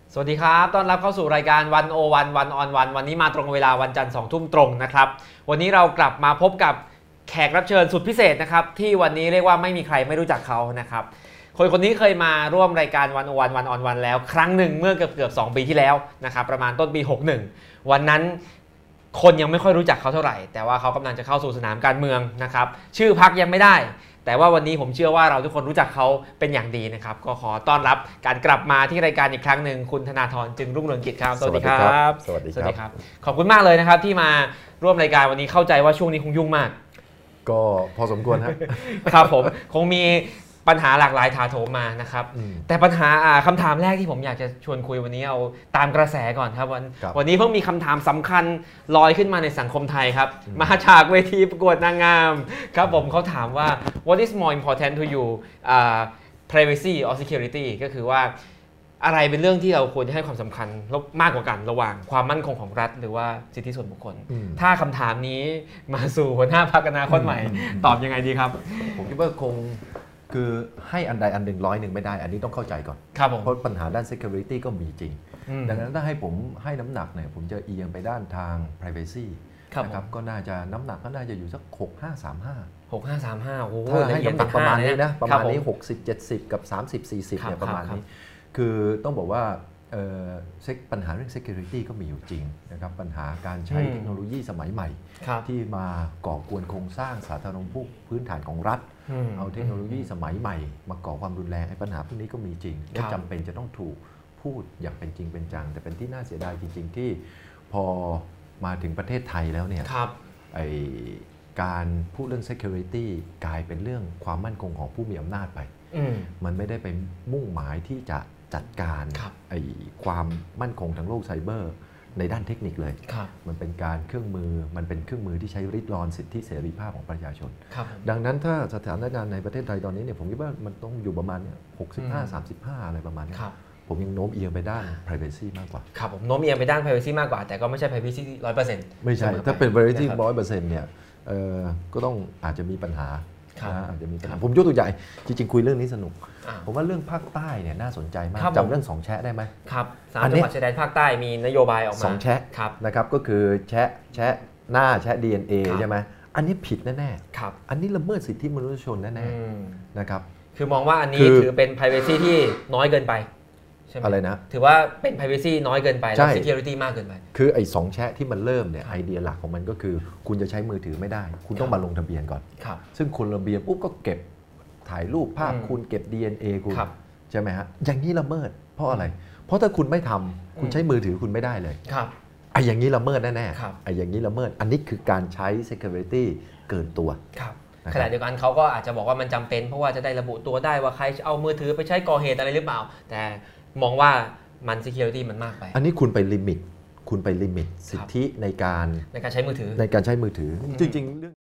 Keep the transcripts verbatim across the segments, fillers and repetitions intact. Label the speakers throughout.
Speaker 1: สวัสดีครับต้อนรับเข้าสู่รายการวันโอวันวันออนวันวันนี้มาตรงเวลาวันจันทร์สองทุ่มตรงนะครับวันนี้เรากลับมาพบกับแขกรับเชิญสุดพิเศษนะครับที่วันนี้เรียกว่าไม่มีใครไม่รู้จักเขานะครับคนคนนี้เคยมาร่วมรายการวันโอวันวันออนวันแล้วครั้งหนึ่งเมื่อเกือบเกือบสองปีที่แล้วนะครับประมาณต้นปีหกสิบเอ็ดวันนั้นคนยังไม่ค่อยรู้จักเขาเท่าไหร่แต่ว่าเขากำลังจะเข้าสู่สนามการเมืองนะครับชื่อพรรคยังไม่ได้แต่ว่าวันนี้ผมเชื่อว่าเราทุกคนรู้จักเขาเป็นอย่างดีนะครับก็ขอต้อนรับการกลับมาที่รายการอีกครั้งหนึ่งคุณธนาธรจึงรุ่งเรืองกิจครับ
Speaker 2: สวัสดีครับสวัสดี
Speaker 1: ครับขอบคุณมากเลยนะครับที่มาร่วมรายการวันนี้เข้าใจว่าช่วงนี้คงยุ่งมาก
Speaker 2: ก็พอสมควรครับ
Speaker 1: ครับผมคงมีปัญหาหลากหลายถาโถมมานะครับแต่ปัญหาคำถามแรกที่ผมอยากจะชวนคุยวันนี้เอาตามกระแสก่อนครับวันวันนี้เพิ่งมีคำถามสำคัญลอยขึ้นมาในสังคมไทยครับมาจากเวทีประกวดนางงามครับผมเขาถามว่า what is more important to you uh, privacy or security ก็คือว่าอะไรเป็นเรื่องที่เราควรจะให้ความสำคัญมากกว่ากันระหว่างความมั่นคงของรัฐหรือว่าสิทธิส่วนบุคคลถ้าคำถามนี้มาสู่หัวหน้าพรรคอนาคตใหม่ตอบยังไงดีครับ
Speaker 2: ผมคิดว่าคงคือให้อันใดอันหนึ่งร้อยหนึ่งไม่ได้อันนี้ต้องเข้าใจก่อนเพราะปัญหาด้าน security ก็มีจริงดังนั้นถ้าให้ผมให้น้ำหนักเนี่ยผมจะเอียงไปด้านทาง privacy นะครับก็น่าจะน้ำหนักก็น่าจะอยู่สักหกห้าสามห้า
Speaker 1: หกห้าสามห้าโอ้โห
Speaker 2: ถ้าให้น้ำหนักประมาณนี้นะประมาณนี้หกสิบ เจ็ดสิบกับสามสิบ สี่สิบเนี่ยประมาณนี้คือต้องบอกว่าปัญหาเรื่อง security ก็มีอยู่จริงนะครับปัญหาการใช้เทคโนโลยีสมัยใหม่ที่มาก่อกวนโครงสร้างสาธารณูปโภคพื้นฐานของรัฐเอาเทคโนโลยีสมัยใหม่มาก่อความรุนแรงไอ้ปัญหาพวกนี้ก็มีจริงและจำเป็นจะต้องถูกพูดอย่างเป็นจริงเป็นจังแต่เป็นที่น่าเสียดายจริงๆที่พอมาถึงประเทศไทยแล้วเนี่ยไอ้การพูดเรื่อง security กลายเป็นเรื่องความมั่นคงของผู้มีอำนาจไปมันไม่ได้ไปมุ่งหมายที่จะจัดการไอ้ความมั่นคงทางโลกไซเบอร์ในด้านเทคนิคเลยมันเป็นการเครื่องมือมันเป็นเครื่องมือที่ใช้ริดรอนสิทธิเสรีภาพของประชาชนดังนั้นถ้าสถานการณ์ในประเทศไทยตอนนี้เนี่ยผมคิดว่ามันต้องอยู่ประมาณเนี่ยหกสิบห้า สามสิบห้าอะไรประมาณนี้ผมยังโน้มเอียงไปด้าน privacy มากกว่า
Speaker 1: ครับผมโน้มเอียงไปด้าน privacy มากกว่าแต่ก็ไม่ใช่ privacy ร้อยเปอร์เซ็นต์
Speaker 2: ไม่ใช่ถ้าเป็น privacy ร้อยเปอร์เซ็นต์เนี่ยก็ต้องอาจจะมีปัญหาอาจจะมีปัญหาผมยกตัวอย่างจริงๆคุยเรื่องนี้สนุกผมว่าเรื่องภาคใต้เนี่ยน่าสนใจมากจำเรื่องสองแชะได้ไหม
Speaker 1: ครับสามจังหวัดชายแดนภาคใต้มีนโยบายออกมา
Speaker 2: สองแชะนะครับก็คือแชะแชะหน้าแชะ ดี เอ็น เอ ใช่ไหมอันนี้ผิดแน่ๆอันนี้ละเมิดสิทธิมนุษยชนแน่ๆนะครับ
Speaker 1: คือมองว่าอันนี้ถือเป็น privacy ที่น้อยเกินไป
Speaker 2: อะไรนะ
Speaker 1: ถือว่าเป็น privacy น้อยเกินไปและ security มากเกินไป
Speaker 2: คือไอ้สองแชะที่มันเริ่มเนี่ยไอเดียหลักของมันก็คือคุณจะใช้มือถือไม่ได้คุณต้องมาลงทะเบียนก่อนซึ่งคุณลงทะเบียนปุ๊บก็เก็บถ่ายรูปภาพคุณเก็บ ดี เอ็น เอ คุณใช่ไหมฮะอย่างนี้ละเมิดเพราะอะไรเพราะถ้าคุณไม่ทำคุณใช้มือถือคุณไม่ได้เลยไอ้อย่างนี้ละเมิดแน่ๆไอ้อย่างนี้ละเมิดอันนี้คือการใช้ security เกินตัว
Speaker 1: ขณะเดียวกันเขาก็อาจจะบอกว่ามันจำเป็นเพราะว่าจะได้ระบุตัวได้ว่าใครเอามือถือไปใช้ก่อเหตุอะไรหรือเปล่าแต่มองว่ามัน security มันมากไป
Speaker 2: อันนี้คุณไปลิมิตคุณไปลิมิตสิทธิในการ
Speaker 1: ในการใช้มือถือ
Speaker 2: ในการใช้มือถือจริงๆเรื่อง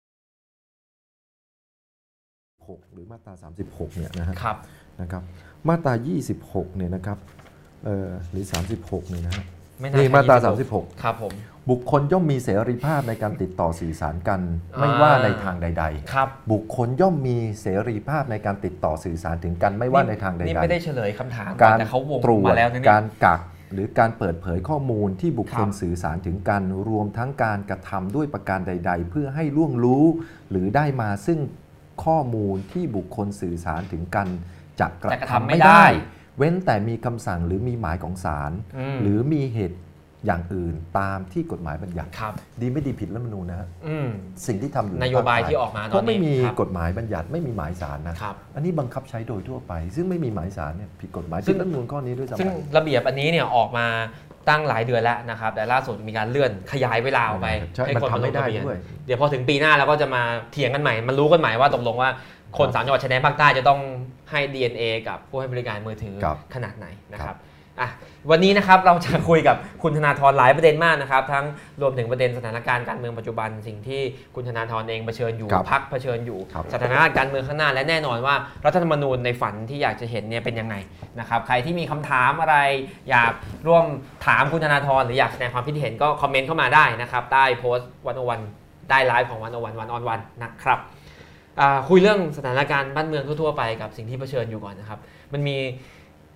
Speaker 2: หกหรือมาตราสามสิบหกเนี่ยนะฮะนะครับมาตรายี่สิบหกเนี่ยนะครับเอ่อหรือสามสิบหกเนี่ยนะฮะนี่มาตราสามสิบหก
Speaker 1: ครับผม
Speaker 2: บุคคลย่อมมีเสรีภาพในการติดต่อสื่อสารกันไม่ว่าในทางใดๆบุคคลย่อมมีเสรีภาพในการติดต่อสื่อสารถึงกันไม่ว่าในทางใดๆ
Speaker 1: นี่ไม่ได้เฉลยคำถาม
Speaker 2: การ
Speaker 1: แต่เขาวง
Speaker 2: ตรวจ
Speaker 1: มาแล้ว
Speaker 2: การกักหรือการเปิดเผยข้อมูลที่บุคคลสื่อสารถึงกันรวมทั้งการกระทำด้วยประการใดๆเพื่อให้ล่วงรู้หรือได้มาซึ่งข้อมูลที่บุคคลสื่อสารถึงกันจะกระทำไม่ได้เว้นแต่มีคำสั่งหรือมีหมายของศาลหรือมีเหตุอย่างอื่นตามที่กฎหมายบัญญัติดีไม่ดีผิดรัฐธรรมนูญนะฮะสิ่งที่ทำอยู่
Speaker 1: นโยบายที่ออกมาตอนนี้
Speaker 2: เพราะไม่มีกฎหมายบัญญัติไม่มีหมายศาลนะอันนี้บังคับใช้โดยทั่วไปซึ่งไม่มีหมายศาลเนี่ยผิดกฎหมายซึ่งรัฐธรรมนูญข้อนี้ด้วยซ้ำ
Speaker 1: ซึ่งระเบียบอันนี้เนี่ยออกมาตั้งหลายเดือนแล้วนะครับแต่ล่าสุดมีการเลื่อนขยายเวลาออกไป
Speaker 2: ให้คนมาลงทะเบียน
Speaker 1: เดี๋ยวพอถึงปีหน้าเราก็จะมาเถียงกันใหม่มันรู้กันใหม่ว่าตกลงว่าคนสามจังหวัดชายแดนภาคใต้จะต้องให้ ดี เอ็น เอ กับผู้ให้บริการมือถือขนาดไหนนะครับอ่ะวันนี้นะครับเราจะคุยกับคุณธนาธรหลายประเด็นมากนะครับทั้งรวมถึงประเด็นสถานการณ์การเมืองปัจจุบันสิ่งที่คุณธนาธรเองเผชิญอยู่พรรคเผชิญอยู่สถานการณ์การเมืองข้างหน้าและแน่นอนว่ารัฐธรรมนูญในฝันที่อยากจะเห็นเนี่ยเป็นยังไงนะครับใครที่มีคำถามอะไรอยากร่วมถามคุณธนาธรหรืออยากแสดงความคิดเห็นก็คอมเมนต์เข้ามาได้นะครับใต้โพสต์วันโอวันได้ไลฟ์ของวันโอวันวันออนวันนะครับคุยเรื่องสถานการณ์บ้านเมืองทั่วๆไปกับสิ่งที่เผชิญอยู่ก่อนนะครับมันมี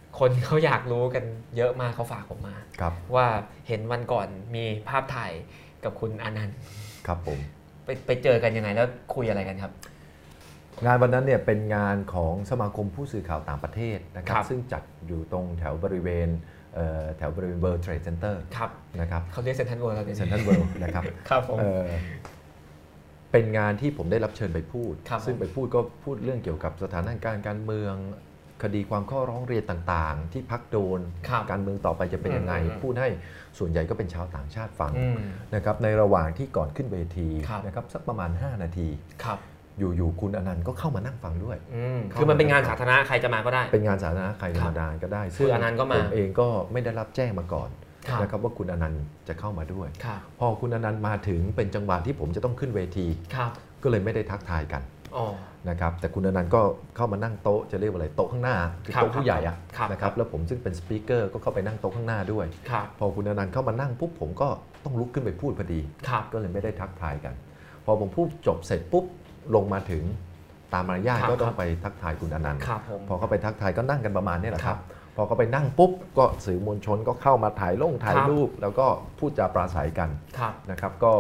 Speaker 1: คนเขาอยากรู้กันเยอะมากเขาฝากผมมาว่าเห็นวันก่อนมีภาพถ่ายกับคุณอานันต์
Speaker 2: ครับผม
Speaker 1: ไปไปเจอกันยังไงแล้วคุยอะไรกันครับ
Speaker 2: งานวันนั้นเนี่ยเป็นงานของสมาคมผู้สื่อข่าวต่างประเทศนะครับซึ่งจัดอยู่ตรงแถวบริเวณแถวบริเวณ World Trade Center นะครับ
Speaker 1: เขาเรียกเซ็นทรัลเวิลด์
Speaker 2: เซ็นทรัลเวิลด์นะครับ
Speaker 1: ครับผม
Speaker 2: เป็นงานที่ผมได้รับเชิญไปพูดซึ่งไปพูดก็พูดเรื่องเกี่ยวกับสถานการณ์การเมืองคดีความข้อร้องเรียนต่างๆที่พักโดนการเมืองต่อไปจะเป็นยังไงพูดให้ส่วนใหญ่ก็เป็นชาวต่างชาติฟังนะครับในระหว่างที่ก่อนขึ้นเวทีนะครับสักประมาณห้านาทีอยู่ๆคุณอนันต์ก็เข้ามานั่งฟังด้วย
Speaker 1: คือมันเป็นงานสาธารณะใครจะมาก็ได้
Speaker 2: เป็นงานสาธารณะใครธรรมดาก็ได้
Speaker 1: ซึ่งอนันต์ก็มา
Speaker 2: ผมเองก็ไม่ได้รับแจ้งมาก่อนนะครับว่าคุณอนันต์จะเข้ามาด้วยพอคุณอนันต์มาถึงเป็นจังหวะที่ผมจะต้องขึ้นเวทีก็เลยไม่ได้ทักทายกันนะครับแต่คุณอนันต์ก็เข้ามานั่งโต๊ะจะเรียกว่าอะไรโต๊ะข้างหน้าคือโต๊ะผู้ใหญ่อะนะครับแล้วผมซึ่งเป็นสปีกเกอร์ก็เข้าไปนั่งโต๊ะข้างหน้าด้วยพอคุณอนันต์เข้ามานั่งปุ๊บผมก็ต้องลุกขึ้นไปพูดพอดีก็เลยไม่ได้ทักทายกันพอผมพูดจบเสร็จปุ๊บลงมาถึงตามมารยาทก็ต้องไปทักทายคุณอนันต์พอเขาไปทักทายก็นั่งกันประมาณนี้แหละครับพอเขาไปนั่งปุ๊บก็สื่อมวลชนก็เข้ามาถ่ายลงถ่ายรูปแล้วก็พูดจาปราศัยกันนะครับก็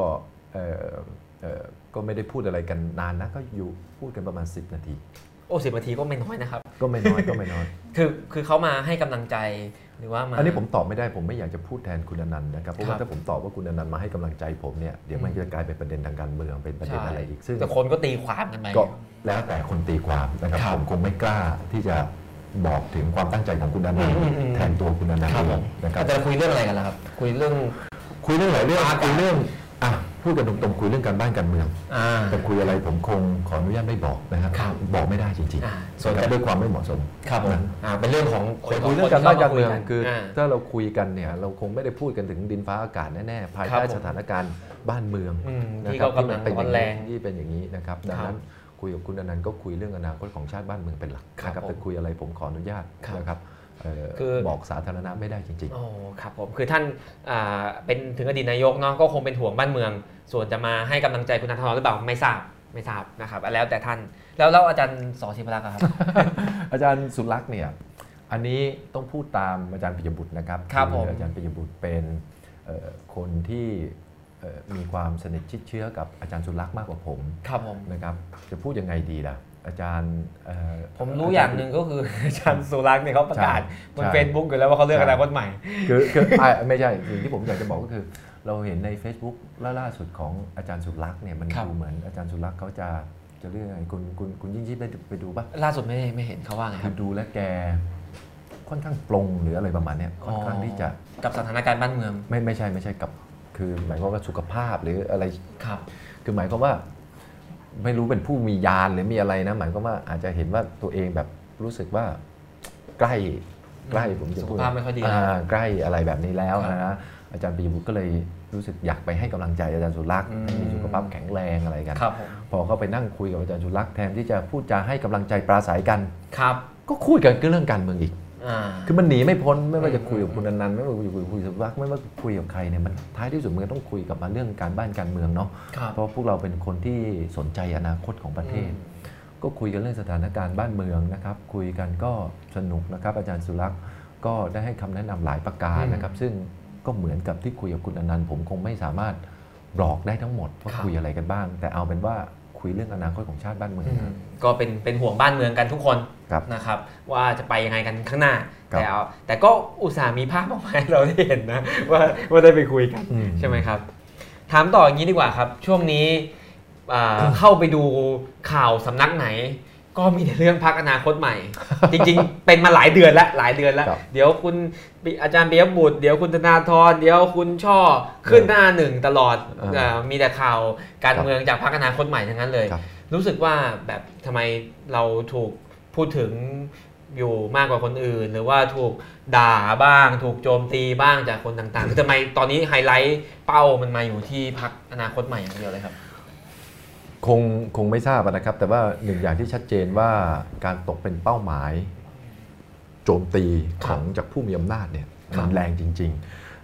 Speaker 2: ก็ไม่ได้พูดอะไรกันนานนะก็อยู่พูดกันประมาณสิบนาที
Speaker 1: โอ้สิบนาทีก็ไม่น้อยนะครับ
Speaker 2: ก็ไม่น้อยก็ไม่น้อย
Speaker 1: คือคือเขามาให้กำลังใจหรือว่ามา
Speaker 2: อันนี้ผมตอบไม่ได้ผมไม่อยากจะพูดแทนคุณอนันต์นะครับเพราะว่าถ้าผมตอบว่าคุณอนันต์มาให้กำลังใจผมเนี่ยเดี๋ยวมันจะกลายเป็นประเด็นทางการเมืองเป็นประเด็นอะไรอีก
Speaker 1: ซึ่งแต่คนก็ตีความกันไป
Speaker 2: ก็แล้วแต่คนตีความนะครับผมคงไม่กล้าที่จะบอกถึงความตั้งใจของคุณอนันต์แทนตัวคุณอนันต์
Speaker 1: นะครับจะคุยเรื่องอะไรกันล่ะครับคุยเรื่อง
Speaker 2: คุยเรื่องหลายเรื่องคุยเรื่องอ่ะพูดกันตรงๆคุยเรื่องการบ้านการเมืองแต่คุยอะไรผมคงขออนุญาตไม่บอกนะครับบอกไม่ได้จริงๆส่วนด้วยความไม่เหมาะสม
Speaker 1: ครับผมเป็นเรื่องของ
Speaker 2: คุยเรื่องการบ้านการเมืองคือถ้าเราคุยกันเนี่ยเราคงไม่ได้พูดกันถึงดินฟ้าอากาศแน่ๆภายใต้สถานการณ์บ้านเมือง
Speaker 1: ที่เขากำลัง
Speaker 2: เป็น
Speaker 1: อย่างนี้
Speaker 2: ที่เป็นอย่างนี้นะครับดังนั้นคุยกับคุณอนันต์ก็คุยเรื่องอนาคตของชาติบ้านเมืองเป็นหลักนะครับแต่คุยอะไรผมขออนุญาตนะครับคือบอกสาธารณะไม่ได้จริงๆ
Speaker 1: อ๋อครับผมคือท่านเป็นถึงอดีตนายกเนาะก็คงเป็นห่วงบ้านเมืองส่วนจะมาให้กำลังใจคุณธนาธรหรือเปล่าไม่ทราบไม่ทราบนะครับแล้วแต่ท่านแล้วแล้วอาจารย์ส.ศิวรักษ์ครับ
Speaker 2: อาจารย์สุรักษ์เนี่ยอันนี้ต้องพูดตามอาจารย์ปิยบุตรนะครับ
Speaker 1: ครับผม
Speaker 2: อาจารย์ปิยบุตรเป็นคนที่มีความสนิทชิดเชื้อกับอาจารย์สุรักษ์มากกว่าผม
Speaker 1: ครับผม
Speaker 2: นะครับจะพูดยังไงดีล่ะอาจารย์
Speaker 1: ผมรู้อย่างหนึ่งก็คืออาจารย์สุรักษ์เนี่ยเขาประกาศบนเฟซบุ๊กอยู่แล้วว่าเขาเลือกอนาคตใหม่
Speaker 2: คือคือไม่ใช่สิ่งที่ผมอยากจะบอกก็คือเราเห็นใน Facebook ล่าสุดของอาจารย์สุรักษ์เนี่ยมันดูเหมือนอาจารย์สุรักษ์เขาจะจะเรื่องอะไรคุณคุณคุณยิ่งชีพได้ไปดูป่ะ
Speaker 1: ล่าสุดไม่ไม่เห็นเขาว่าไง
Speaker 2: คือดูแลแกค่อนข้างปลงหรืออะไรประมาณนี้ค่อนข้างที่จะ
Speaker 1: กับสถานการณ์บ้านเมือง
Speaker 2: ไม่ไม่ใช่ไม่ใช่กับคือหมายความว่าสุขภาพหรืออะไร
Speaker 1: ครับ
Speaker 2: คือหมายความว่าไม่รู้เป็นผู้มียานหรือมีอะไรนะหมายความว่าอาจจะเห็นว่าตัวเองแบบรู้สึกว่าใกล้ใกล้ผมจะพูด
Speaker 1: สุขภาพไม่ค่อยดี
Speaker 2: ใกล้อะไรแบบนี้แล้วนะอาจารย์ปิยบุตรก็เลยรู้สึกอยากไปให้กำลังใจอาจารย์สุรักษ์ให้มีสุขภาพแข็งแรงอะไรกันพอเขาไปนั่งคุยกับอาจารย์สุรักษ์แทนที่จะพูดจาให้กำลังใจปราศัยกันก็คุยกันเรื่องการเมืองอีกคือมันหนีไม่พ้นไม่ว่าจะคุยกับคุณอนันต์ไม่ว่าจะคุยกับคุณสุรักษ์ไม่ว่าคุยกับใครเนี่ยมันท้ายที่สุดมันต้องคุยกับมาเรื่องการบ้านการเมืองเนาะเพราะพวกเราเป็นคนที่สนใจอนาคตของประเทศก็คุยกันเรื่องสถานการณ์บ้านเมืองนะครับคุยกันก็สนุกนะครับอาจารย์สุรักษ์ก็ได้ให้คำแนะนำหลายประการนะครับซึ่งก็เหมือนกับที่คุยกับคุณอนันต์ผมคงไม่สามารถบอกได้ทั้งหมดว่าคุยอะไรกันบ้างแต่เอาเป็นว่าคุยเรื่องอนาคตของชาติบ้านเมือง
Speaker 1: ก็เป็นเป็นห่วงบ้านเมืองกันทุกคนนะครับว่าจะไปยังไงกันข้างหน้าแต่เอาแต่ก็อุตส่าห์มีภาพออกมาให้เราได้เห็นนะว่าว่าได้ไปคุยกันใช่ไหมครับถามต่ออย่างนี้ดีกว่าครับช่วงนี้เข้าไปดูข่าวสำนักไหนก็มีแต่เรื่องพรรคอนาคตใหม่จริงๆเป็นมาหลายเดือนแล้วหลายเดือนแล้วเดี๋ยวคุณอาจารย์ปิยบุตรเดี๋ยวคุณธนาธรเดี๋ยวคุณช่อขึ้นหน้าหนึ่งตลอดมีแต่ข่าวการเมืองจากพรรคอนาคตใหม่ทั้งนั้นเลยรู้สึกว่าแบบทำไมเราถูกพูดถึงอยู่มากกว่าคนอื่นหรือว่าถูกด่าบ้างถูกโจมตีบ้างจากคนต่างๆคือทำไมตอนนี้ไฮไลท์เป้ามันมาอยู่ที่พรรคอนาคตใหม่อย่างเดียวเลยครับ
Speaker 2: คงคงไม่ทราบนะครับแต่ว่าหนึ่งอย่างที่ชัดเจนว่าการตกเป็นเป้าหมายโจมตีของจากผู้มีอำนาจเนี่ยมันแรงจริงๆ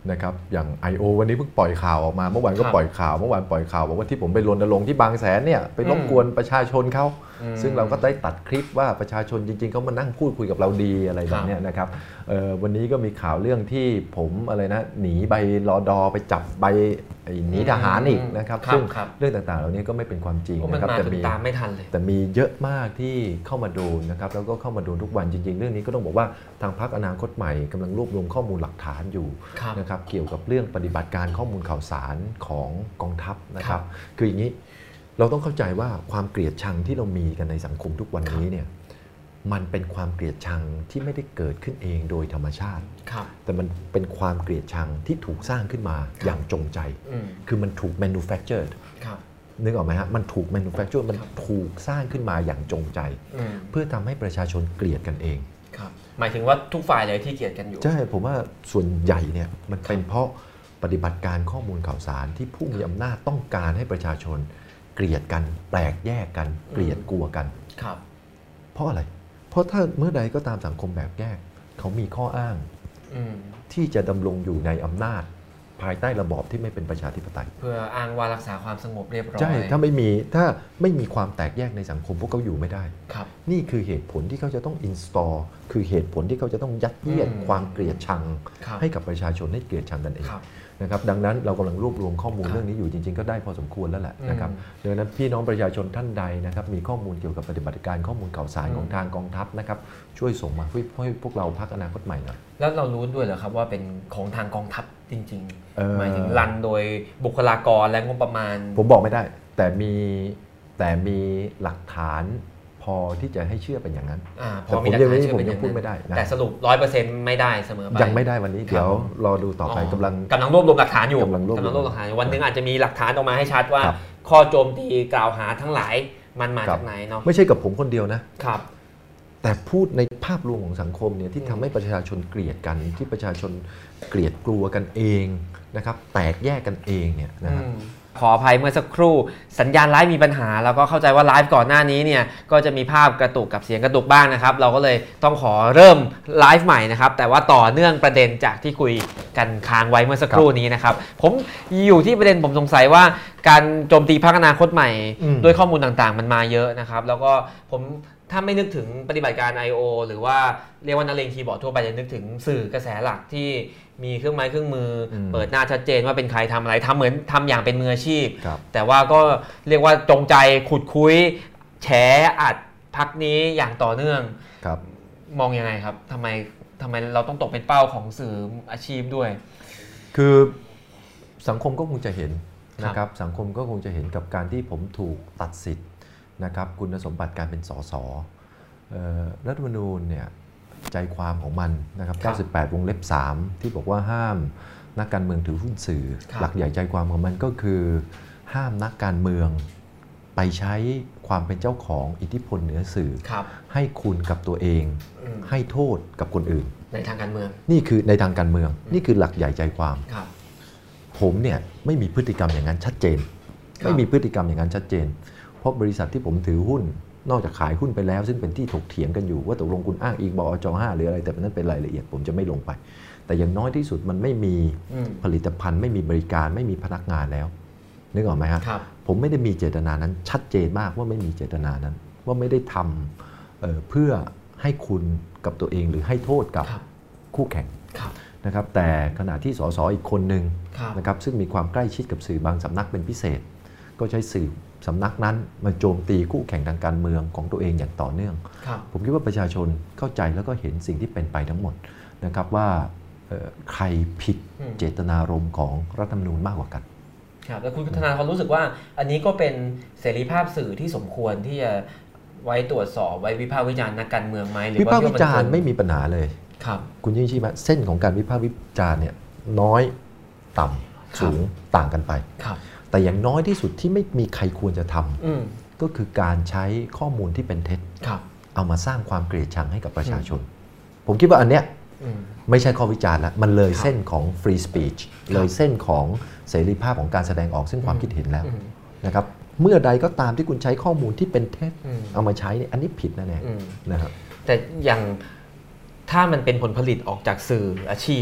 Speaker 2: นะครับอย่าง ไอ โอ วันนี้เพิ่งปล่อยข่าวออกมาเมื่อวานก็ปล่อยข่าวเมื่อวานปล่อยข่าวบอกว่าที่ผมไปรณรงค์ที่บางแสนเนี่ยไปรบกวนประชาชนเขาซึ่งเราก็ได้ตัดคลิปว่าประชาชนจริงๆเขามานั่งพูดคุยกับเราดีอะไรแบบนี้นะครับวันนี้ก็มีข่าวเรื่องที่ผมอะไรนะหนีใบรอดอไปจับใบหนีทหารอีกนะครับซึ่งเรื่องต่างๆเหล่านี้ก็ไม่เป็นความจริงนะครับแต่มีตามไม่ทันเลยแต่มีเยอะมากที่เข้ามาโดนนะครับแล้วก็เข้ามาโดนทุกวันจริงๆเรื่องนี้ก็ต้องบอกว่าทางพรรคอนาคตใหม่กำลังรวบรวมข้อมูลหลักฐานอยู่นะครับเกี่ยวกับเรื่องปฏิบัติการข้อมูลข่าวสารของกองทัพนะครับคืออย่างนี้เราต้องเข้าใจว่าความเกลียดชังที่เรามีกันในสังคมทุกวันนี้เนี่ยมันเป็นความเกลียดชังที่ไม่ได้เกิดขึ้นเองโดยธรรมชาติแต่มันเป็นความเกลียดชังที่ถูกสร้างขึ้นมาอย่างจงใจคือมันถูก manufactured นึกออกไหมฮะมันถูก manufactured มันถูกสร้างขึ้นมาอย่างจงใจเพื่อทำให้ประชาชนเกลียดกันเอง
Speaker 1: หมายถึงว่าทุกฝ่ายเลยที่เกลียดกันอยู่
Speaker 2: ใช่ผมว่าส่วนใหญ่เนี่ยมันเป็นเพราะปฏิบัติการข้อมูลข่าวสารที่ผู้มีอำนาจต้องการให้ประชาชนเกลียดกันแปลกแยกกันเกลียดกลัวกันเพราะอะไรเพราะถ้าเมื่อใดก็ตามสังคมแบบแยกเขามีข้ออ้างที่จะดำรงอยู่ในอำนาจภายใต้ระบอบที่ไม่เป็นประชาธิปไตย
Speaker 1: เพื่ออ้างว่ารักษาความสงบเรียบร้อย
Speaker 2: ใช่ถ้าไม่มีถ้าไม่มีความแตกแยกในสังคมพวกเขาอยู่ไม่ได้นี่คือเหตุผลที่เขาจะต้องอินสตอลคือเหตุผลที่เขาจะต้องยัดเยียดความเกลียดชังให้กับประชาชนให้เกลียดชังกันเองนะครับดังนั้นเรากำลังรวบรวมข้อมูลเรื่องนี้อยู่จริงๆก็ได้พอสมควรแล้วแหละนะครับดังนั้นพี่น้องประชาชนท่านใดนะครับมีข้อมูลเกี่ยวกับปฏิบัติการข้อมูลข่าวสารของทางกองทัพนะครับช่วยส่งมาให้พวกเราพรรคอนาคตใหม่หน่อย
Speaker 1: แล้วเรารู้ด้วยเหรอครับว่าเป็นของทางกองทัพจริงๆหมายถึงรันโดยบุคลากรและงบประมาณ
Speaker 2: ผมบอกไม่ได้แต่มีแต่มีหลักฐานพอที่จะให้เชื่อเป็นอย่างนั้น
Speaker 1: แต่ผมยังผมยัง
Speaker 2: พูดไม่ได้
Speaker 1: แต่สรุป ร้อยเปอร์เซ็นต์ ไม่ได้เสมอไป
Speaker 2: ยังไม่ได้วันนี้เดี๋ยวรอดูต่อไปกำลัง
Speaker 1: กำลังรวบรวมหลักฐานอยู่กำลังรวบรวมหลักฐานวันนึงอาจจะมีหลักฐานออกมาให้ชัดว่าข้อโจมตีกล่าวหาทั้งหลายมันมาจากไหนเนาะ
Speaker 2: ไม่ใช่กับผมคนเดียวนะครับแต่พูดในภาพรวมของสังคมเนี่ยที่ทำให้ประชาชนเกลียดกันที่ประชาชนเกลียดกลัวกันเองนะครับแตกแยกกันเองเนี่ยนะครับ
Speaker 1: ขออภัยเมื่อสักครู่สัญญาณไลฟ์มีปัญหาแล้วก็เข้าใจว่าไลฟ์ก่อนหน้านี้เนี่ยก็จะมีภาพกระตุกกับเสียงกระตุกบ้างนะครับเราก็เลยต้องขอเริ่มไลฟ์ใหม่นะครับแต่ว่าต่อเนื่องประเด็นจากที่คุยกันค้างไว้เมื่อสักครู่นี้นะครับผมอยู่ที่ประเด็นผมสงสัยว่าการโจมตีพรรคอนาคตใหม่ด้วยข้อมูลต่างๆมันมาเยอะนะครับแล้วก็ผมถ้าไม่นึกถึงปฏิบัติการ ไอ โอ หรือว่าเรียกว่านักเลงคีย์บอร์ดทั่วไปจะนึกถึงสื่อกระแสหลักที่มีเครื่องไม้เครื่องมือเปิดหน้าชัดเจนว่าเป็นใครทำอะไรทำเหมือนทำอย่างเป็นมืออาชีพแต่ว่าก็เรียกว่าจงใจขุดคุยแฉอัดพักนี้อย่างต่อเนื่องมองยังไงครับทำไมทำไมเราต้องตกเป็นเป้าของสื่ออาชีพด้วย
Speaker 2: คือสังคมก็คงจะเห็นนะครับสังคมก็คงจะเห็นกับการที่ผมถูกตัดสิทธิ์นะครับคุณสมบัติการเป็นสสรัฐธรรมนูญเนี่ยใจความของมันนะครับเก้าสิบแปดวงเล็บสามที่บอกว่าห้ามนักการเมืองถือหุ้นสื่อหลักใหญ่ใจความของมันก็คือห้ามนักการเมืองไปใช้ความเป็นเจ้าของอิทธิพลเหนือสื่อให้คุณกับตัวเองให้โทษกับคนอื่น
Speaker 1: ในทางการเมือง
Speaker 2: นี่คือในทางการเมืองนี่คือหลักใหญ่ใจความผมเนี่ยไม่มีพฤติกรรมอย่างนั้นชัดเจนไม่มีพฤติกรรมอย่างนั้นชัดเจนเพราะบริษัทที่ผมถือหุ้นนอกจากขายหุ้นไปแล้วซึ่งเป็นที่ถกเถียงกันอยู่ว่าตกลงคุณอ้างอิงบอจห้าหรืออะไรแต่นั้นเป็นรายละเอียดผมจะไม่ลงไปแต่อย่างน้อยที่สุดมันไม่มีผลิตภัณฑ์ไม่มีบริการไม่มีพนักงานแล้วนึกออกไหมฮะผมไม่ได้มีเจตนานั้นชัดเจนมากว่าไม่มีเจตนานั้นว่าไม่ได้ทำ เอ่อ เพื่อให้คุณกับตัวเองหรือให้โทษกับคู่แข่งนะครับแต่ขณะที่สสอีกคนหนึ่งนะครับซึ่งมีความใกล้ชิดกับสื่อบางสำนักเป็นพิเศษก็ใช้สื่อสำนักนั้นมาโจมตีคู่แข่งทางการเมืองของตัวเองอย่างต่อเนื่องผมคิดว่าประชาชนเข้าใจแล้วก็เห็นสิ่งที่เป็นไปทั้งหมดนะครับว่าใครผิดเจตนารมณ์ของรัฐธรรมนูญมากกว่ากัน
Speaker 1: ครับแล้วคุณธนาเขารู้สึกว่าอันนี้ก็เป็นเสรีภาพสื่อที่สมควรที่จะไว้ตรวจสอบไว้วิพากษ์วิจารณ์นักการเมืองไหมหรือว่า
Speaker 2: วิพากษ์วิจารณ์ไม่มีปัญหาเลย
Speaker 1: ครับ
Speaker 2: คุณยิ่งชี้มาเส้นของการวิพากษ์วิจารณ์เนี่ยน้อยต่ำสูงต่างกันไปแต่อย่างน้อยที่สุดที่ไม่มีใครควรจะทำก็คือการใช้ข้อมูลที่เป็นเท็จเอามาสร้างความเกลียดชังให้กับประชาชนผมคิดว่าอันเนี้ยไม่ใช่ข้อวิจารณ์แล้วมันเลยเส้นของ free speech เลยเส้นของเสรีภาพของการแสดงออกซึ่งความคิดเห็นแล้วนะครับเมื่อใดก็ตามที่คุณใช้ข้อมูลที่เป็นเท็จเอามาใช้เนี่ยอันนี้ผิดแน่ๆนะครับ
Speaker 1: แต่อย่างถ้ามันเป็นผลผลิตออกจากสื่ออาชีพ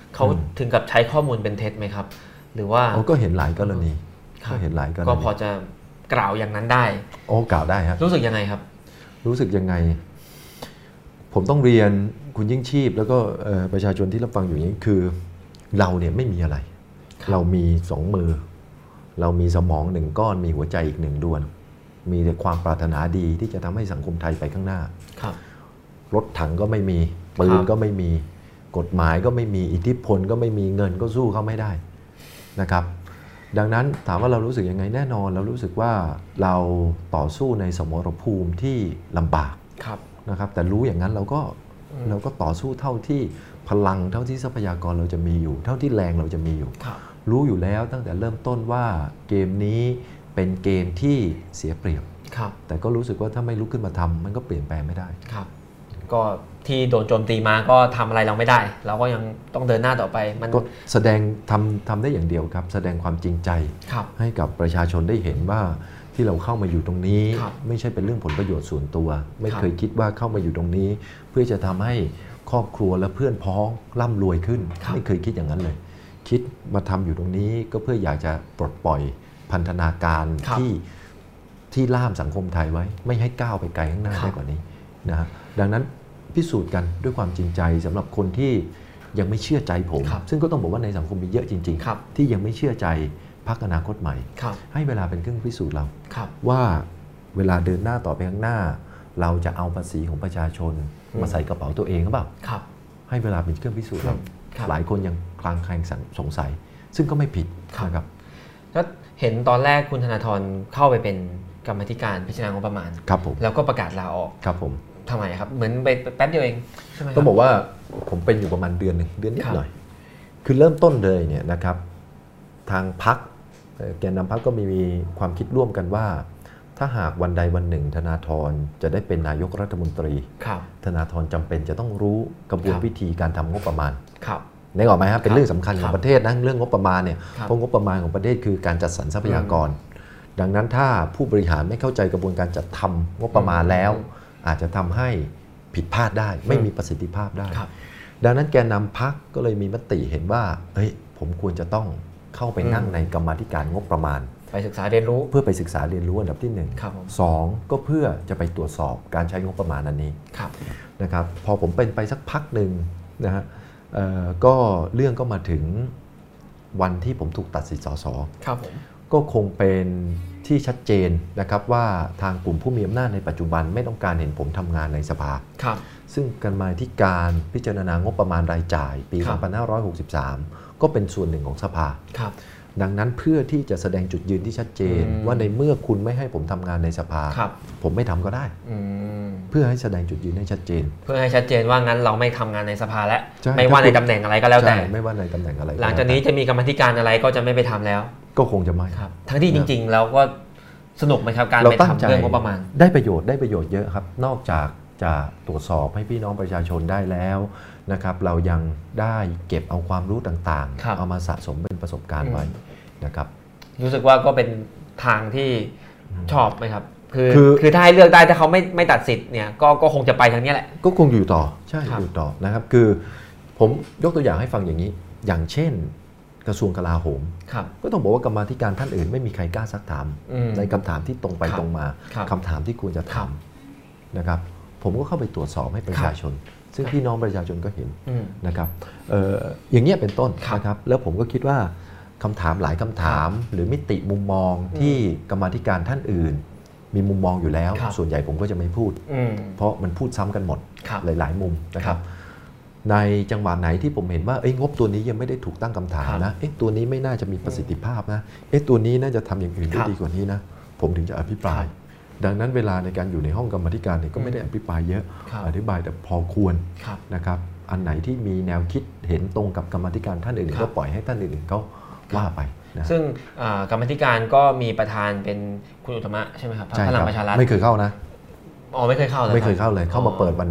Speaker 1: เขาถึงกับใช้ข้อมูลเป็นเท็จไหมครับหรือว่า
Speaker 2: ก็เห็นหลายกรณีก็เห็นหลายกรณี
Speaker 1: ก็พอจะกล่าวอย่างนั้นได้
Speaker 2: โอ้กล่าวได้ครับ
Speaker 1: รู้สึกยังไงครับ
Speaker 2: รู้สึกยังไงผมต้องเรียนคุณยิ่งชีพแล้วก็ประชาชนที่รับฟังอยู่นี้คือเราเนี่ยไม่มีอะไรเรามีสองมือเรามีสมองหนึ่งก้อนมีหัวใจอีกหนึ่งดวงมีแต่ความปรารถนาดีที่จะทำให้สังคมไทยไปข้างหน้ารถถังก็ไม่มีปืนก็ไม่มีกฎหมายก็ไม่มีอิทธิพลก็ไม่มีเงินก็สู้เขาไม่ได้นะครับดังนั้นถามว่าเรารู้สึกยังไงแน่นอนเรารู้สึกว่าเราต่อสู้ในสมรภูมิที่ลำบากนะครับแต่รู้อย่างนั้นเราก็เราก็ต่อสู้เท่าที่พลังเท่าที่ทรัพยากรเราจะมีอยู่เท่าที่แรงเราจะมีอยู่รู้อยู่แล้วตั้งแต่เริ่มต้นว่าเกมนี้เป็นเกมที่เสียเปรียบแต่ก็รู้สึกว่าถ้าไม่ลุกขึ้นมาทำมันก็เปลี่ยนแปลงไม่ได้
Speaker 1: ครับก็ที่โดนโจมตีมาก็ทำอะไรเราไม่ได้เราก็ยังต้องเดินหน้าต่อไปมัน
Speaker 2: ก็แสดงทำทำได้อย่างเดียวครับแสดงความจริงใจให้กับประชาชนได้เห็นว่าที่เราเข้ามาอยู่ตรงนี้ไม่ใช่เป็นเรื่องผลประโยชน์ส่วนตัวไม่เคยคิดว่าเข้ามาอยู่ตรงนี้เพื่อจะทำให้ครอบครัวและเพื่อนพ้องร่ำรวยขึ้นไม่เคยคิดอย่างนั้นเลยคิดมาทำอยู่ตรงนี้ก็เพื่ออยากจะปลดปล่อยพันธนาการที่ที่ล่ามสังคมไทยไว้ไม่ให้ก้าวไปไกลข้างหน้าได้กว่านี้นะฮะดังนั้นพิสูจน์กันด้วยความจริงใจสำหรับคนที่ยังไม่เชื่อใจผมซึ่งก็ต้องบอกว่าในสังคมมีเยอะจริงๆที่ยังไม่เชื่อใจพรรคอนาคตใหม่ให้เวลาเป็นเครื่องพิสูจน์เราว่าเวลาเดินหน้าต่อไปข้างหน้าเราจะเอาภาษีของประชาชนมาใส่กระเป๋าตัวเองหรือเปล่าให้เวลาเป็นเครื่องพิสูจน์เราหลายคนยังคลางแคลงสงสัยซึ่งก็ไม่ผิดนะครับ
Speaker 1: ก็เห็นตอนแรกคุณธนาธรเข้าไปเป็นกรรมธิการพิจารณางบประมาณ
Speaker 2: ครับผม
Speaker 1: แล้วก็ประกาศลาออก
Speaker 2: ครับผม
Speaker 1: ทำไมครับเหมือนไปแป๊บเดียวเองใช่ไหม
Speaker 2: ต้องบอกว่าผมเป็นอยู่ประมาณเดือนหนึ่งเดือนนิดหน่อยคือเริ่มต้นเลยเนี่ยนะครับทางพรรคแกนนำพรรคก็มีความคิดร่วมกันว่าถ้าหากวันใดวันหนึ่งธนาธรจะได้เป็นนายกรัฐมนตรีธนาธรจำเป็นจะต้องรู้กระบวนวิธีการทำงบประมาณนึกออกไหมครับเป็นเรื่องสำคัญของประเทศนะเรื่องงบประมาณเนี่ยเพราะงบประมาณของประเทศคือการจัดสรรทรัพยากรดังนั้นถ้าผู้บริหารไม่เข้าใจกระบวนการจัดทำงบประมาณแล้วอาจจะทำให้ผิดพลาดได้ไม่มีประสิทธิภาพได้ดังนั้นแกนนำพรรคก็เลยมีมติเห็นว่าเฮ้ยผมควรจะต้องเข้าไปนั่งในกรรมาธิการงบประมาณ
Speaker 1: ไปศึกษาเรียนรู้
Speaker 2: เพื่อไปศึกษาเรียนรู้อันดับที่หนึ่งสองก็เพื่อจะไปตรวจสอบการใช้งบประมาณอันนี้นะครับพอผมเป็นไปสักพักหนึ่งนะฮะก็เรื่องก็มาถึงวันที่ผมถูกตัดสิทธิ์สสก็คงเป็นที่ชัดเจนนะครับว่าทางกลุ่มผู้มีอำนาจในปัจจุบันไม่ต้องการเห็นผมทำงานในสภาซึ่งกรรมาธิการพิจารณางบประมาณรายจ่ายปีสองพันห้าร้อยหกสิบสามก็เป็นส่วนหนึ่งของสภาดังนั้นเพื่อที่จะแสดงจุดยืนที่ชัดเจนว่าในเมื่อคุณไม่ให้ผมทำงานในสภาผมไม่ทำก็ได้เพื่อให้แสดงจุดยืนให้ชัดเจน
Speaker 1: เพื่อให้ชัดเจนว่างั้นเราไม่ทำงานในสภาแล้วไม่ว่าในตำแหน่งอะไรก็แล้วแต่
Speaker 2: ไม่ว่าในตำแหน่งอะไร
Speaker 1: หลังจากนี้จะมีกรรมธิการอะไรก็จะไม่ไปทำแล้ว
Speaker 2: ก็คงจะไม่
Speaker 1: ครับทั้งที่จริงๆเราก็สนุกไหมครับการไปทำเรื่องงบประมาณ
Speaker 2: ได้ประโยชน์ได้ประโยชน์เยอะครับนอกจากจะตรวจสอบให้พี่น้องประชาชนได้แล้วนะครับเรายังได้เก็บเอาความรู้ต่างๆเอามาสะสมเป็นประสบการณ์ไว้นะครับ
Speaker 1: รู้สึกว่าก็เป็นทางที่ชอบไหมครับคือคือถ้าให้เลือกได้ถ้าเขาไม่ไม่ตัดสิทธิ์เนี่ยก็ก็คงจะไปทางนี้แหละ
Speaker 2: ก็คงอยู่ต่อใช่อยู่ต่อนะครับคือผมยกตัวอย่างให้ฟังอย่างนี้อย่างเช่นกระทรวงกลาโหมก็ต้องบอกว่ากรรมาธิการท่านอื่นไม่มีใครกล้าซักถามในคำถามที่ตรงไปตรงมาคำถามที่ควรจะถามนะครับผมก็เข้าไปตรวจสอบให้ประชาชนซึ่งพี่น้องประชาชนก็เห็นนะครับเอ่ออย่างเงี้ยเป็นต้นนะครับแล้วผมก็คิดว่าคำถามหลายคำถามหรือมิติมุมมองที่กรรมาธิการท่านอื่นมีมุมมองอยู่แล้วส่วนใหญ่ผมก็จะไม่พูดเพราะมันพูดซ้ำกันหมดหลายๆมุมนะครับในจังหวะไหนที่ผมเห็นว่าเอ้ยงบตัวนี้ยังไม่ได้ถูกตั้งคำถามนะเอ๊ะตัวนี้ไม่น่าจะมีประสิทธิภาพนะเอ๊ะตัวนี้น่าจะทำอย่างอื่นได้ดีกว่านี้นะผมถึงจะอภิปรายดังนั้นเวลาในการอยู่ในห้องกรรมาธิการเนี่ยก็ไม่ได้อภิปรายเยอะอธิบายแต่พอควรนะครับอันไหนที่มีแนวคิดเห็นตรงกับกรรมาธิการท่านอื่นก็ปล่อยให้ท่านอื่นเขาว่าไป
Speaker 1: ซึ่งกรรมาธิการก็มีประธานเป็นคุณอุตตมะใช่ไหมครับพลังประชารัฐ
Speaker 2: ไม่เคยเข้านะ
Speaker 1: อ๋อไม่เคยเข้าเลย
Speaker 2: ไม่เคยเข้าเลยเข้ามาเปิดวันเดียว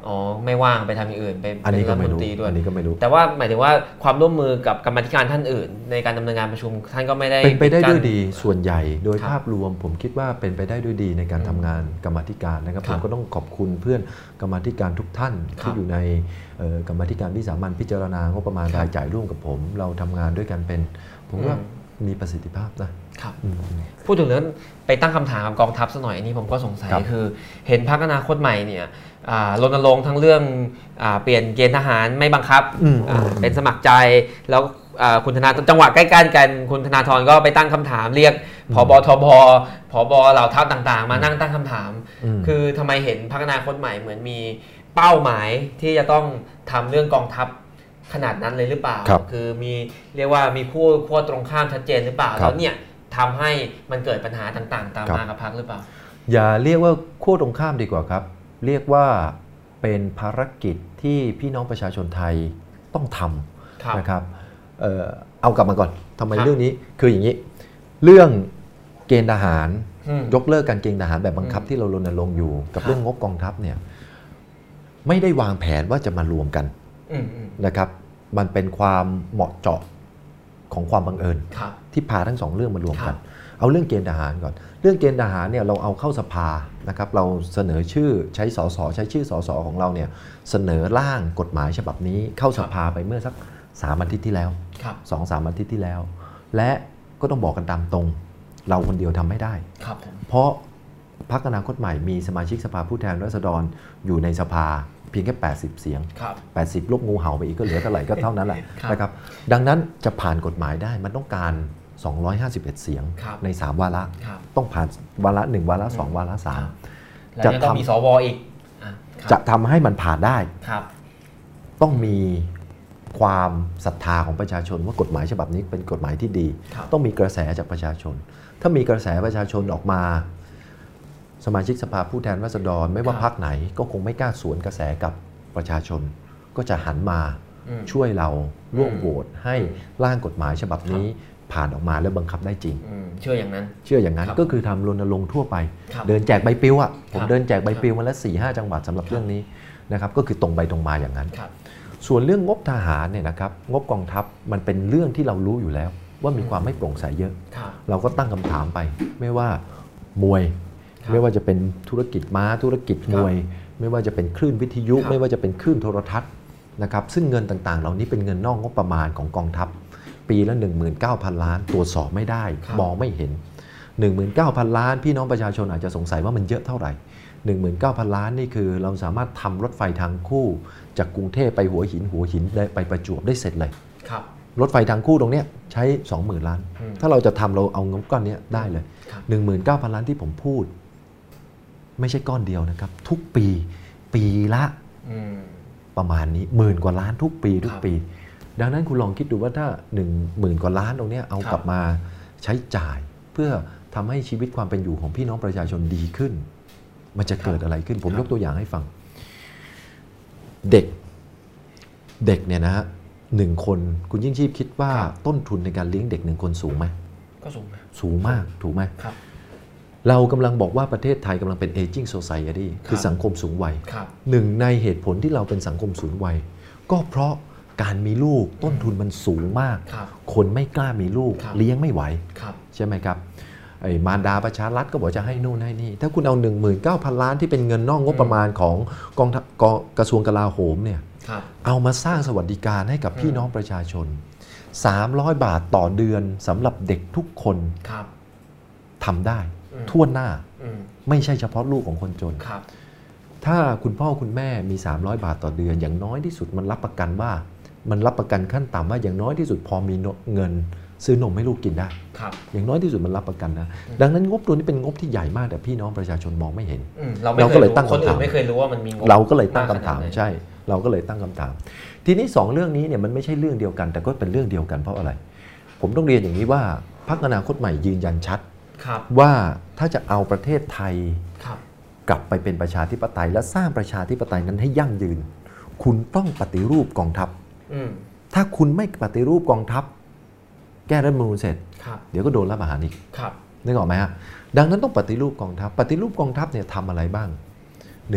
Speaker 1: อ๋อไม่ว่างไปทำอย่างอื่นไปเป็นรัฐมนตรีด้วย
Speaker 2: อันนี้ก็ไม่รู้
Speaker 1: แต่ว่าหมายถึงว่าความร่วมมือกับกรรมาธิการท่านอื่นในการดำเนินงานประชุมท่านก็ไม่ได้
Speaker 2: เป็นไปได้ด้วยดีส่วนใหญ่โดยภาพรวมผมคิดว่าเป็นไปได้ด้วยดีในการทำงานกรรมาธิการนะครับผมก็ต้องขอบคุณเพื่อนกรรมาธิการทุกท่านที่อยู่ในกรรมาธิการวิสามัญพิจารณางบประมาณรายจ่ายร่วมกับผมเราทำงานด้วยกันเป็นผมว่ามีประสิทธิภาพนะครับ
Speaker 1: พูดถึงเรื่องไปตั้งคำถามกับกองทัพซะหน่อยอันนี้ผมก็สงสัยคือเห็นพรรคอนาคตใหม่เนี่ยรณรงค์ทั้งเรื่องเปลี่ยนเกณฑ์ทหารไม่บังคับเป็นสมัครใจแล้วคุณธนาจังหวะใกล้ๆกันคุณธนาธรก็ไปตั้งคำถามเรียกผบทบผบเหล่าทัพต่างๆมานั่งตั้งคำถามคือทำไมเห็นพรรคอนาคตใหม่เหมือนมีเป้าหมายที่จะต้องทำเรื่องกองทัพขนาดนั้นเลยหรือเปล่าคือมีเรียกว่ามีคู่ขั้วตรงข้ามชัดเจนหรือเปล่าแล้วเนี่ยทำให้มันเกิดปัญหาต่างๆตามมากับพรรคหรือเปล่า
Speaker 2: อย่าเรียกว่าขั้วตรงข้ามดีกว่าครับเรียกว่าเป็นภารกิจที่พี่น้องประชาชนไทยต้องทำนะครับเอ่อเอากลับมาก่อนทำไมเรื่องนี้คืออย่างนี้เรื่องเกณฑ์ทหารยกเลิกการเกณฑ์ทหารแบบบังคับที่เรารณรงค์อยู่กับเรื่องงบกองทัพเนี่ยไม่ได้วางแผนว่าจะมารวมกันนะครับมันเป็นความเหมาะเจาะของความบังเอิญที่พาทั้งสองเรื่องมารวมกันเอาเรื่องเกณฑ์ทหารก่อนเรื่องเกณฑ์ทหารเนี่ยเราเอาเข้าสภานะครับเราเสนอชื่อใช้สสใช้ชื่อสสของเราเนี่ยเสนอร่างกฎหมายฉบับนี้เข้าสภาไปเมื่อสักสามอาทิตย์ที่แล้วสองสามอาทิตย์ที่แล้วและก็ต้องบอกกันตามตรงเราคนเดียวทำไม่ได้เพราะพรรคอนาคตใหม่มีสมาชิกสภาผู้แทนราษฎรอยู่ในสภาเพียงแค่แปดสิบเสียงแปดสิบลบงูเห่าไปอีกก็เหลือเท่าไหร่ก็เท่านั้นแหละนะครับดังนั้นจะผ่านกฎหมายได้มันต้องการสองร้อยห้าสิบเอ็ดเสียงในสามวาระต้องผ่านวาระหนึ่งวาระสองวาระสาม
Speaker 1: จะต้องมีสวอีก
Speaker 2: จะทำให้มันผ่านได้ต้องมีความศรัทธาของประชาชนว่ากฎหมายฉบับนี้เป็นกฎหมายที่ดีต้องมีกระแสจากประชาชนถ้ามีกระแสประชาชนออกมาสมาชิกสภาผู้แทนราษฎรไม่ว่าพรรคไหนก็คงไม่กล้าสวนกระแสกับประชาชนก็จะหันมาช่วยเราร่วมโหวตให้ร่างกฎหมายฉบับนี้ผ่านออกมาและบังคับได้จริง
Speaker 1: เชื่ออย่างนั้น
Speaker 2: เชื่ออย่างนั้นก็คือทำรณรงค์ทั่วไปเดินแจกใบปลิวอ่ะผมเดินแจกใบปลิวมาแล้ว สี่ห้า จังหวัดสำหรับเรื่องนี้นะครับก็คือตรงไปตรงมาอย่างนั้นส่วนเรื่องงบทหารเนี่ยนะครับงบกองทัพมันเป็นเรื่องที่เรารู้อยู่แล้วว่ามีความไม่โปร่งใสเยอะเราก็ตั้งคำถามไปไม่ว่ามวยไม่ว่าจะเป็นธุรกิจม้าธุรกิจมวยไม่ว่าจะเป็นคลื่นวิทยุไม่ว่าจะเป็นคลื่นโทรทัศน์นะครับซึ่งเงินต่างๆเหล่านี้เป็นเงินนอกงบประมาณของกองทัพปีละ หนึ่งหมื่นเก้าพัน ล้านตรวจสอบไม่ได้มองไม่เห็น หนึ่งหมื่นเก้าพัน ล้านพี่น้องประชาชนอาจจะสงสัยว่ามันเยอะเท่าไหร่ หนึ่งหมื่นเก้าพัน ล้านนี่คือเราสามารถทำรถไฟทางคู่จากกรุงเทพไปหัวหินหัวหินไปประจวบได้เสร็จเลยรถไฟทางคู่ตรงนี้ใช้ สองหมื่น ล้านถ้าเราจะทำเราเอางบก้อนนี้ได้เลย หนึ่งหมื่นเก้าพัน ล้านที่ผมพูดไม่ใช่ก้อนเดียวนะครับทุกปีปีละประมาณนี้หมื่นกว่าล้านทุกปีทุกปีดังนั้นคุณลองคิดดูว่าถ้าหนึ่งหมื่นกว่าล้านตรงนี้เอากลับมาใช้จ่ายเพื่อทำให้ชีวิตความเป็นอยู่ของพี่น้องประชาชนดีขึ้นมันจะเกิดอะไรขึ้นผมยกตัวอย่างให้ฟังเด็กเด็กเนี่ยนะฮะหนึ่งคนคุณยิ่งชีพคิดว่าต้นทุนในการเลี้ยงเด็กหนึ่งคนสูงไหม
Speaker 1: ก็สูง
Speaker 2: สูงมากถูกไหมครับเรากำลังบอกว่าประเทศไทยกำลังเป็น aging society คือสังคมสูงวัยหนึ่งในเหตุผลที่เราเป็นสังคมสูงวัยก็เพราะการมีลูกต้นทุนมันสูงมากคนไม่กล้ามีลูกเลี้ยงไม่ไหวใช่ไหมครับไอ้มารดาประชารัฐก็บอกจะให้นู่นให้นี่ถ้าคุณเอา หนึ่งหมื่นเก้าพัน ล้านที่เป็นเงินนอกงบประมาณของกองกระทรวงกลาโหมเนี่ยเอามาสร้างสวัสดิการให้กับพี่น้องประชาชนสามร้อยบาทต่อเดือนสำหรับเด็กทุกคนทำได้ทั่วหน้าไม่ใช่เฉพาะลูกของคนจนถ้าคุณพ่อคุณแม่มีสามร้อยบาทต่อเดือนอย่างน้อยที่สุดมันรับประกันว่ามันรับประกันขั้นต่ำว่าอย่างน้อยที่สุดพอมีเงินซื้อนมให้ลูกกินได้อย่างน้อยที่สุดมันรับประกันนะดังนั้นงบตัวนี้เป็นงบที่ใหญ่มากแต่พี่น้องประชาชนมองไม่เห็น
Speaker 1: เราก็เลยตั้งคำถามไม่เคยรู้ว่ามันมีงบ
Speaker 2: เราก็เลยตั้งคำถามใช่เราก็เลยตั้งคำถามทีนี้สองเรื่องนี้เนี่ยมันไม่ใช่เรื่องเดียวกันแต่ก็เป็นเรื่องเดียวกันเพราะอะไรผมต้องเรียนอย่างนี้ว่าพรรคอนาคตใหม่ยืนยันชัดว่าถ้าจะเอาประเทศไทยกลับไปเป็นประชาธิปไตยและสร้างประชาธิปไตยนั้นให้ยั่งยืนคุณต้องปฏิรูปกองทัพถ้าคุณไม่ปฏิรูปกองทัพแก้รัฐธรรมนูญเสร็จเดี๋ยวก็โดนรัฐประหารอีกนึกออกไหมฮะดังนั้นต้องปฏิรูปกองทัพปฏิรูปกองทัพเนี่ยทำอะไรบ้างหนึ่ง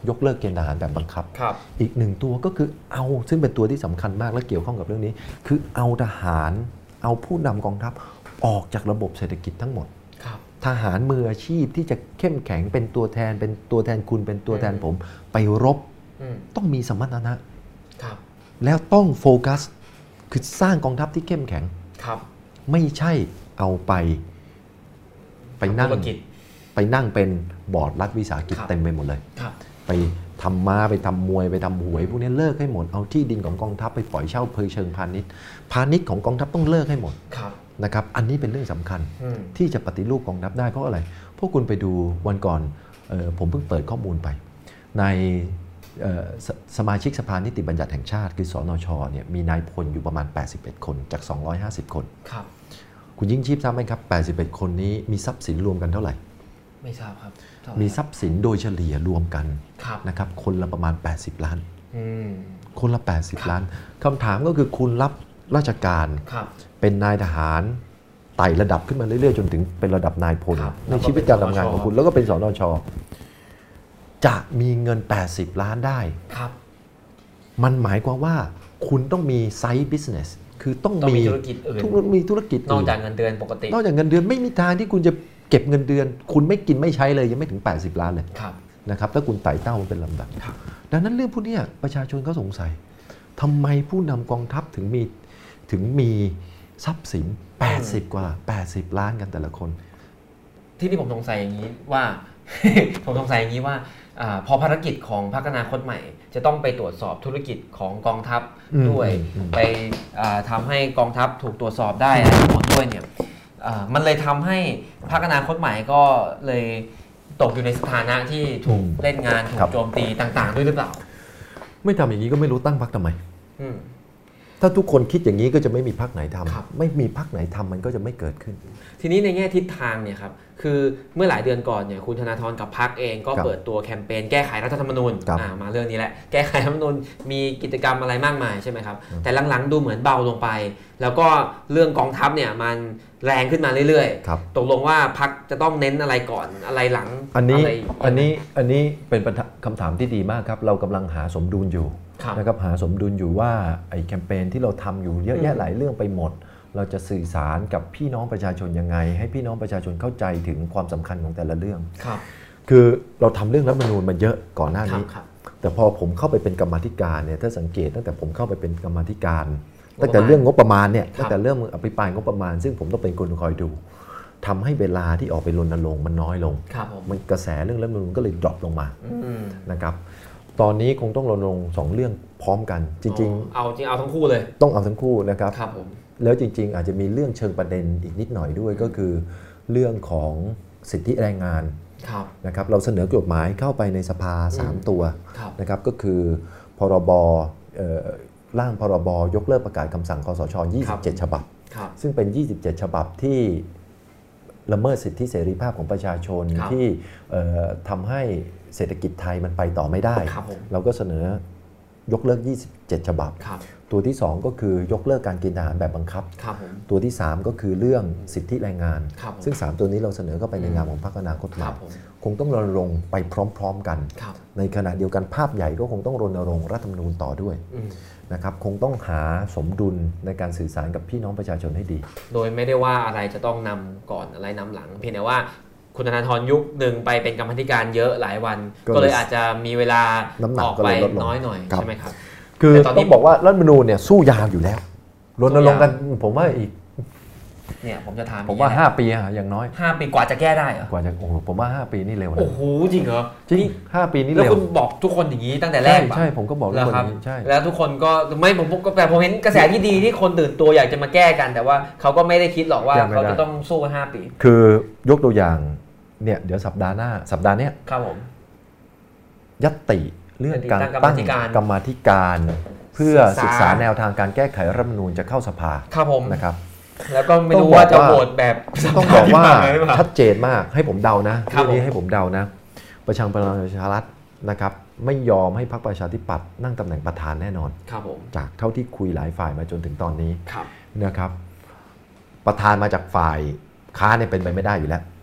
Speaker 2: ยกเลิกเกณฑ์ทหารแบบบังคับ อีกหนึ่งตัวก็คือเอาซึ่งเป็นตัวที่สำคัญมากและเกี่ยวข้องกับเรื่องนี้คือเอาทหารเอาผู้นำกองทัพออกจากระบบเศรษฐกิจทั้งหมดทหารมืออาชีพที่จะเข้มแข็งเป็นตัวแทนเป็นตัวแทนคุณเป็นตัวแทนผมไปรบต้องมีสมรรถนะแล้วต้องโฟกัสคือสร้างกองทัพที่เข้มแข็งไม่ใช่เอาไปไปนั่งไปนั่งเป็นบอร์ดรัฐวิสาหกิจเต็มไปหมดเลยไปทำมาไปทำมวยไปทำหวยพวกนี้เลิกให้หมดเอาที่ดินของกองทัพไปปล่อยเช่าเพลิงเชิงพาณิชย์พาณิชย์ของกองทัพต้องเลิกให้หมดนะครับอันนี้เป็นเรื่องสำคัญที่จะปฏิรูปกองทัพได้เพราะอะไรพวกคุณไปดูวันก่อนผมเพิ่งเปิดข้อมูลไปในส, สมาชิกสภานิติบัญญัติแห่งชาติคือสนช.เนี่ยมีนายพลอยู่ประมาณแปดสิบเอ็ดคนจากสองร้อยห้าสิบคนครับคุณยิ่งชีพทราบไหมครับแปดสิบเอ็ดคนนี้มีทรัพย์สินรวมกันเท่าไหร่
Speaker 1: ไม่ทราบครับ
Speaker 2: มีทรัพย์สินโดยเฉลี่ยรวมกันนะครับคนละประมาณแปดสิบล้านคนละแปดสิบล้านคำถามก็คือคุณรับราชการเป็นนายทหารไต่ระดับขึ้นมาเรื่อยๆจนถึงเป็นระดับนายพลในชีวิตการทำงานของคุณแล้วก็เป็นสนช.จะมีเงินแปดสิบล้านได้ครับมันหมายความว่าคุณต้องมีไซด์บิสเนสคือต้องมี
Speaker 1: ธุรกิจอื่น
Speaker 2: มีธุรกิจ
Speaker 1: นอกจากเงินเดือนปกติ
Speaker 2: นอกจากเงินเดือนไม่มีทางที่คุณจะเก็บเงินเดือนคุณไม่กินไม่ใช้เลยยังไม่ถึงแปดสิบล้านเลยนะครับถ้าคุณไต่เต้ามันเป็นลำดับดังนั้นเรื่องพวกนี้ประชาชนเขาสงสัยทำไมผู้นำกองทัพถึงมีถึงมีทรัพย์สินแปดสิบกว่าแปดสิบล้านกันแต่ละคน
Speaker 1: ที่นี่ผมสงสัยอย่างนี้ว่าผมสงสัยอย่างนี้ว่าพอภารกิจของพรรคอนาคตใหม่จะต้องไปตรวจสอบธุรกิจของกองทัพด้วยไปทำให้กองทัพถูกตรวจสอบได้ทั้งหมดด้วยเนี่ยมันเลยทำให้พรรคอนาคตใหม่ก็เลยตกอยู่ในสถานะที่ถูกเล่นงานถูกโจมตีต่างๆด้วยหรือเปล่า
Speaker 2: ไม่ทำอย่างนี้ก็ไม่รู้ตั้งพรรคทำไมถ้าทุกคนคิดอย่างนี้ก็จะไม่มีพรรคไหนทำไม่มีพรรคไหนทำมันก็จะไม่เกิดขึ้น
Speaker 1: ทีนี้ในแง่ทิศทางเนี่ยครับคือเมื่อหลายเดือนก่อนเนี่ยคุณธนาธรกับพรรคเองก็เปิดตัวแคมเปญแก้ไขรัฐธรรมนูญมาเรื่องนี้แหละแก้ไขรัฐธรรมนูญมีกิจกรรมอะไรมากมายใช่ไหมครับแต่หลังๆดูเหมือนเบาลงไปแล้วก็เรื่องกองทัพเนี่ยมันแรงขึ้นมาเรื่อยๆตกลงว่าพรรคจะต้องเน้นอะไรก่อนอะไรหลัง
Speaker 2: อันนี้อันนี้อันนี้เป็นคำถามที่ดีมากครับเรากำลังหาสมดุลอยู่นะครับหาสมดุลอยู่ว่าไอ้แคมเปญที่เราทำอยู่เยอะแยะหลายเรื่องไปหมดเราจะสื่อสารกับพี่น้องประชาชนยังไงให้พี่น้องประชาชนเข้าใจถึงความสำคัญของแต่ละเรื่องครับคือเราทำเรื่องรัฐธรรมนูญมาเยอะก่อนหน้านี้แต่พอผมเข้าไปเป็นกรรมาธิการเนี่ยถ้าสังเกตตั้งแต่ผมเข้าไปเป็นกรรมาธิการตั้งแต่เรื่องงบประมาณเนี่ยตั้งแต่เรื่องอภิปรายงบประมาณซึ่งผมต้องเป็นคนคอยดูทำให้เวลาที่ออกไปรณรงค์มันน้อยลงมันกระแสเรื่องรัฐธรรมนูญก็เลยดรอปลงมานะครับตอนนี้คงต้องรณรงค์สองเรื่องพร้อมกันจริง
Speaker 1: ๆเอาจริงเอาทั้งคู่เลย
Speaker 2: ต้องเอาทั้งคู่นะครับครับผมแล้วจริงๆอาจจะมีเรื่องเชิงประเด็นอีกนิดหน่อยด้วยก็คือเรื่องของสิทธิแรงงานนะครับเราเสนอกฎหมายเข้าไปในสภาสามตัวนะครับก็คือพรบร่างพรบยกเลิกประกาศคำสั่งคสช.ยี่สิบเจ็ดฉบับซึ่งเป็นยี่สิบเจ็ดฉบับที่ละเมิดสิทธิเสรีภาพของประชาชนที่ทำให้เศรษฐกิจไทยมันไปต่อไม่ได้เราก็เสนอยกเลิกยี่สิบเจ็ดฉบับตัวที่สองก็คือยกเลิกการเกณฑ์ทหารแบบบังคับตัวที่สามก็คือเรื่องสิทธิแรงงานซึ่งสามตัวนี้เราเสนอเข้าไปในนามของพรรคอนาคตใหม่คงต้องรณรงค์ไปพร้อมๆกันในขณะเดียวกันภาพใหญ่ก็คงต้องรณรงค์รัฐธรรมนูญต่อด้วยนะครับคงต้องหาสมดุลในการสื่อสารกับพี่น้องประชาชนให้ดี
Speaker 1: โดยไม่ได้ว่าอะไรจะต้องนำก่อนอะไรนำหลังเพียงแต่ว่าคุณธนาธรยุคหนึ่งไปเป็นกรรมธิการเยอะหลายวันก็เลยอาจจะมีเวลาออกไปน้อยหน่อยใช่ไหมครับ
Speaker 2: คือต้องบอกว่ารัฐธรรมนูญเนี่ยสู้ยาวอยู่แล้วรณรงค์กันผมว่าอีก
Speaker 1: เนี่ยผมจะถาม
Speaker 2: ผมว่าห้าปีอะอย่างน้อย
Speaker 1: ห้าปีกว่าจะแก้ได้เหรอก
Speaker 2: ว่าจะโอ้ผมว่าห้าปีนี่เร็วนะ
Speaker 1: โอ้โหจริงเหรอ
Speaker 2: จริงห้าปีนี่เร็ว
Speaker 1: แล้วคุณบอกทุกคนอย่างนี้ตั้งแต่แรก
Speaker 2: ใช่ผมก็บอกทุกคนอย่างนี้ใช่
Speaker 1: แล้วทุกคนก็ไม่ผมก็แต่ผมเห็นกระแสที่ดีที่คนตื่นตัวอยากจะมาแก้กันแต่ว่าเขาก็ไม่ได้คิดหรอกว่าเขาจะต้องสู้ห้าปี
Speaker 2: คือยกตัวอย่างเนี่ยเดี๋ยวสัปดาห์หน้าสัปดาห์นี้
Speaker 1: ครับผม
Speaker 2: ญัตติเรื่องการตั้งกรรมาธิการเพื่อศึกษาแนวทางการแก้ไขรัฐธรรมนูญจะเข้าสภา
Speaker 1: ครับผม
Speaker 2: นะครับ
Speaker 1: แล้วก็ไม่รู้ว่าจะโหวตแบบ
Speaker 2: ต้องบอกว่าชัดเจนมากให้ผมเดานะเรื่องนี้ให้ผมเดานะประชาประชารัฐนะครับไม่ยอมให้พรรคประชาธิปัตย์นั่งตำแหน่งประธานแน่นอน
Speaker 1: ครับผม
Speaker 2: จากเท่าที่คุยหลายฝ่ายมาจนถึงตอนนี้นะครับประธานมาจากฝ่ายค้าเนี่ยเป็นไปไม่ได้อยู่แล้ว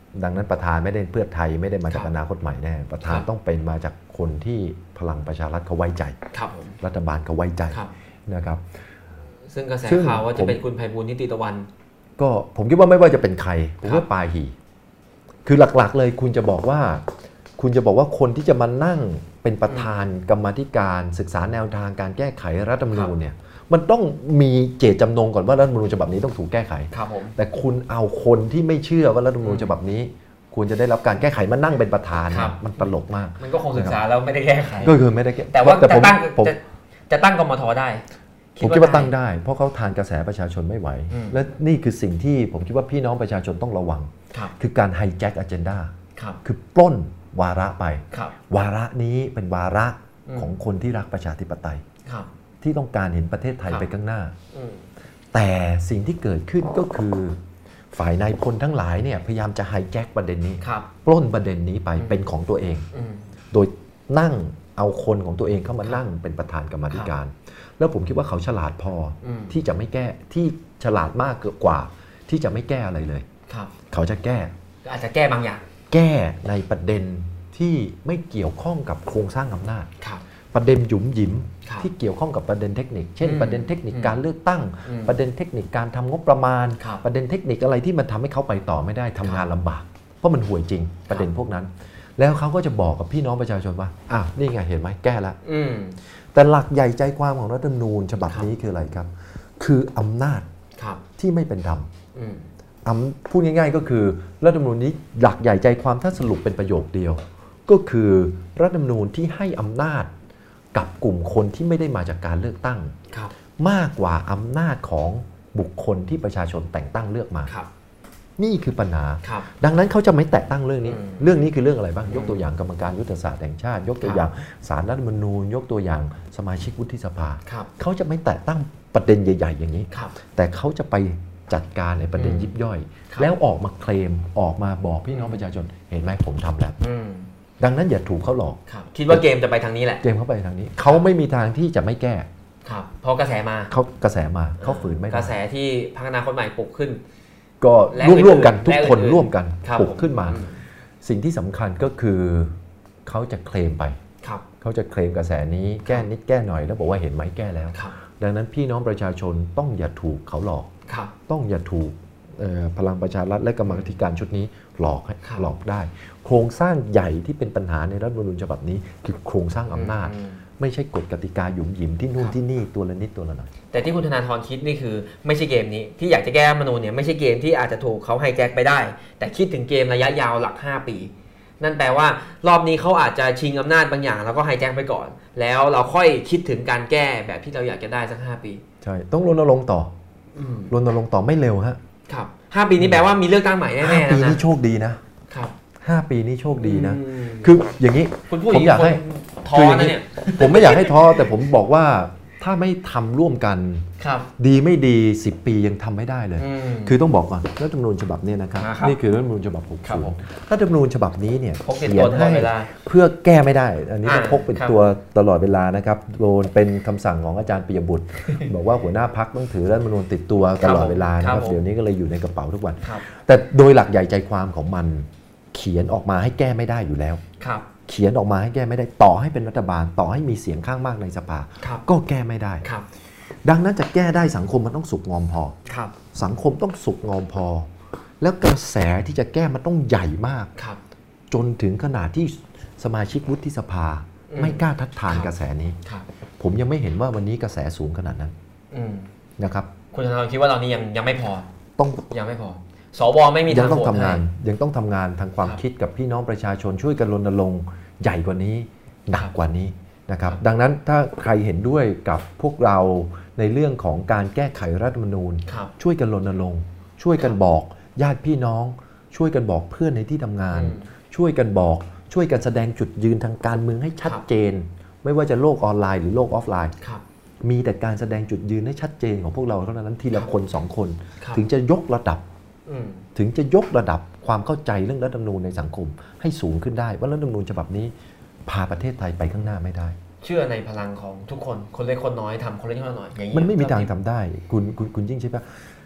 Speaker 2: ดังนั้นประธานไม่ได้เพื่อไทยไม่ได้มาจากอนาคตใหม่แน่ประธานต้องเป็นมาจากคนที่พลังประชารัฐเขาไว้ใจรัฐบาลเขาไว้ใจนะครับ
Speaker 1: ซึ่งกระแสข่าวว่าจะเป็นคุณไพบูลย์นิติตะวัน
Speaker 2: ก็ผมคิดว่าไม่ว่าจะเป็นใครผมว่าปาหีคือหลักๆเลยคุณจะบอกว่าคุณจะบอกว่าคนที่จะมานั่งเป็นประธานกรรมาธิการศึกษาแนวทางการแก้ไขรัฐธรรมนูญเนี่ยมันต้องมีเจตจำนงก่อนว่ารัฐธรรมนูญฉบับนี้ต้องถูกแก้ไขแต่คุณเอาคนที่ไม่เชื่อว่ารัฐธรรมนูญฉบับนี้ควรจะได้รับการแก้ไขมานั่งเป็นประธานมันตลกมาก
Speaker 1: มันก็คงศึกษาแล้วไม่ได้แก้ไข
Speaker 2: ก็คือไม่ได้แก้
Speaker 1: แต่ว่าจะตั้งจะตั้งกมทได้
Speaker 2: ผมคิดว่าตั้งได้เพราะเขาทานกระแสประชาชนไม่ไหวและนี่คือสิ่งที่ผมคิดว่าพี่น้องประชาชนต้องระวังคือการไฮแจ็คอเจนดาคือปล้นวาระไปวาระนี้เป็นวาระของคนที่รักประชาธิปไตยที่ต้องการเห็นประเทศไทยไปข้างหน้าแต่สิ่งที่เกิดขึ้นก็คือฝ่ายนายพลทั้งหลายเนี่ยพยายามจะไฮแจ็คประเด็นนี้ปล้นประเด็นนี้ไปเป็นของตัวเองโดยนั่งเอาคนของตัวเองเข้ามานั่งเป็นประธานกรรมาธิการแล้วผมคิดว่าเขาฉลาดพอที่จะไม่แก้ที่ฉลาดมากเกินกว่าที่จะไม่แก้อะไรเลยเขาจะแก้
Speaker 1: อาจจะแก้บางอย่าง
Speaker 2: แก้ในประเด็นที่ไม่เกี่ยวข้องกับโครงสร้างอำนาจประเด็นหยุมหยิมที่เกี่ยวข้องกับประเด็นเทคนิคเช่นประเด็นเทคนิคการเลือกตั้งประเด็นเทคนิคการทำงบประมาณประเด็นเทคนิคอะไรที่มันทำให้เขาไปต่อไม่ได้ทำงานลำบากเพราะมันห่วยจริงประเด็นพวกนั้นแล้วเขาก็จะบอกกับพี่น้องประชาชนว่าอ่ะนี่ไงเห็นไหมแก้แล้วแต่หลักใหญ่ใจความของรัฐธรรมนูญฉบับนี้คืออะไรครับคืออำนาจที่ไม่เป็นธรรมพูดง่ายๆก็คือรัฐธรรมนูญนี้หลักใหญ่ใจความถ้าสรุปเป็นประโยคเดียวก็คือรัฐธรรมนูญที่ให้อำนาจกับกลุ่มคนที่ไม่ได้มาจากการเลือกตั้งมากกว่าอำนาจของบุคคลที่ประชาชนแต่งตั้งเลือกมานี่คือปัญหาดังนั้นเขาจะไม่แตะตั้งเรื่องนี้เรื่องนี้คือเรื่องอะไรบ้างยกตัวอย่างกรรมการยุทธศาสตร์แห่งชาติยกตัวอย่างศาลรัฐธรรมนูญยกตัวอย่างสมาชิกวุฒิสภาเขาจะไม่แตะตั้งประเด็นใหญ่ๆอย่างนี้แต่เขาจะไปจัดการในประเด็นยิบย่อยแล้วออกมาเคลมออกมาบอกพี่น้องประชาชนเห็นไหมผมทำแล้วดังนั้นอย่าถูกเขาหลอก
Speaker 1: คิดว่าเกมจะไปทางนี้แหละ
Speaker 2: เกมเขาไปทางนี้เขาไม่มีทางที่จะไม่แก้
Speaker 1: ครับเพราะกระแสมา
Speaker 2: เขากระแสมาเขาฝืนไม่ได้
Speaker 1: กระแสที่พรรคอนาคตใหม่ปลุกขึ้น
Speaker 2: ก็ร่วมๆกันทุกคนร่วมกันปลุกขึ้นมาสิ่งที่สำคัญก็คือเขาจะเคลมไปเขาจะเคลมกระแสนี้แก้นิดแก้หน่อยแล้วบอกว่าเห็นไหมแก้แล้วดังนั้นพี่น้องประชาชนต้องอย่าถูกเขาหลอกต้องอย่าถูกพลังประชารัฐและกรรมาธิการชุดนี้หลอกหลอกได้โครงสร้างใหญ่ที่เป็นปัญหาในรัฐธรรมนูญฉบับนี้คือโครงสร้างอำนาจไม่ใช่กฎกติกาหยุมหยิมที่นู่นที่นี่ตัวละนิดตัวละหน่อย
Speaker 1: แต่ที่คุณธนาธรคิดนี่คือไม่ใช่เกมนี้ที่อยากจะแก้รัฐธรรมนูญเนี่ยไม่ใช่เกมที่อาจจะถูกเขาไฮแจ็คไปได้แต่คิดถึงเกมระยะยาวหลักห้าปีนั่นแปลว่ารอบนี้เขาอาจจะชิงอำนาจบางอย่างแล้วก็ไฮแจ็คไปก่อนแล้วเราค่อยคิดถึงการแก้แบบที่เราอยากจะได้สักห้าปี
Speaker 2: ใช่ต้องรณรงค์ต่อรณรงค์ต่อไม่เร็วฮะ
Speaker 1: ครับห้าปีนี้แปลว่ามีเลือกตั้งใหม่แน่ๆนะ
Speaker 2: ห้าปีนี้โชคดีนะครับห้าปีนี้โชคดีนะคืออย่างนี้ผมอยากให้
Speaker 1: ท้อนะเนี่ย
Speaker 2: ผมไม่อยากให้ท้อแต่ผมบอกว่าถ้าไม่ทำร่วมกันดีไม่ดีสิบปียังทำไม่ได้เลยคือต้องบอกก่อนรัฐธรรมนูญฉบับนี้นะครับนี่คือรัฐธรรมนูญฉบับหกสิบรัฐธรรมนูญฉบับนี้เนี่ยเขียนให้เพื่อแก้ไม่ได้อันนี้ต้องพกเป็นตัวตลอดเวลานะครับโดนเป็นคำสั่งของอาจารย์ปิยบุตรบอกว่าหัวหน้าพรรคต้องถือรัฐธรรมนูญติดตัวตลอดเวลานะครับเดี๋ยวนี้ก็เลยอยู่ในกระเป๋าทุกวันแต่โดยหลักใหญ่ใจความของมันเขียนออกมาให้แก้ไม่ได้อยู่แล้วเขียนออกมาให้แก้ไม่ได้ต่อให้เป็นรัฐบาลต่อให้มีเสียงข้างมากในสภาก็แก้ไม่ได้ดังนั้นจะแก้ได้สังคมมันต้องสุกงอมพอสังคมต้องสุกงอมพอแล้วกระแสที่จะแก้มันต้องใหญ่มากจนถึงขนาดที่สมาชิกวุฒิสภาไม่กล้าทัดทานกระแสนี้ผมยังไม่เห็นว่าวันนี้กระแสสูงขนาดนั้นนะครับ
Speaker 1: คุณธนาธรคิดว่าเรานี่ยังยังไม่พอต้องยังไม่พอสวไม่มี
Speaker 2: ทางต้องทำงานยังต้องทำงานทางความคิดกับพี่น้องประชาชนช่วยกันรณรงค์ใหญ่กว่านี้หนักกว่านี้นะครับดังนั้นถ้าใครเห็นด้วยกับพวกเราในเรื่องของการแก้ไขรัฐธรรมนูญช่วยกันรณรงค์ช่วยกันบอกญาติพี่น้องช่วยกันบอกเพื่อนในที่ทำงานช่วยกันบอกช่วยกันแสดงจุดยืนทางการเมืองให้ชัดเจนไม่ว่าจะโลกออนไลน์หรือโลกออฟไลน์มีแต่การแสดงจุดยืนให้ชัดเจนของพวกเราเท่านั้นทีละคนสองคนถึงจะยกระดับถึงจะยกระดับความเข้าใจเรื่องรัฐธรรมนูญในสังคมให้สูงขึ้นได้ว่ารัฐธรรมนูญฉบับนี้พาประเทศไทยไปข้างหน้าไม่ได้
Speaker 1: เชื่อในพลังของทุกคนคนเล็กคนน้อยทำคนเล็กคนน้อยอย่างนี้
Speaker 2: มันไม่มีทางทำได้คุณคุณคุณยิ่งใช่ปะผ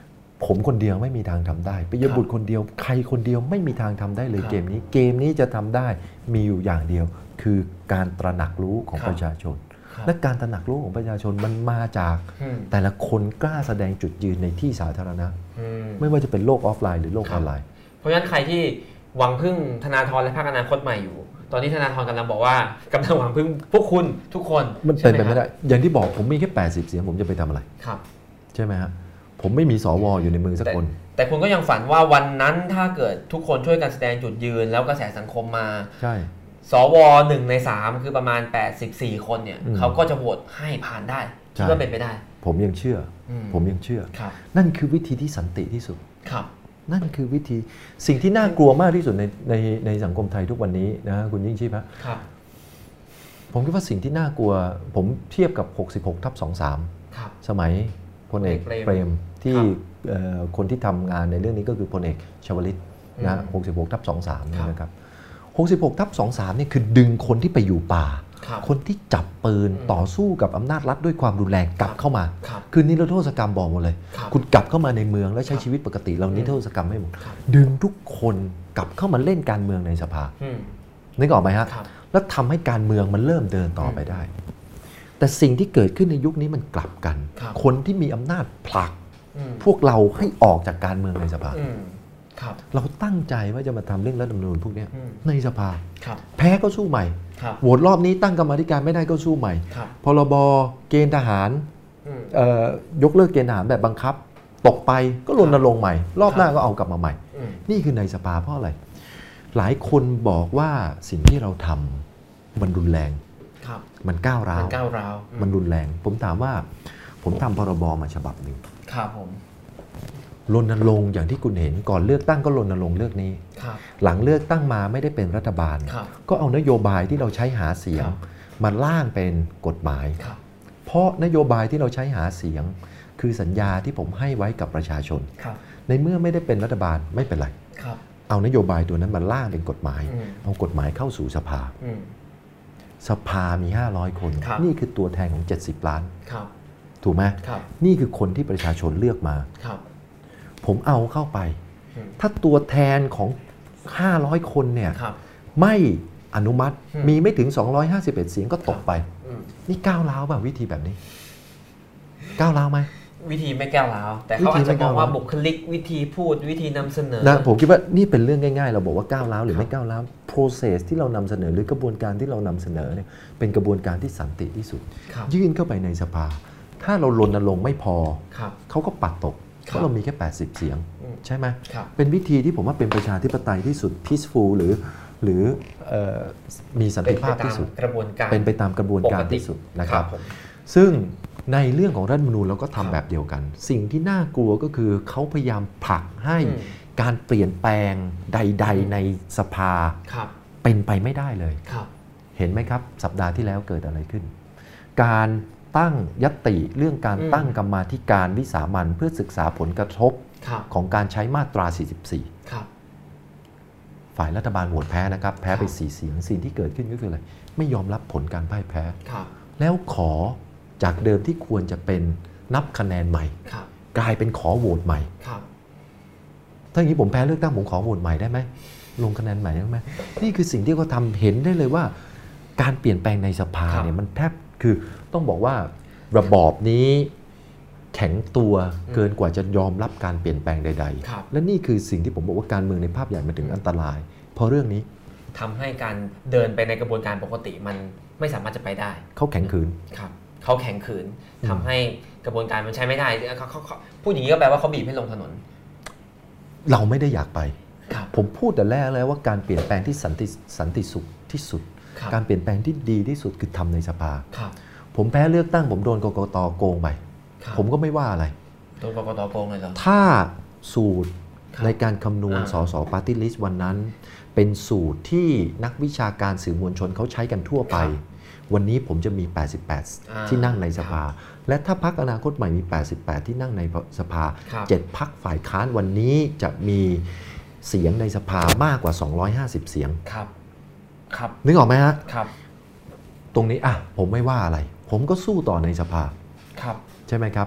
Speaker 2: ผมคนเดียวไม่มีทางทำได้ปิยบุตรคนเดียวใครคนเดียวไม่มีทางทำได้เลยเกมนี้เกมนี้จะทำได้มีอยู่อย่างเดียวคือการตระหนักรู้ของประชาชนและการตระหนักรู้ของประชาชนมันมาจากแต่ละคนกล้าแสดงจุดยืนในที่สาธารณะไม่ว่าจะเป็นโลกออฟไลน์หรือโลกออนไลน์
Speaker 1: เพราะฉะนั้นใครที่หวังพึ่งธนาธรและพรรคอนาคตใหม่อยู่ตอนนี้ธนาธรกำลังบอกว่ากำลังหวังพึ่งพวกคุณทุกคน
Speaker 2: มันเป็นไปไม่ได้อย่างที่บอกผมมีแค่แปดสิบเสียงผมจะไปทำอะไร
Speaker 1: ครับ
Speaker 2: ใช่ไหมครับผมไม่มีสวอยู่ในมือสักคน
Speaker 1: แต่คุณก็ยังฝันว่าวันนั้นถ้าเกิดทุกคนช่วยกันแสดงจุดยืนแล้วกระแสสังคมมา
Speaker 2: ใช่
Speaker 1: สวหนึ่งในสามคือประมาณแปดสิบสี่คนเนี่ยเขาก็จะโหวตให้ผ่านได้คิดว่าเป็นไปได้
Speaker 2: ผมยังเชื่อผมยังเชื่อนั่นคือวิธีที่สันติที่สุด
Speaker 1: ครับ
Speaker 2: นั่นคือวิธีสิ่งที่น่ากลัวมากที่สุดในในในสังคมไทยทุกวันนี้นะคุณยิ่งชีพ
Speaker 1: ครับ
Speaker 2: ผมคิดว่าสิ่งที่น่ากลัวผมเทียบกับหกสิบหกทับสองสามสมัยพลเอกเปรมที่คนที่ทำงานในเรื่องนี้ก็คือพลเอกชวลิตนะหกสิบหกทับสองสามนะครับหกสิบหกทับสองสามนี่คือดึงคนที่ไปอยู่ป่าคนที่จับปืนต่อสู้กับอำนาจรัฐด้วยความรุนแรงกลับเข้ามาคือนิรโทษกรรมบอกหมดเลยคุณกลับเข้ามาในเมืองแล้วใช้ชีวิตปกติเรานิรโทษกรรมไม่หมดดึงทุกคนกลับเข้ามาเล่นการเมืองในสภานึกออกไหมฮะแล้วทำให้การเมืองมันเริ่มเดินต่อไปได้แต่สิ่งที่เกิดขึ้นในยุคนี้มันกลับกันคนที่มีอำนาจผลักพวกเราให้ออกจากการเมืองในสภาเราตั้งใจว่าจะมาทำเรื่องรัฐธรรมนูญพวกนี้ในสภาแพ้ก็สู้ใหม่โหวตรอบนี้ตั้งกรรมาธิการไม่ได้ก็สู้ใหม่พรบเกณฑ์ทหารยกเลิกเกณฑ์ทหารแบบบังคับตกไปก็รณรงค์ใหม่รอบหน้าก็เอากลับมาใหม่นี่คือในสภาเพราะอะไรหลายคนบอกว่าสิ่งที่เราทำมันรุนแรงมันก้าวร้าวมันรุนแรงผมถามว่าผมทำพรบมาฉบับหนึ่ง
Speaker 1: ครับผม
Speaker 2: รณรงค์อย่างที่คุณเห็นก่อนเลือกตั้งก็รณรงค์เลือกนี้หลังเลือกตั้งมาไม่ได้เป็นรัฐบาลก็เอานโยบายที่เราใช้หาเสียงมาร่างเป็นกฎหมายเพราะนโยบายที่เราใช้หาเสียงคือสัญญาที่ผมให้ไว้กับประชาชนในเมื่อไม่ได้เป็นรัฐบาลไม่เป็นไรเอานโยบายตัวนั้นมาร่างเป็นกฎหมายเอากฎหมายเข้าสู่สภาสภามีห้าร้อยคนนี่คือตัวแทนของเจ็ดสิบล้านถูกไหมนี่คือคนที่ประชาชนเลือกมาผมเอาเข้าไปถ้าตัวแทนของห้าร้อยคนเนี่ยไม่อนุมัติมีไม่ถึงสองร้อยห้าสิบเอ็ดเสียงก็ตกไปนี่ก้าวร้าวป่ะวิธีแบบนี้ก้าวร้าวไหม
Speaker 1: วิธีไม่ก้าวร้าวแต่เขาอาจจะมองว่าบุคลิกวิธีพูดวิธีนำเสนอ
Speaker 2: นะผมคิดว่านี่เป็นเรื่องง่ายๆเราบอกว่าก้าวร้าวหรือไม่ก้าวร้าว process ที่เรานำเสนอหรือกระบวนการที่เรานำเสนอเนี่ยเป็นกระบวนการที่สันติที่สุดยื่นเข้าไปในสภาถ้าเรารณรงค์ไม่พอเขาก็ปัดตกเพราะเรามีแค่แปดสิบเสียงใช่ไหมเป็นวิธีที่ผมว่าเป็นประชาธิปไตยที่สุด peaceful หรือหรือมีสันติภาพที่สุดเป็นไปตามกระบวนการที่สุดนะครับซึ่งในเรื่องของรัฐธรรมนูญเราก็ทำแบบเดียวกันสิ่งที่น่ากลัวก็คือเขาพยายามผลักให้การเปลี่ยนแปลงใดๆในสภาเป็นไปไม่ได้เลยเห็นไหมครับสัปดาห์ที่แล้วเกิดอะไรขึ้นการตั้งญัตติเรื่องการตั้งกรรมาธิการวิสามัญเพื่อศึกษาผลกระทบของการใช้มาตราสี่สิบสี่ฝ่ายรัฐบาลโหวตแพ้นะครับแพ้ไปสี่เสียงสิ่งที่เกิดขึ้นก็คืออะไรไม่ยอมรับผลการพ่ายแพ้แล้วขอจากเดิมที่ควรจะเป็นนับคะแนนใหม่กลายเป็นขอโหวตใหม่ถ้าอย่างนี้ผมแพ้เลือกตั้งผมขอโหวตใหม่ได้ไหมลงคะแนนใหม่ได้ไหมนี่คือสิ่งที่เขาทำเห็นได้เลยว่าการเปลี่ยนแปลงในสภาเนี่ยมันแทบคือต้องบอกว่าระบอบนี้แข็งตัวเกินกว่าจะยอมรับการเปลี่ยนแปลงใดๆและนี่คือสิ่งที่ผมบอกว่าการเมืองในภาพใหญ่มันถึงอันตรายเพราะเรื่องนี้
Speaker 1: ทำให้การเดินไปในกระบวนการปกติมันไม่สามารถจะไปได้
Speaker 2: เขาแข็งขืน
Speaker 1: ครับเขาแข็งขืนทำให้กระบวนการมันใช้ไม่ได้เขาเขาพูดอย่างนี้ก็แปลว่าเขาบีบให้ลงถนน
Speaker 2: เราไม่ได้อยากไปผมพูดแต่แรกแล้วว่าการเปลี่ยนแปลงที่สันติสันติสุขที่สุดการเปลี่ยนแปลงที่ดีที่สุดคือทำในสภาผมแพ้เลือกตั้งผมโดนกกต.โกงไปผมก็ไม่ว่าอะไร
Speaker 1: โดนกกต.โกงเลยเหรอ
Speaker 2: ถ้าสูตรในการคำนวณสสปาร์ตี้ลิสต์วันนั้นเป็นสูตรที่นักวิชาการสื่อมวลชนเขาใช้กันทั่วไปวันนี้ผมจะมีแปดสิบแปดที่นั่งในสภาและถ้าพรรคอนาคตใหม่มีแปดสิบแปดที่นั่งในสภาเจ็ดพรรคฝ่ายค้านวันนี้จะมีเสียงในสภามากกว่าสองร้อยห้าสิบเสียง
Speaker 1: ครับครับ
Speaker 2: นึกออกไหมฮะ
Speaker 1: ครับ
Speaker 2: ตรงนี้อ่ะผมไม่ว่าอะไรผมก็สู้ต่อในสภา
Speaker 1: ครับ
Speaker 2: ใช่ไหมครับ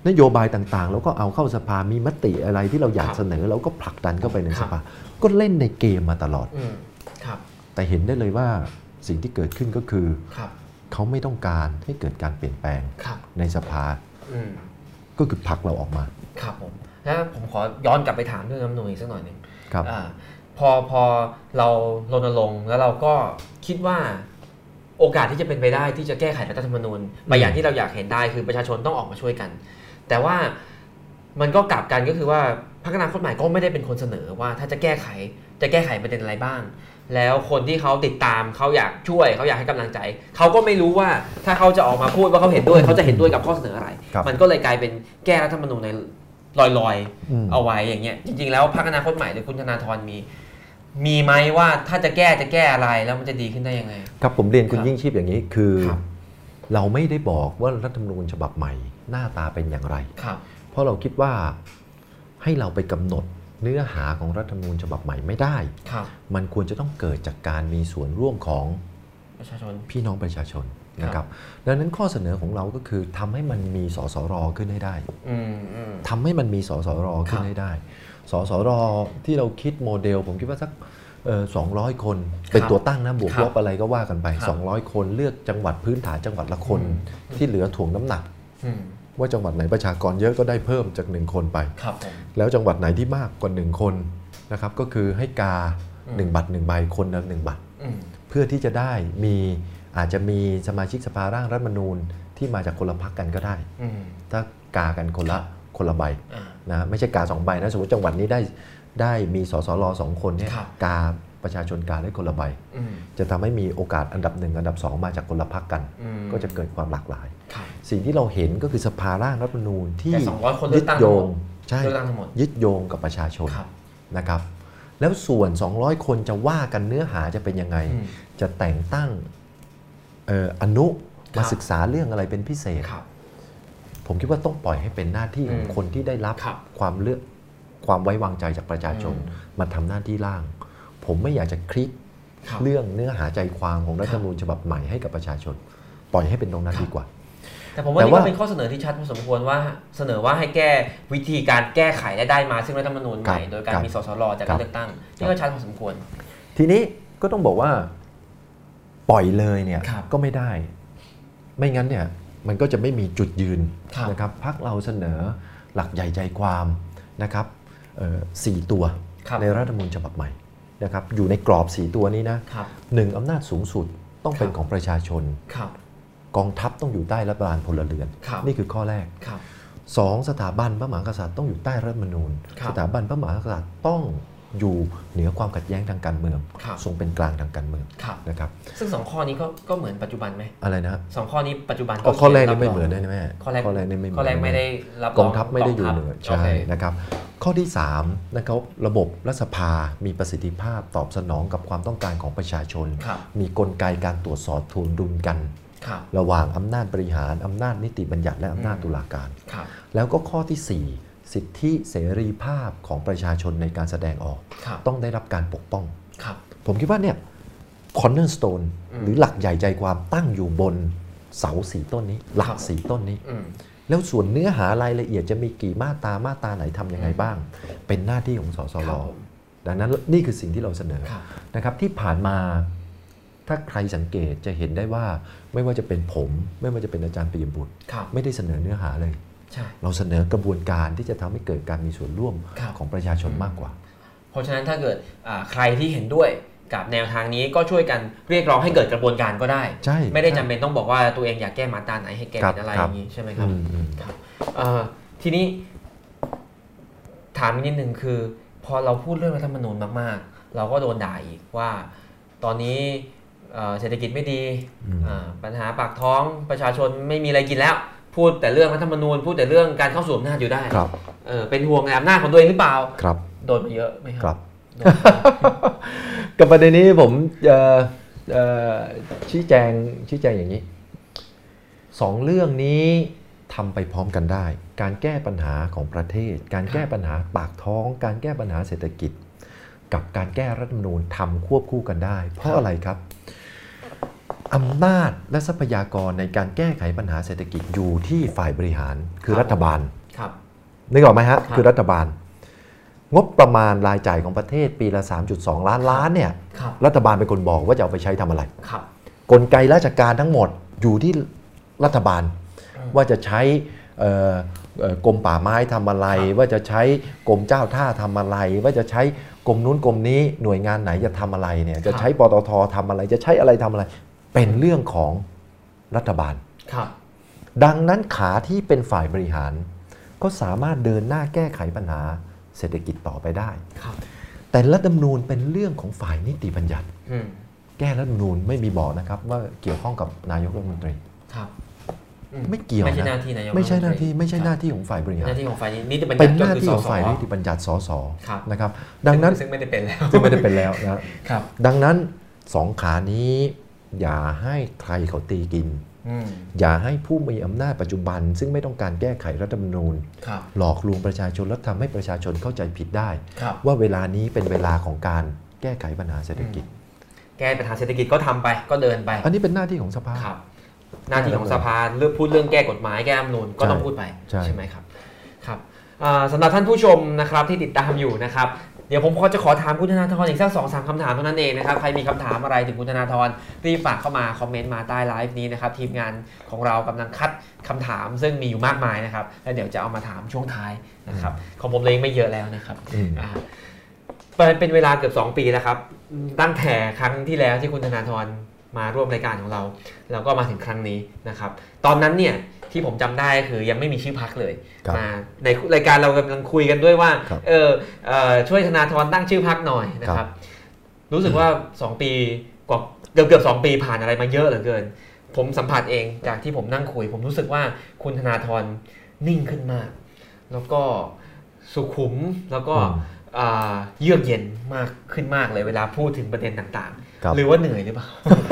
Speaker 2: นโยบายต่างๆแล้วก็เอาเข้าสภามีมติอะไรที่เราอยากเสนอเราก็ผลักดันเข้าไปในสภาก็เล่นในเกมมาตลอดแต่เห็นได้เลยว่าสิ่งที่เกิดขึ้นก็คือเขาไม่ต้องการให้เกิดการเปลี่ยนแปลงในสภาก็คือผลักเราออกมา
Speaker 1: ครับผมแล้วผมขอย้อนกลับไปถามเรื่องรัฐธรรมนูญอีกสักหน่อยหนึ่ง
Speaker 2: ครับ
Speaker 1: พอพอเรารณรงค์แล้วเราก็คิดว่าโอกาสที่จะเป็นไปได้ที่จะแก้ไขรัฐธรรมนูญไปอย่างที่เราอยากเห็นได้คือประชาชนต้องออกมาช่วยกันแต่ว่ามันก็กลับกันก็คือว่าพรรคอนาคตใหม่ก็ไม่ได้เป็นคนเสนอว่าถ้าจะแก้ไขจะแก้ไขประเด็นอะไรบ้างแล้วคนที่เขาติดตามเขาอยากช่วยเขาอยากให้กำลังใจเขาก็ไม่รู้ว่าถ้าเขาจะออกมาพูดว่าเขาเห็นด้วยเขาจะเห็นด้วยกับข้อเสนออะไรมันก็เลยกลายเป็นแก้รัฐธรรมนูญในลอยๆเอาไว้อย่างเงี้ยจริงๆแล้วพรรคอนาคตใหม่หรือคุณธนาธรมีมีไหมว่าถ้าจะแก้จะแก้อะไรแล้วมันจะดีขึ้นได้ยังไง
Speaker 2: ครับผมเรียนคุณยิ่งชีพอย่างนี้คือเราไม่ได้บอกว่ารัฐธรรมนูญฉบับใหม่หน้าตาเป็นอย่างไรเพราะเราคิดว่าให้เราไปกำหนดเนื้อหาของรัฐธรรมนูญฉบับใหม่ไม่ได้มันควรจะต้องเกิดจากการมีส่วนร่วมของ
Speaker 1: ประชาชน
Speaker 2: พี่น้องประชาชนนะครับดังนั้นข้อเสนอของเราก็คือทำให้มันมีสสรขึ้นให้ได้ทำให้มันมีสสรขึ้นให้ได้สสรที่เราคิดโมเดลผมคิดว่าสักสองร้อยคนเป็นตัวตั้งนะบวกลบอะไรก็ว่ากันไปสองร้อยคนเลือกจังหวัดพื้นฐานจังหวัดละคนที่เหลือถ่วงน้ำหนักว่าจังหวัดไหนประชากรเยอะก็ได้เพิ่มจากหนึ่งคนไปแล้วจังหวัดไหนที่มากกว่าหนึ่งคนนะครับก็คือให้กาหนึ่งบัตรหนึ่งใบคนละหนึ่งบัตรเพื่อที่จะได้มีอาจจะมีสมาชิกสภาร่างรัฐธรรมนูญที่มาจากคนละพรรคกันก็ได้ถ้ากากันคนละคนละใบนะไม่ใช่กาสองใบนะสมมติจังหวัดนี้ได้ได้มีสสรสองคนเนี่ยกาประชาชนกาได้คนละใบจะทำให้มีโอกาสอันดับหนึ่งอันดับสองมาจากคนละพรรคกันก็จะเกิดความหลากหลายสิ่งที่เราเห็นก็คือสภาร่างรัฐธรรมนูญที่ยึดโยงใช่ยึดโยงกับประชาชนนะครับแล้วส่วนสองร้อยคนจะว่ากันเนื้อหาจะเป็นยังไงจะแต่งตั้งอนุมาศึกษาเรื่องอะไรเป็นพิเศษผมคิดว่าต้องปล่อยให้เป็นหน้าที่ของคนที่ได้รับความเลือกความไว้วางใจจากประชาชนมาทำหน้าที่ร่างผมไม่อยากจะคลิกเรื่องเนื้อหาใจความของรัฐธรรมนูญฉบับใหม่ให้กับประชาชนปล่อยให้เป็นตรงนั้นดีกว่า
Speaker 1: แต่ผมว่านี่ก็เป็นข้อเสนอที่ชัดพอสมควรว่าเสนอว่าให้แก้วิธีการแก้ไขและได้มาซึ่งรัฐธรรมนูญใหม่โดยการมีสสรจากการเลือกตั้งนี่ก็ชัดพอสมควร
Speaker 2: ทีนี้ก็ต้องบอกว่าปล่อยเลยเนี่ยก็ไม่ได้ไม่งั้นเนี่ยมันก็จะไม่มีจุดยืนนะครับพรรคเราเสนอหลักใหญ่ใจความนะครับสี่ตัวในรัฐธรรมนูญฉบับใหม่นะครับอยู่ในกรอบสี่ตัวนี้นะหนึ่งอำนาจสูงสุดต้องเป็นของประชาชนกองทัพต้องอยู่ใต้รัฐบาลพลเรือนนี่คือข้อแรกสองสถาบันพระมหากษัตริย์ต้องอยู่ใต้รัฐธรรมนูญสถาบันพระมหากษัตริย์ต้องอยู่เหนือความขัดแย้งทางการเมืองทรงเป็นกลางทางการเมืองนะครับ
Speaker 1: ซึ่งสองข้อนี้ก็ก็เหมือนปัจจุบันไหม
Speaker 2: อะไรนะ
Speaker 1: สองข้อนี้ปัจจุบัน
Speaker 2: ข้อแรกนี่ไม่เหมือนนะแม่
Speaker 1: ข้อแรก
Speaker 2: ข้อแรกนี่ไม่
Speaker 1: ข้อแรกไม่ได้รับ
Speaker 2: กองทัพไม่ได้อยู่เหนือใช่นะครับข้อที่สามนะครับระบบรัฐสภามีประสิทธิภาพตอบสนองกับความต้องการของประชาชนมีกลไกการตรวจสอบทวงดุลกันระหว่างอำนาจบริหารอำนาจนิติบัญญัติและอำนาจตุลาการแล้วก็ข้อที่สี่สิทธิเสรีภาพของประชาชนในการแสดงออกต้องได้รับการปกป้องผมคิดว่าเนี่ยคอนเนอร์สโตนหรือหลักใหญ่ใจความตั้งอยู่บนเสาสี่ต้นนี้หลักสี่ต้นนี้แล้วส่วนเนื้อหารายละเอียดจะมีกี่มาตรามาตราไหนทำยังไงบ้างเป็นหน้าที่ของสสรดังนั้นนี่คือสิ่งที่เราเสนอนะครับที่ผ่านมาถ้าใครสังเกตจะเห็นได้ว่าไม่ว่าจะเป็นผมไม่ว่าจะเป็นอาจารย์ปิยบุตรไม่ได้เสนอเนื้อหาเลยเราเสนอกระบวนการที่จะทำให้เกิดการมีส่วนร่วมของประชาชนมากกว่า
Speaker 1: เพราะฉะนั้นถ้าเกิดใครที่เห็นด้วยกับแนวทางนี้ก็ช่วยกันเรียกร้องให้เกิดกระบวนการก็ได้ไม่ได้จำเป็นต้องบอกว่าตัวเองอยากแก้มาตราไหนให้แก้เป็นอะไรอย่างนี้ใช่ไหมครับทีนี้ถามนิดนึงคือพอเราพูดเรื่องรัฐธรรมนูญมากๆเราก็โดนด่าอีกว่าตอนนี้เศรษฐกิจไม่ดีปัญหาปากท้องประชาชนไม่มีอะไรกินแล้วพูดแต่เรื่องรัฐธรรมนูญพูดแต่เรื่องการเข้าสู่อำนาจอยู่ได้เออเป็นห่วงในอำนาจของตัวเองหรือเปล่า
Speaker 2: ครับ
Speaker 1: โดนมาเยอะไหมครับ
Speaker 2: กับประเด็นนี้ผมชี้แจงชี้แจงอย่างนี้สองเรื่องนี้ทำไปพร้อมกันได้การแก้ปัญหาของประเทศการแก้ปัญหาปากท้องการแก้ปัญหาเศรษฐกิจกับการแก้รัฐธรรมนูญทำควบคู่กันได้เพราะอะไรครับออำนาจและทรัพยากรในการแก้ไขปัญหาเศรษฐกิจอยู่ที่ฝ่ายบริหารคือรัฐบาลนึกออกไหมฮะคือรัฐบาลงบประมาณรายจ่ายของประเทศปีละ สามจุดสอง ล้านล้านเนี่ยรัฐบาลเป็นคนบอกว่าจะเอาไปใช้ทำอะไรกลไกราชการทั้งหมดอยู่ที่รัฐบาลว่าจะใช้กรมป่าไม้ทำอะไรว่าจะใช้กรมเจ้าท่าทำอะไรว่าจะใช้กรมนู้นกรมนี้หน่วยงานไหนจะทำอะไรเนี่ยจะใช้ปตททำอะไรจะใช้อะไรทำอะไรเป็นเรื่องของรัฐบาลดังนั้นขาที่เป็นฝ่ายบริหารก็สามารถเดินหน้าแก้ไขปัญหาเศรษฐกิจต่อไปได้แต่รัฐธรรมนูญเป็นเรื่องของฝ่ายนิติบัญญัติแก้รัฐธรรมนูญไม่มีบอกนะครับว่าเกี่ยวข้องกับนายกรัฐมนตรีไม่เกี่ยวนะไม่ใช่หน้าที่นายกไม่ใช่หน้าที่ไม่ใช่หน้าที่ของฝ่ายบริหารหน้าที่ของฝ่ายนิติบัญญัติเป็นหน้าที่ของฝ่ายนิติบัญญัติสสนะครับดังนั้น
Speaker 1: ซึ่งไม่ได้เป็นแล้ว
Speaker 2: ซึ่งไม่ได้เป็นแล้วนะครับดังนั้นสองขานี้อย่าให้ใครเขาตีกินอย่าให้ผู้มีอำนาจปัจจุบันซึ่งไม่ต้องการแก้ไขรัฐธรรมนูญหลอกลวงประชาชนและทำให้ประชาชนเข้าใจผิดได้ว่าเวลานี้เป็นเวลาของการแก้ไขปัญหาเศรษฐกิจ
Speaker 1: แก้ปัญหาเศรษฐกิจก็ทำไปก็เดินไป
Speaker 2: อันนี้เป็นหน้าที่ของสภา
Speaker 1: หน้าที่ของสภาเรื่องพูดเรื่องแก้กฎหมายแก้รัฐธรรมนูญก็ต้องพูดไปใช่ไหมครับครับสำหรับท่านผู้ชมนะครับที่ติดตามอยู่นะครับเดี๋ยวผมก็จะขอถามคุณธนาธรอีกสักสองสามคำถามเท่านั้นเองนะครับใครมีคำถามอะไรถึงคุณธนาธรรีบฝากเข้ามาคอมเมนต์มาใต้ไลฟ์นี้นะครับทีมงานของเรากำลังคัดคำถามซึ่งมีอยู่มากมายนะครับแล้วเดี๋ยวจะเอามาถามช่วงท้ายนะครับของผมเลยไม่เยอะแล้วนะครับเป็นเวลาเกือบสองปีแล้วครับตั้งแต่ครั้งที่แล้วที่คุณธนาธรมาร่วมรายการของเราแล้วก็มาถึงครั้งนี้นะครับตอนนั้นเนี่ยที่ผมจำได้คือยังไม่มีชื่อพรรคเลยมาในรายการเรากำลังคุยกันด้วยว่าเออเออช่วยธนาธรตั้งชื่อพรรคหน่อยนะครับรู้สึกว่าสองปีกว่าเกือบเกือบสองปีผ่านอะไรมาเยอะเหลือเกินผมสัมผัสเองจากที่ผมนั่งคุยผมรู้สึกว่าคุณธนาธรนิ่งขึ้นมากแล้วก็สุขุมแล้วก็เยือกเย็นมากขึ้นมากเลยเวลาพูดถึงประเด็นต่างๆหรือว่าเหนื่อยหรือเปล่า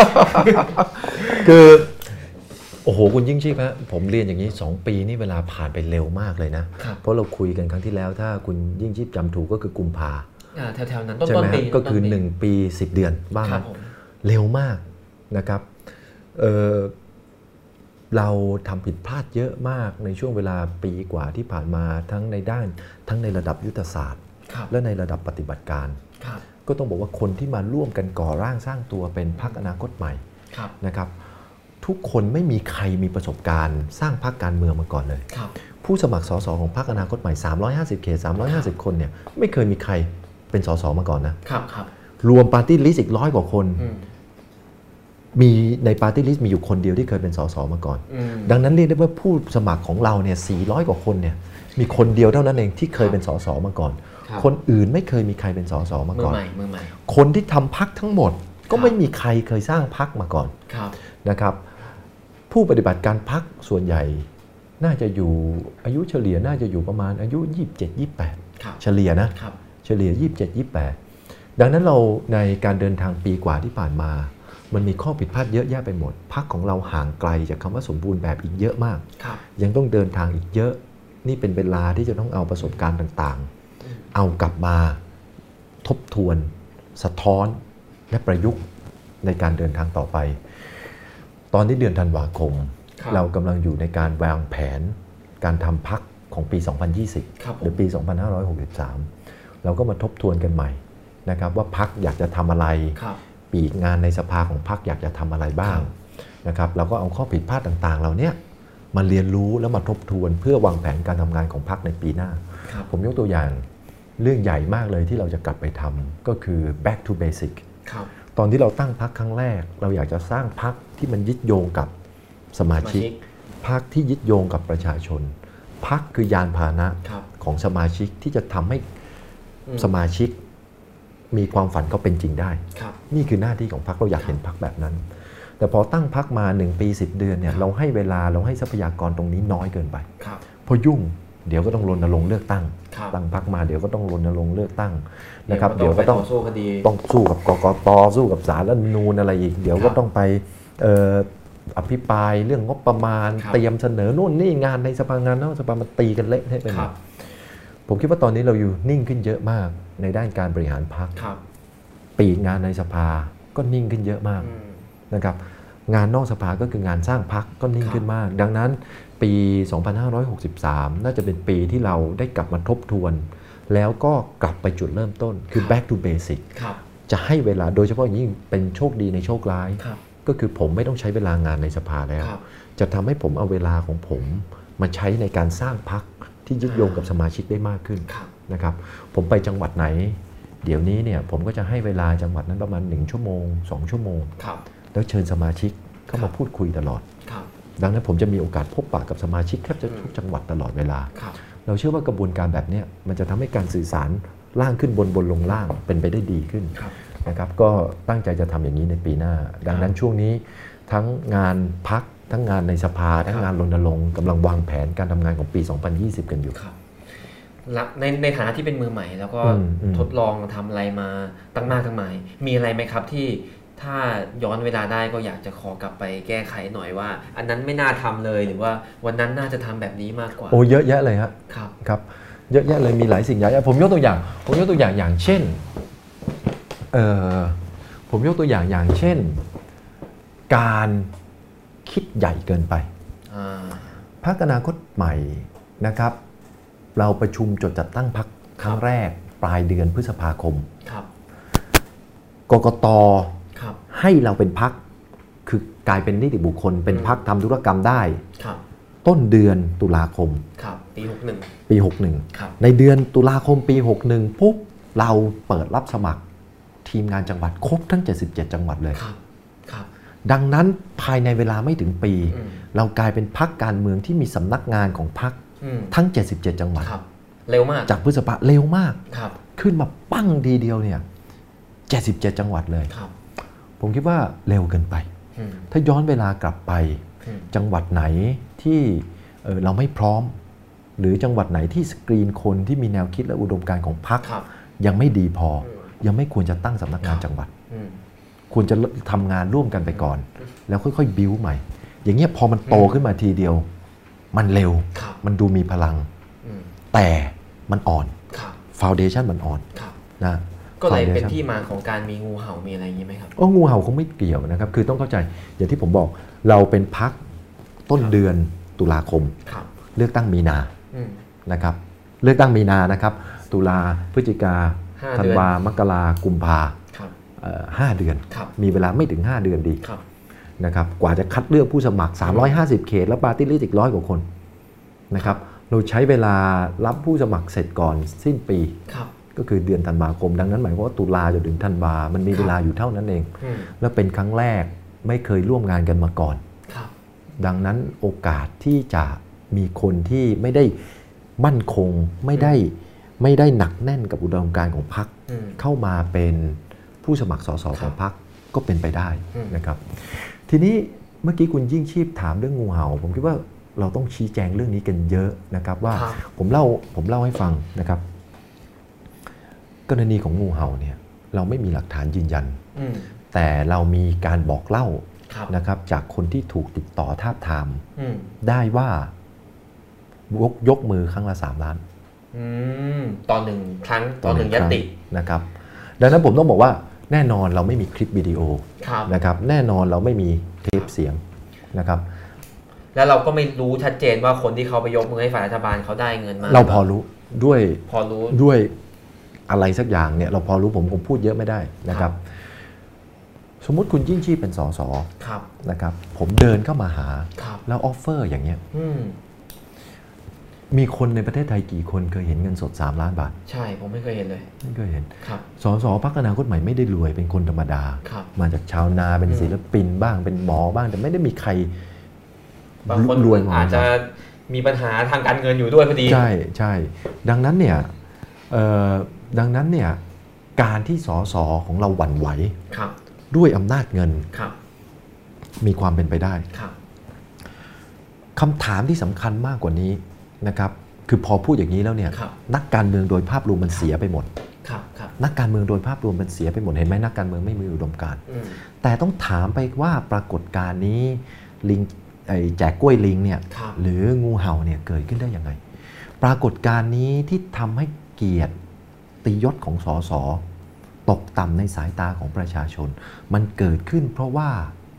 Speaker 2: คือโอ้โหคุณยิ่งชีพฮะผมเรียนอย่างนี้สองปีนี่เวลาผ่านไปเร็วมากเลยนะเพราะเราคุยกันครั้งที่แล้วถ้าคุณยิ่งชีพจำถูกก็คือกุมภา
Speaker 1: แถวๆนั้นต้นปี
Speaker 2: ก็คือหนึ่งปีสิบเดือนบ้างเร็วมากนะครับเออเราทำผิดพลาดเยอะมากในช่วงเวลาปีกว่าที่ผ่านมาทั้งในด้านทั้งในระดับยุทธศาสตร์และในระดับปฏิบัติการก็ต้องบอกว่าคนที่มาร่วมกันก่อร่างสร้างตัวเป็นพรรคอนาคตใหม่นะครับทุกคนไม่มีใครมีประสบการณ์สร้างพรรคการเมืองมาก่อนเลยผู้สมัครสสของพรรคอนาคตใหม่สามร้อยห้าสิบเขตสามร้อยห้าสิบคนเนี่ยไม่เคยมีใครเป็นสสมาก่อนนะรวมปาร์ตี้ลิสต์อีกร้อยกว่าคนมีในปาร์ตี้ลิสต์มีอยู่คนเดียวที่เคยเป็นสสมาก่อนดังนั้นเรียกได้ว่าผู้สมัครของเราเนี่ยสี่ร้อยกว่าคนเนี่ยมีคนเดียวเท่านั้นเองที่เคยเป็นสสมาก่อนคนอื่นไม่เคยมีใครเป็นสสมาก่อนคนที่ทำพรรคทั้งหมดก็ไม่มีใครเคยสร้างพรรคมาก่อนนะครับผู้ปฏิบัติการพรรคส่วนใหญ่น่าจะอยู่อายุเฉลี่ยน่าจะอยู่ประมาณอายุยี่สิบเจ็ด ยี่สิบแปดเฉลี่ยนะเฉลี่ยยี่สิบเจ็ด ยี่สิบแปดดังนั้นเราในการเดินทางปีกว่าที่ผ่านมามันมีข้อผิดพลาดเยอะแยะไปหมดพรรคของเราห่างไกลจากคำว่าสมบูรณ์แบบอีกเยอะมากยังต้องเดินทางอีกเยอะนี่เป็นเวลาที่จะต้องเอาประสบการณ์ต่างๆเอากลับมาทบทวนสะท้อนและประยุกต์ในการเดินทางต่อไปตอนที่เดือนธันวาคมเรากำลังอยู่ในการวางแผนการทำพรรคของปีสองพันยี่สิบหรือปีสองพันห้าร้อยหกสิบสามเราก็มาทบทวนกันใหม่นะครับว่าพรรคอยากจะทำอะไรปีกงานในสภาของพรรคอยากจะทำอะไรบ้างนะครับเราก็เอาข้อผิดพลาดต่างๆเหล่านี้มาเรียนรู้แล้วมาทบทวนเพื่อวางแผนการทำงานของพรรคในปีหน้าผมยกตัวอย่างเรื่องใหญ่มากเลยที่เราจะกลับไปทำก็คือ back to basic ตอนที่เราตั้งพรรคครั้งแรกเราอยากจะสร้างพรรคที่มันยึดโยงกับสมาชิกพรรคที่ยึดโยงกับประชาชนพรรคคือยานพาหนะของสมาชิกที่จะทำให้สมาชิกมีความฝันเขาเป็นจริงได้นี่คือหน้าที่ของพรรคเราอยากเห็นพรรคแบบนั้นแต่พอตั้งพรรคมาหนึ่งปีสิบเดือนเนี่ยเราให้เวลาเราให้ทรัพยากรตรงนี้น้อยเกินไปพอยุ่งเดี๋ยวก็ต้องรณรงค์เลือกตั้งตั้งพรรคมาเดี๋ยวก็ต้องรณรงค์เลือกตั้งนะครับเดี๋ยวก็ต้องสู้คดีต้องสู้กับกกต.สู้กับศาลรัฐธรรมนูญอะไรอีกเดี๋ยวก็ต้องไปอภิปรายเรื่องงบประมาณเตรียมเสนอโน่นนี่งานในสภางานนอกสภามันตีกันเละให้ไปหมดผมคิดว่าตอนนี้เราอยู่นิ่งขึ้นเยอะมากในด้านการบริหารพรรคปีกงานในสภาก็นิ่งขึ้นเยอะมากนะครับงานนอกสภาก็คืองานสร้างพรรคก็นิ่งขึ้นมากดังนั้นปี สองพันห้าร้อยหกสิบสาม น่าจะเป็นปีที่เราได้กลับมาทบทวนแล้วก็กลับไปจุดเริ่มต้นคือ back to basic จะให้เวลาโดยเฉพาะอย่างยิ่งเป็นโชคดีในโชคร้ายก็คือผมไม่ต้องใช้เวลางานในสภาแล้วจะทำให้ผมเอาเวลาของผมมาใช้ในการสร้างพรรคที่ยึดโยงกับสมาชิกได้มากขึ้นนะครับผมไปจังหวัดไหนเดี๋ยวนี้เนี่ยผมก็จะให้เวลาจังหวัดนั้นประมาณหนึ่งชั่วโมงสองชั่วโมงแล้วเชิญสมาชิกเข้ามาพูดคุยตลอดดังนั้นผมจะมีโอกาสพบปะกับสมาชิกแทบจะทุกจังหวัดตลอดเวลาเราเชื่อว่ากระบวนการแบบนี้มันจะทำให้การสื่อสารล่างขึ้นบนบนลงล่างเป็นไปได้ดีขึ้นนะครับก็ตั้งใจจะทำอย่างนี้ในปีหน้าดังนั้นช่วงนี้ทั้งงานพักทั้งงานในสภาทั้งงานรณรงค์กำลังวางแผนการทำงานของปี สองพันยี่สิบ กันอยู่
Speaker 1: ในในฐานะที่เป็นมือใหม่แล้วก็ทดลองทำอะไรมาตั้งมากตั้งหมายมีอะไรไหมครับที่ถ้าย้อนเวลาได้ก็อยากจะขอกลับไปแก้ไขหน่อยว่าอันนั้นไม่น่าทำเลยหรือว่าวันนั้นน่าจะทำแบบนี้มากกว่า
Speaker 2: โอ้เยอะแยะเลยครับ
Speaker 1: ครับ
Speaker 2: ครับเยอะแยะเลยมีหลายสิ่งหลายอย่างผมยกตัวอย่างผมยกตัวอย่างอย่างเช่นเอ่อผมยกตัวอย่างอย่างเช่นการคิดใหญ่เกินไปพรรคอนาคตใหม่นะครับเราประชุมจดจัดตั้งพรรคครั้งแรกปลายเดือนพฤษภาคมกกต.ให้เราเป็นพรรคคือกลายเป็นนิติบุคคลเป็นพรรคทำธุรกรรมได้ต้นเดือนตุลาคม
Speaker 1: ปีหกสิบเอ็ด
Speaker 2: ปีหกสิบเอ็ดในเดือนตุลาคมปีหกสิบเอ็ดปุ๊บเราเปิดรับสมัครทีมงานจังหวัดครบทั้งเจ็ดสิบเจ็ดจังหวัดเลยดังนั้นภายในเวลาไม่ถึงปีเรากลายเป็นพรรคการเมืองที่มีสำนักงานของพรรคทั้งเจ็ดสิบเจ็ดจังหวัด
Speaker 1: เร็วมาก
Speaker 2: จากพฤษภาเร็วมากขึ้นมาปั้งทีเดียวเนี่ยเจ็ดสิบเจ็ดจังหวัดเลยผมคิดว่าเร็วเกินไปถ้าย้อนเวลากลับไปจังหวัดไหนที่เ, เราไม่พร้อมหรือจังหวัดไหนที่สกรีนคนที่มีแนวคิดและอุดมการณ์ของพรรคยังไม่ดีพอยังไม่ควรจะตั้งสำนักงานจังหวัดควรจะทำงานร่วมกันไปก่อนแล้วค่อยๆบิ้วใหม่อย่างเงี้ยพอมันโตขึ้นมาทีเดียวมันเร็วมันดูมีพลังแต่มันอ่อนฟาวเดชั่นมันอ่อนนะ
Speaker 1: ก็เลยเป็นที่มาของการมีงูเห่ามีอะไรอย่างนี้ไหมครับ
Speaker 2: อ๋องูเห่าคงไม่เกี่ยวนะครับคือต้องเข้าใจอย่างที่ผมบอกเราเป็นพรรคต้นเดือนตุลาคมเลือกตั้งมีนานะครับเลือกตั้งมีนานะครับตุลาพฤศจิกาธันวามกรากุมภาห้าเดือนมีเวลาไม่ถึงห้าเดือนดีนะครับกว่าจะคัดเลือกผู้สมัครสามร้อยห้าสิบเขตและปาร์ตี้ลิสต์อีกร้อยกว่าคนนะครับเราใช้เวลารับผู้สมัครเสร็จก่อนสิ้นปีก็คือเดือนธันวาคมดังนั้นหมายความว่าตุลาจนถึงธันวามันมีเวลาอยู่เท่านั้นเองและเป็นครั้งแรกไม่เคยร่วมงานกันมาก่อนดังนั้นโอกาสที่จะมีคนที่ไม่ได้มั่นคงไม่ได้ไม่ได้หนักแน่นกับอุดมการณ์ของพรรคเข้ามาเป็นผู้สมัครสสของพรรคก็เป็นไปได้นะครับทีนี้เมื่อกี้คุณยิ่งชีพถามเรื่องงูเห่าผมคิดว่าเราต้องชี้แจงเรื่องนี้กันเยอะนะครับว่าผมเล่าผมเล่าให้ฟังนะครับกรณีของงูเห่าเนี่ยเราไม่มีหลักฐานยืนยันแต่เรามีการบอกเล่านะครับจากคนที่ถูกติดต่อทาบทามได้ว่ายกยกมือครั้งละสามล้าน
Speaker 1: ตอนหนึ่งครั้งตอนหนึ่งยติ
Speaker 2: นะครับดังนั้นผมต้องบอกว่าแน่นอนเราไม่มีคลิปวิดีโอนะครับแน่นอนเราไม่มีเทปเสียงนะครับ
Speaker 1: แล้วเราก็ไม่รู้ชัดเจนว่าคนที่เขาไปยกมือให้ฝ่ายรัฐบาลเขาได้เงินมา
Speaker 2: เราพอรู้ด้วย
Speaker 1: พอรู้
Speaker 2: ด้วยอะไรสักอย่างเนี่ยเราพอรู้ผมผมพูดเยอะไม่ได้นะครับสมมุติคุณยิ่งชีพเป็นสสนะครับผมเดินเข้ามาหาแล้วออฟเฟอร์อย่างเงี้ยมีคนในประเทศไทยกี่คนเคยเห็นเงินสดสามล้านบาท
Speaker 1: ใช่ผมไม่เคยเห็นเลย
Speaker 2: ไม่เคยเห็นสสพรรคอนาคตใหม่ไม่ได้รวยเป็นคนธรรมดามาจากชาวนาเป็นศิลปินบ้างเป็นหมอบ้างแต่ไม่ได้มีใคร
Speaker 1: บางคนรวยอาจจะมีปัญหาทางการเงินอยู่ด้วยพอดี
Speaker 2: ใช่ใช่ดังนั้นเนี่ยดังนั้นเนี่ยการที่สสของเราหวั่นไหวด้วยอำนาจเงินมีความเป็นไปได้คำถามที่สำคัญมากกว่านี้นะครับคือพอพูดอย่างนี้แล้วเนี่ยนักการเมืองโดยภาพรวมมันเสียไปหมดนักการเมืองโดยภาพรวมมันเสียไปหมดเห็นไหมนักการเมืองไม่มีอุดมการณ์แต่ต้องถามไปว่าปรากฏการณ์นี้ลิงแจกกล้วยลิงเนี่ยหรืองูเห่าเนี่ยเกิดขึ้นได้ยังไงปรากฏการณ์นี้ที่ทำให้เกียรติยศของสสตกต่ำในสายตาของประชาชนมันเกิดขึ้นเพราะว่า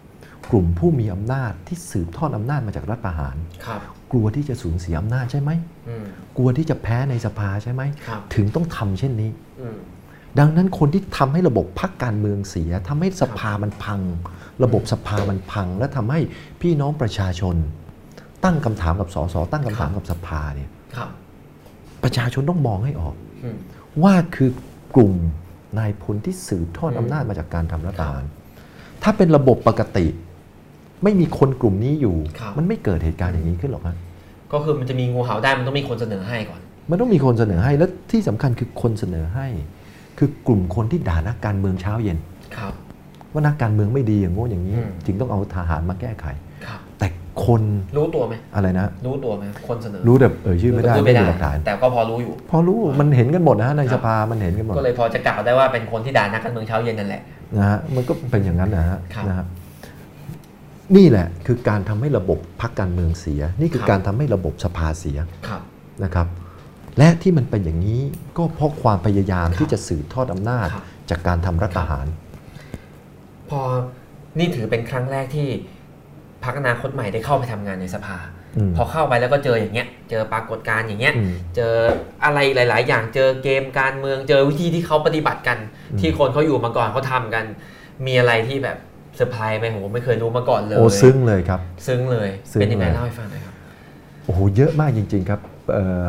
Speaker 2: กลุ่มผู้มีอำนาจที่สืบทอดอำนาจมาจากรัฐประหารกลัวที่จะสูญเสียอำนาจใช่ไหมกลัวที่จะแพ้ในสภาใช่ไหมถึงต้องทำเช่นนี้ดังนั้นคนที่ทำให้ระบบพรรคการเมืองเสียทำให้สภามันพังระบบสภามันพังและทำให้พี่น้องประชาชนตั้งคำถามกับสสตั้งคำถามกับสภาเนี่ยประชาชนต้องมองให้ออกว่าคือกลุ่มนายพลที่สืบทอดอำนาจมาจากการทำรัฐประหารถ้าเป็นระบบปกติไม่มีคนกลุ่มนี้อยู่มันไม่เกิดเหตุการณ์อย่างนี้ขึ้นหรอกครับ
Speaker 1: ก็คือมันจะมีงูเห่าได้มันต้องมีคนเสนอให้ก่อน
Speaker 2: มันต้องมีคนเสนอให้และที่สำคัญคือคนเสนอให้คือกลุ่มคนที่ด่านักการเมืองเช้าเย็นว่านักการเมืองไม่ดีอย่างโง่อย่างนี้จึงต้องเอาทหารมาแก้ไขแต่คน
Speaker 1: รู้ตัวไหม
Speaker 2: อะไรนะ
Speaker 1: รู้ตัวไหมคนเสนอ
Speaker 2: รู้แบบเอ่ยชื่อไม่ได้ไม่มีหลักฐาน
Speaker 1: แต่ก็พอรู้อยู่
Speaker 2: พอรู้มันเห็นกันหมดนะในสภามันเห็นกันหมด
Speaker 1: ก็เลยพอจะกล่าวได้ว่าเป็นคนที่ด่านักการเมืองเช้าเย็นนั่นแหละ
Speaker 2: นะฮะมันก็เป็นอย่างนั้นนะฮะนะฮะนี่แหละคือการทำให้ระบบพรรคการเมืองเสียนี่คือการทำให้ระบบสภาเสียนะครับและที่มันเป็นอย่างนี้ก็เพราะความพยายามที่จะสืบทอดอำนาจจากการทำรัฐประหาร
Speaker 1: พอนี่ถือเป็นครั้งแรกที่พรรคอนาคตใหม่ได้เข้าไปทำงานในสภาพอเข้าไปแล้วก็เจออย่างเงี้ยเจอปรากฏการณ์อย่างเงี้ยเจออะไรหลายๆอย่างเจอเกมการเมืองเจอวิธีที่เขาปฏิบัติกันที่คนเขาอยู่มาก่อนเขาทำกันมีอะไรที่แบบเซอร์ไพรส์ไหมผมไม่เคยรู้มาก่อนเลย
Speaker 2: โอ้ซึ้งเลยครับ
Speaker 1: ซึ้งเลยเป็นยังไงเล่าให้ฟังหน่อยครับ
Speaker 2: โอ้โหเยอะมากจริงๆครับเออ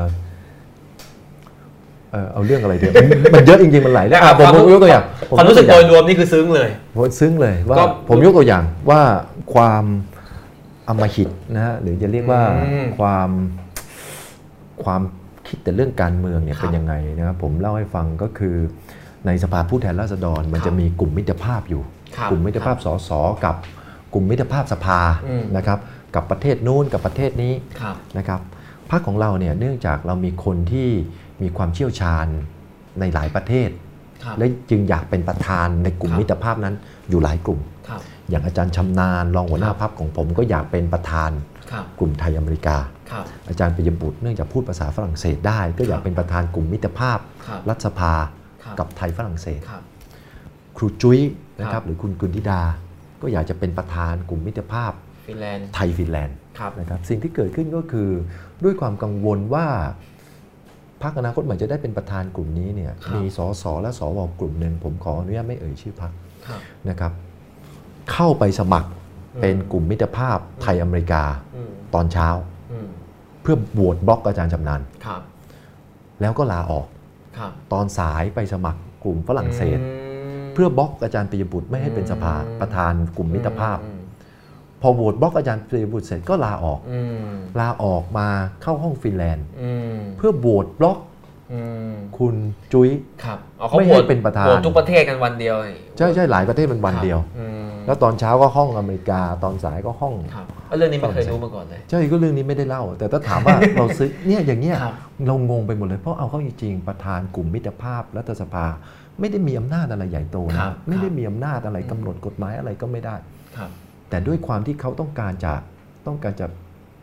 Speaker 2: เอาเรื่องอะไรเดี๋ยวมันเยอะจริงๆมันหลายเรื่องผมยกตัวอย่าง
Speaker 1: ความรู้สึกโดยรวมนี่คือซึ้งเลย
Speaker 2: ผมซึ้งเลยว่าผมยกตัวอย่างว่าความอำมหิตนะฮะหรือจะเรียกว่าความความคิดแต่เรื่องการเมืองเนี่ยเป็นยังไงนะครับผมเล่าให้ฟังก็คือในสภาผู้แทนราษฎรมันจะมีกลุ่มมิตรภาพอยู่กลุ่มมิตรภาพสสกับกลุ่มมิตรภาพสภานะครับกับประเทศนู้นกับประเทศนี้นะครับพรรคของเราเนี่ยเนื่องจากเรามีคนที่มีความเชี่ยวชาญในหลายประเทศและจึงอยากเป็นประธานในกลุ่มมิตรภาพนั้นอยู่หลายกลุ่มอย่างอาจารย์ชำนาญรองหัวหน้าพรรคของผมก็อยากเป็นประธานกลุ่มไทยอเมริกาอาจารย์ปิยบุตรเนื่องจากพูดภาษาฝรั่งเศสได้ก็อยากเป็นประธานกลุ่มมิตรภาพรัฐสภากับไทยฝรั่งเศสครูจุ้ยนะครับหรือคุณกุลธิดาก็อยากจะเป็นประธานกลุ่มมิตรภาพไทยฟินแลนด์นะครับสิ่งที่เกิดขึ้นก็คือด้วยความกังวลว่าพรรคอนาคตใหม่จะได้เป็นประธานกลุ่มนี้เนี่ยมีสสและสวกลุ่มหนึ่งผมขออนุญาตไม่เอ่ยชื่อพรรคนะครับเข้าไปสมัครเป็นกลุ่มมิตรภาพไทยอเมริกาตอนเช้าเพื่อโหวตบล็อกอาจารย์ชำนาญแล้วก็ลาออกตอนสายไปสมัครกลุ่มฝรั่งเศสเพื่อบล็อกอาจารย์ปิยบุตรไม่ให้เป็นสภาประธานกลุ่มมิตรภาพพอโหวตบล็อกอาจารย์ปิยบุตรเสร็จก็ลาออกลาออกมาเข้าห้องฟินแลนด์เพื่อโหวตบล็อกคุณจุ้ยไม่ให้เป็นประธานโหวต
Speaker 1: ทุกประเทศกันวันเดียว
Speaker 2: ใช่ใช่หลายประเทศมันวันเดียวแล้วตอนเช้าก็ห้องอเมริกาตอนสายก็ห้อง
Speaker 1: เรื่องนี้ไม่เคยรู้มาก่อนเลย
Speaker 2: ใช่ก็เรื่องนี้ไม่ได้เล่าแต่ถ้าถามว่าเราซื้อเนี่ยอย่างเงี้ยเรางงไปหมดเลยเพราะเอาเข้าจริงๆประธานกลุ่มมิตรภาพรัฐสภาไม่ได้มีอำนาจอะไรใหญ่โตนะไม่ได้มีอำนาจอะไรกำหนดกฎหมายอะไรก็ไม่ได้แต่ด้วยความที่เขาต้องการจะต้องการจะ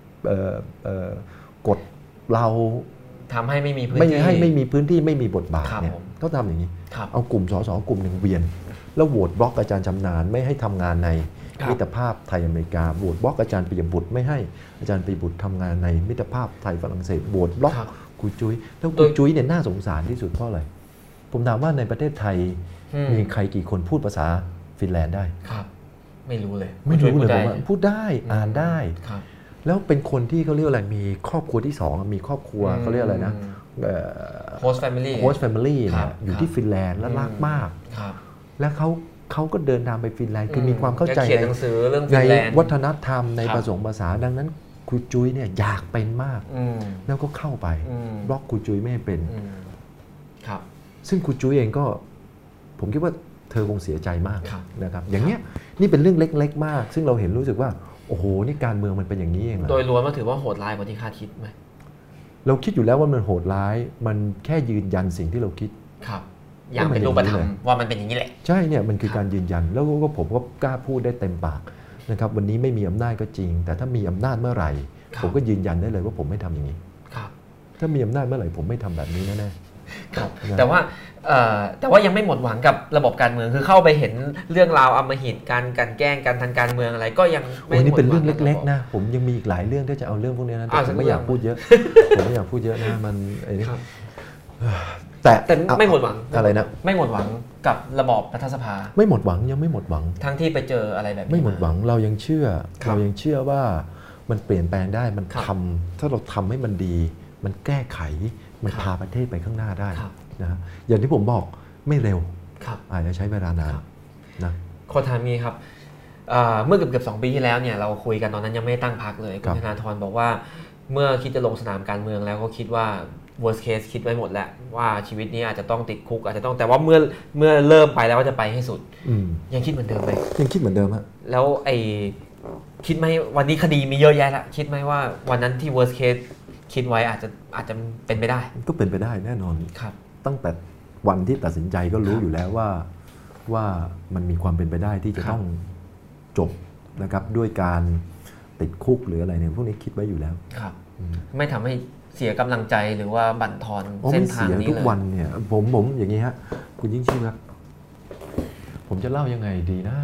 Speaker 2: กดเรา
Speaker 1: ทำให้ไม่มีพื้น
Speaker 2: ที่ไม่ให้ไม่มีพื้นที่ไม่มีบทบาทเนี่ยเขาทำอย่างนี้เอากลุ่มสสกลุ่มหนึ่งเวียนแล้วโหวตบล็อกอาจารย์ชำนาญไม่ให้ทำงานในมิตรภาพไทยอเมริกาโหวตบล็อกอาจารย์ปิยบุตรไม่ให้อาจารย์ปิยบุตรทำงานในมิตรภาพไทยฝรั่งเศสโหวตบล็อกครูจุ้ยแล้วครูจุ้ยเนี่ยน่าสงสารที่สุดเพราะอะไรผมถามว่าในประเทศไทยมีใครกี่คนพูดภาษาฟินแลนด์ได้
Speaker 1: ครับไม่รู้เลย
Speaker 2: ไม่รู้เลยผมว่าพูดได้อ่านได้แล้วเป็นคนที่เขาเรียกอะไรมีครอบครัวที่สองมีครอบครัวเขาเรียกอะไรนะ
Speaker 1: โฮสต์แฟมิลี่
Speaker 2: โฮสต์แฟมิลี่เนี่ยอยู่ที่ฟินแลนด์และรักมากแล้วเขาเขาก็เดินทางไปฟินแลนด์คือมีความเข้าใจในวัฒนธรรมในผสมภาษาดังนั้นครูจุ้ยเนี่ยอยากเป็นมากแล้วก็เข้าไปบล็อกครูจุ้ยไม่ให้เป็นซึ่งครูจุ้ยเองก็ผมคิดว่าเธอคงเสียใจมากนะครับอย่างเงี้ยนี่เป็นเรื่องเล็กๆมากซึ่งเราเห็นรู้สึกว่าโอ้โหนี่การเมืองมันเป็นอย่างนี้เอง
Speaker 1: โดยรวมมาถือว่าโหดร้ายกว่าที่คาดคิดไหม
Speaker 2: เราคิดอยู่แล้วว่ามันโหดร้ายมันแค่ยืนยันสิ่งที่เราคิด
Speaker 1: ครับอย่างเป็นรูปธรรมว่ามันเป็นอย่างนี้แหละ
Speaker 2: ใช่เนี่ยมันคือการยืนยันแล้วก็ผมก็กล้าพูดได้เต็มปากนะครับวันนี้ไม่มีอำนาจก็จริงแต่ถ้ามีอำนาจเมื่อไหร่ผมก็ยืนยันได้เลยว่าผมไม่ทำอย่างนี้ถ้ามีอำนาจเมื่อไหร่ผมไม่ทำแบบนี้แน่
Speaker 1: ๆครับแต่ว่าแต่ว่ายังไม่หมดหวังกับระบบการเมืองคือเข้าไปเห็นเรื่องราวอำมหิตการกันแกล้งกันทางการเมืองอะไรก็ยังไม่หมดหวังนี่
Speaker 2: เป็นเรื่องเล็กๆนะผมยังมีอีกหลายเรื่องที่จะเอาเรื่องพวกนี้นะแต่ผมไม่อยากพูดเยอะผมไม่อยากพูดเยอะนะมันไอ้นี่
Speaker 1: แต่แต่ไม่หมดหวัง
Speaker 2: อะไรนะ
Speaker 1: ไม่หมดหวังกับระบอบรัฐสภา
Speaker 2: ไม่หมดหวังยังไม่หมดหวัง
Speaker 1: ทั้งที่ไปเจออะไรแบบนี้
Speaker 2: ไม่หมดหวังเรายังเชื่อเรายังเชื่อว่ามันเปลี่ยนแปลงได้มันทำถ้าเราทำให้มันดีมันแก้ไขมันพาประเทศไปข้างหน้าได้นะอย่างที่ผมบอกไม่เร็วอาจจะใช้เวลานานนะ
Speaker 1: ขอถามนี้ครับเมื่อเกือบเกือบสองปีที่แล้วเนี่ยเราคุยกันตอนนั้นยังไม่ตั้งพรรคเลยคุณธนาธรบอกว่าเมื่อคิดจะลงสนามการเมืองแล้วเขาคิดว่า worst case คิดไว้หมดแล้วว่าชีวิตนี้อาจจะต้องติดคุกอาจจะต้องแต่ว่าเมื่อเมื่อเริ่มไปแล้วก็จะไปให้สุดยังคิดเหมือนเดิมไหม
Speaker 2: ยังคิดเหมือนเดิมฮะ
Speaker 1: แล้วไอ้คิดไหมวันนี้คดีมีเยอะแยะละคิดไหมว่าวันนั้นที่ worst case คิดไว้อาจจะอาจจะเป็นไปได้
Speaker 2: ก็เป็นไปได้แน่นอน
Speaker 1: ครับ
Speaker 2: ตั้งแต่วันที่ตัดสินใจก็รู้อยู่แล้วว่าว่ามันมีความเป็นไปได้ที่จะต้องจบนะครับด้วยการติดคุกหรืออะไรเนี่ยพวกนี้คิดไว้อยู่แล้ว
Speaker 1: ครับไม่ทำให้เสียกำลังใจหรือว่าบั่นทอนเส้นทางนี้เลย
Speaker 2: ทุกวันเนี่ยผมผมอย่างนี้ฮะคุณยิ่งชีพครับผมจะเล่ายังไงดีนะ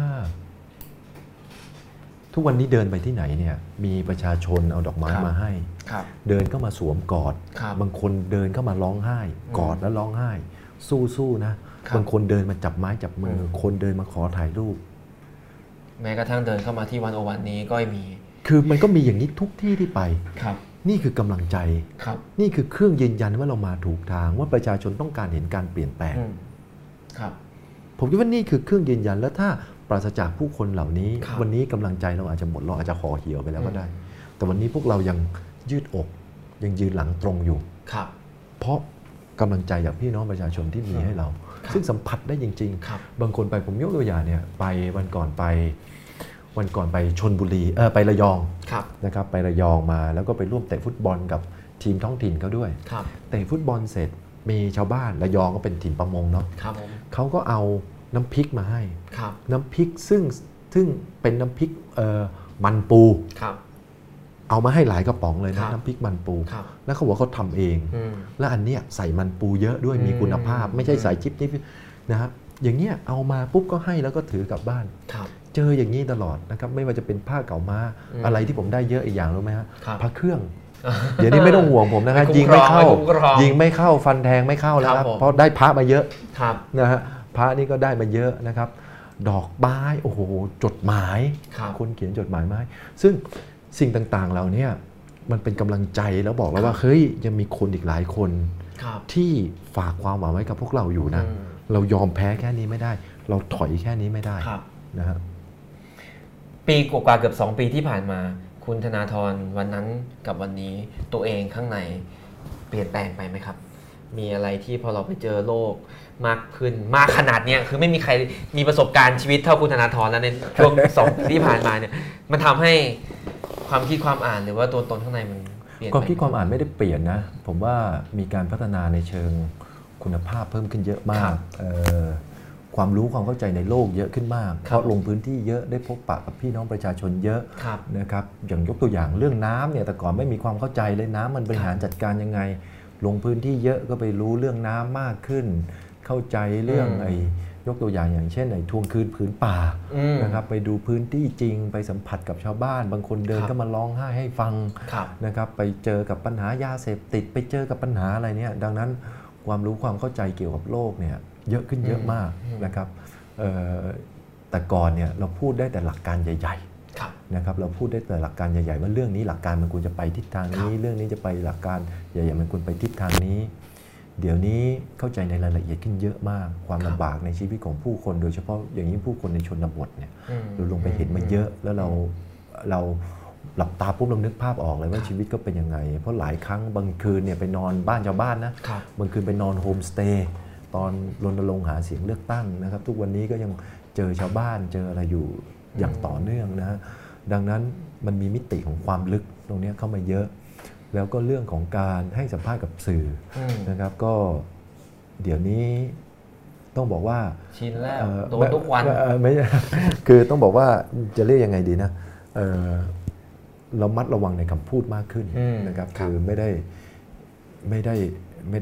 Speaker 2: ทุกวันนี้เดินไปที่ไหนเนี่ยมีประชาชนเอาดอกไม้มาให้เดินเข้ามาสวมกอดบางคนเดินเข้ามาร้องไห้กอดแล้วร้องไห้สู้ๆนะบางคนเดินมาจับไม้จับมือคนเดินมาขอถ่ายรูป
Speaker 1: แม้กระทั่งเดินเข้ามาที่วันโอวันนี้ก็มี
Speaker 2: คือมันก็มีอย่างนี้ทุกที่ที่ไป
Speaker 1: ครับ
Speaker 2: นี่คือกำลังใจ
Speaker 1: ครับ
Speaker 2: นี่คือเครื่องยืนยันว่าเรามาถูกทางว่าประชาชนต้องการเห็นการเปลี่ยนแปลง
Speaker 1: ครับ
Speaker 2: ผมคิดว่านี่คือเครื่องยืนยันแล้วถ้าปราศจากผู้คนเหล่านี้วันนี้กำลังใจเราอาจจะหมดเราอาจจะห่อเหี่ยวไปแล้วก็ได้แต่วันนี้พวกเรายังยืดอกยังยืนหลังตรงอยู่
Speaker 1: ครับ
Speaker 2: เพราะกำลังใจจากพี่น้องประชาชนที่มีให้เราซึ่งสัมผัสได้จริงๆบางคนไปผมยกตัวอย่างเนี่ยไปวันก่อนไปวันก่อนไปชลบุรีเออไประยองนะครับไประยองมาแล้วก็ไปร่วมเตะฟุตบอลกับทีมท้องถิ่นเขาด้วยเตะฟุตบอลเสร็จมีชาวบ้านระยองก็เป็นถิ่นประมงเนาะเขาก็เอาน้ำพริกมาให้น้ำพริกซึ่งซึ่งเป็นน้ำพริกมันปูเอามาให้หลายกระป๋องเลยนะน้ำพริกมันปูแล้วเขาบอกเขาทำเองแล้วอันเนี้ยใส่มันปูเยอะด้วยมีคุณภาพไม่ใช่ใส่ชิปนิดนะครับอย่างเงี้ยเอามาปุ๊บก็ให้แล้วก็ถือกลับบ้านเจออย่างนี้ตลอดนะครับไม่ว่าจะเป็นผ้าเก่าม้าอะไรที่ผมได้เยอะอีกอย่างรู้ไหมฮะพระเครื่องเดี๋ยวนี้ไม่ต้องห่วงผมนะครับยิงไม่เข้ายิงไม่เข้าฟันแทงไม่เข้าแล้วครับเพราะได้พระมาเยอะนะฮะพระนี่ก็ได้มาเยอะนะครับดอกไม้โอ้โหจดหมายคนเขียนจดหมายมาซึ่งสิ่งต่างๆเหล่านี้มันเป็นกำลังใจแล้วบอกแล้วว่าเฮ้ยยังมีคนอีกหลายคนที่ฝากความหวังไว้กับพวกเราอยู่นะเรายอมแพ้แค่นี้ไม่ได้เราถอยแค่นี้ไม่ได้นะครับ
Speaker 1: ปีกว่าเกือบสองปีที่ผ่านมาคุณธนาธรวันนั้นกับวันนี้ตัวเองข้างในเปลี่ยนแปลงไปไหมครับมีอะไรที่พอเราไปเจอโลกมากขึ้นมากขนาดนี้คือไม่มีใครมีประสบการณ์ชีวิตเท่าคุณธนาธรแล้วในช่วงสองปีที่ผ่านมาเนี่ยมันทำให้ความคิดความอ่านหรือว่าตัวตนข้างในมันเปลี่ยน
Speaker 2: ความคิดความอ่านไม่ได้เปลี่ยนนะผมว่ามีการพัฒนาในเชิงคุณภาพเพิ่มขึ้นเยอะมากความรู้ความเข้าใจในโลกเยอะขึ้นมากเพราะลงพื้นที่เยอะได้พบปะกับพี่น้องประชาชนเยอะนะครับอย่างยกตัวอย่างเรื่องน้ำเนี่ยแต่ก่อนไม่มีความเข้าใจเลยน้ำมันบริหารจัดการยังไงลงพื้นที่เยอะก็ไปรู้เรื่องน้ำมากขึ้นเข้าใจเรื่องไอ้ยกตัวอย่างอย่างเช่นไอ้ทวงคืนผืนป่านะครับไปดูพื้นที่จริงไปสัมผัสกับชาวบ้านบางคนเดินก็มาร้องไห้ให้ฟังนะครับไปเจอกับปัญหายาเสพติดไปเจอกับปัญหาอะไรเนี่ยดังนั้นความรู้ความเข้าใจเกี่ยวกับโลกเนี่ยเยอะขึ้นเยอะมากนะครับแต่ก่อนเนี่ยเราพูดได้แต่หลักการใหญ่ๆนะครับเราพูดได้แต่หลักการใหญ่ๆว่าเรื่องนี้หลักการมันควรจะไปทิศทางนี้เรื่องนี้จะไปหลักการใหญ่ๆมันควรไปทิศทางนี้เดี๋ยวนี้เข้าใจในรายละเอียดขึ้นเยอะมากความลำบากในชีวิตของผู้คนโดยเฉพาะอย่างนี้ผู้คนในชนบทเนี่ยเราลงไปเห็นมาเยอะแล้วเราเราหลับตาปุ๊บเรานึกภาพออกเลยว่าชีวิตก็เป็นยังไงเพราะหลายครั้งบางคืนเนี่ยไปนอนบ้านชาวบ้านนะบางคืนไปนอนโฮมสเตย์ตอนรณรงค์หาเสียงเลือกตั้งนะครับทุกวันนี้ก็ยังเจอชาวบ้านเจออะไรอยู่อย่างต่อเนื่องนะฮะดังนั้นมันมีมิติของความลึกตรงนี้เข้ามาเยอะแล้วก็เรื่องของการให้สัมภาษณ์กับสื่อนะครับก็เดี๋ยวนี้ต้องบอกว่า
Speaker 1: ชินแล้วโดนทุกวัน
Speaker 2: ไม่คือต้องบอกว่าจะเรียกยังไงดีนะเรามัดระวังในคำพูดมากขึ้นนะครับคือไม่ได้ไม่ได้ไม่ได้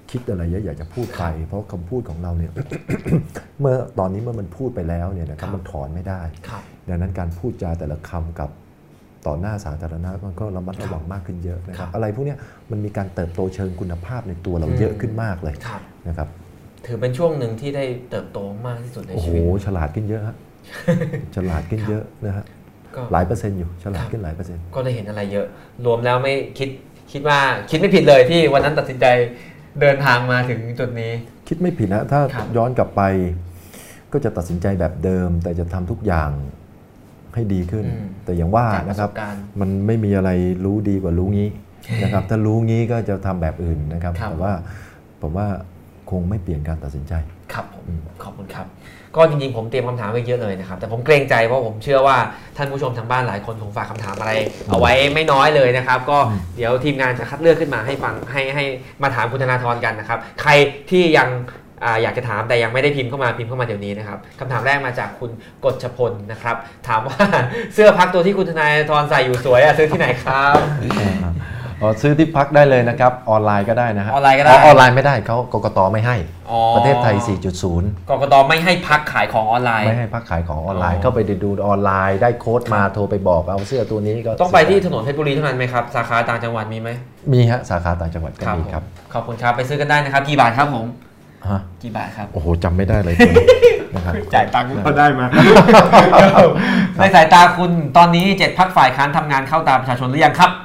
Speaker 2: คิดอะไรเยอะอยากจะพูดไปเพราะคำพูดของเราเนี่ย เมื่อตอนนี้เมื่อมันพูดไปแล้วเนี่ยนะครับมันถอนไม่ได้ดังนั้นการพูดจาแต่ละคำกับต่อหน้าสาธารณะมันก็ระมัดระวังมากขึ้นเยอะนะครับอะไรพวกนี้มันมีการเติบโตเชิงคุณภาพในตัวเราเยอะขึ้นมากเลยนะครับ
Speaker 1: ถือเป็นช่วงหนึ่งที่ได้เติบโตมากที่สุดในชีวิต
Speaker 2: โอ้โหฉลาดขึ้นเยอะฮะฉลาดขึ้นเยอะนะฮะหลายเปอร์เซ็นต์อยู่ฉลาดขึ้นหลายเปอร์เซ็นต์
Speaker 1: ก็ได้เห็นอะไรเยอะรวมแล้วไม่คิดคิดว่าคิดไม่ผิดเลยที่วันนั้นตัดสินใจเดินทางมาถึงจุดนี้
Speaker 2: คิดไม่ผิดนะถ้าย้อนกลับไปก็จะตัดสินใจแบบเดิมแต่จะทำทุกอย่างให้ดีขึ้นแต่อย่างว่านะครับมันไม่มีอะไรรู้ดีกว่ารู้งี้นะครับถ้ารู้งี้ก็จะทำแบบอื่นนะครับแต่ว่าผมว่าคงไม่เปลี่ยนการตัดสินใจ
Speaker 1: ครับผมขอบคุณครับก็จริงๆผมเตรียมคำถามไว้เยอะเลยนะครับแต่ผมเกรงใจเพราะผมเชื่อว่าท่านผู้ชมทางบ้านหลายคนคงฝากคำถามอะไรเอาไว้ไม่น้อยเลยนะครับก็เดี๋ยวทีมงานจะคัดเลือกขึ้นมาให้ฟังให้ให้มาถามคุณธนาธรกันนะครับใครที่ยังอยากจะถามแต่ยังไม่ได้พิมพ์เข้ามาพิมพ์เข้ามาเดี๋ยวนี้นะครับคำถามแรกมาจากคุณกฤษพลนะครับถามว่าเสื้อพักตัวที่คุณธนาธรใส่อยู่สวยซื้อที่ไหนครับ
Speaker 2: อ๋อซื้อที่พักได้เลยนะครับออนไลน์ก็ได้นะฮะ
Speaker 1: ออนไลน์ก็ได้
Speaker 2: ออนไลน์ไม่ได้เขากกตไม่ให้ประเทศไทย สี่จุดศูนย์
Speaker 1: กกตไม่ให้พักขายของออนไลน์
Speaker 2: ไม่ให้พักขายของออนไลน์เข้าไปดูออนไลน์ได้โค้ดมาโทรไปบอกเอาเสื้อตัวนี้ก็
Speaker 1: ต้องไปที่ถนนเพชรบุรีเท่านั้นไหมครับสาขาต่างจังหวัดมีไหม
Speaker 2: มีฮะสาขาต่างจังหวัดก็มีครับ
Speaker 1: ขอบคุณครับไปซื้อกันได้นะครับกี่บาทครับผม
Speaker 2: ฮะ
Speaker 1: กี่บาทครับ
Speaker 2: โอ้โหจำไม่ได้เลยนะครับ
Speaker 1: จ่ายตังค์ก็ได้มาในสายตาคุณตอนนี้เจ็ดพรรคฝ่ายค้านทำงานเข้าตาประชาชนหรือยังครับ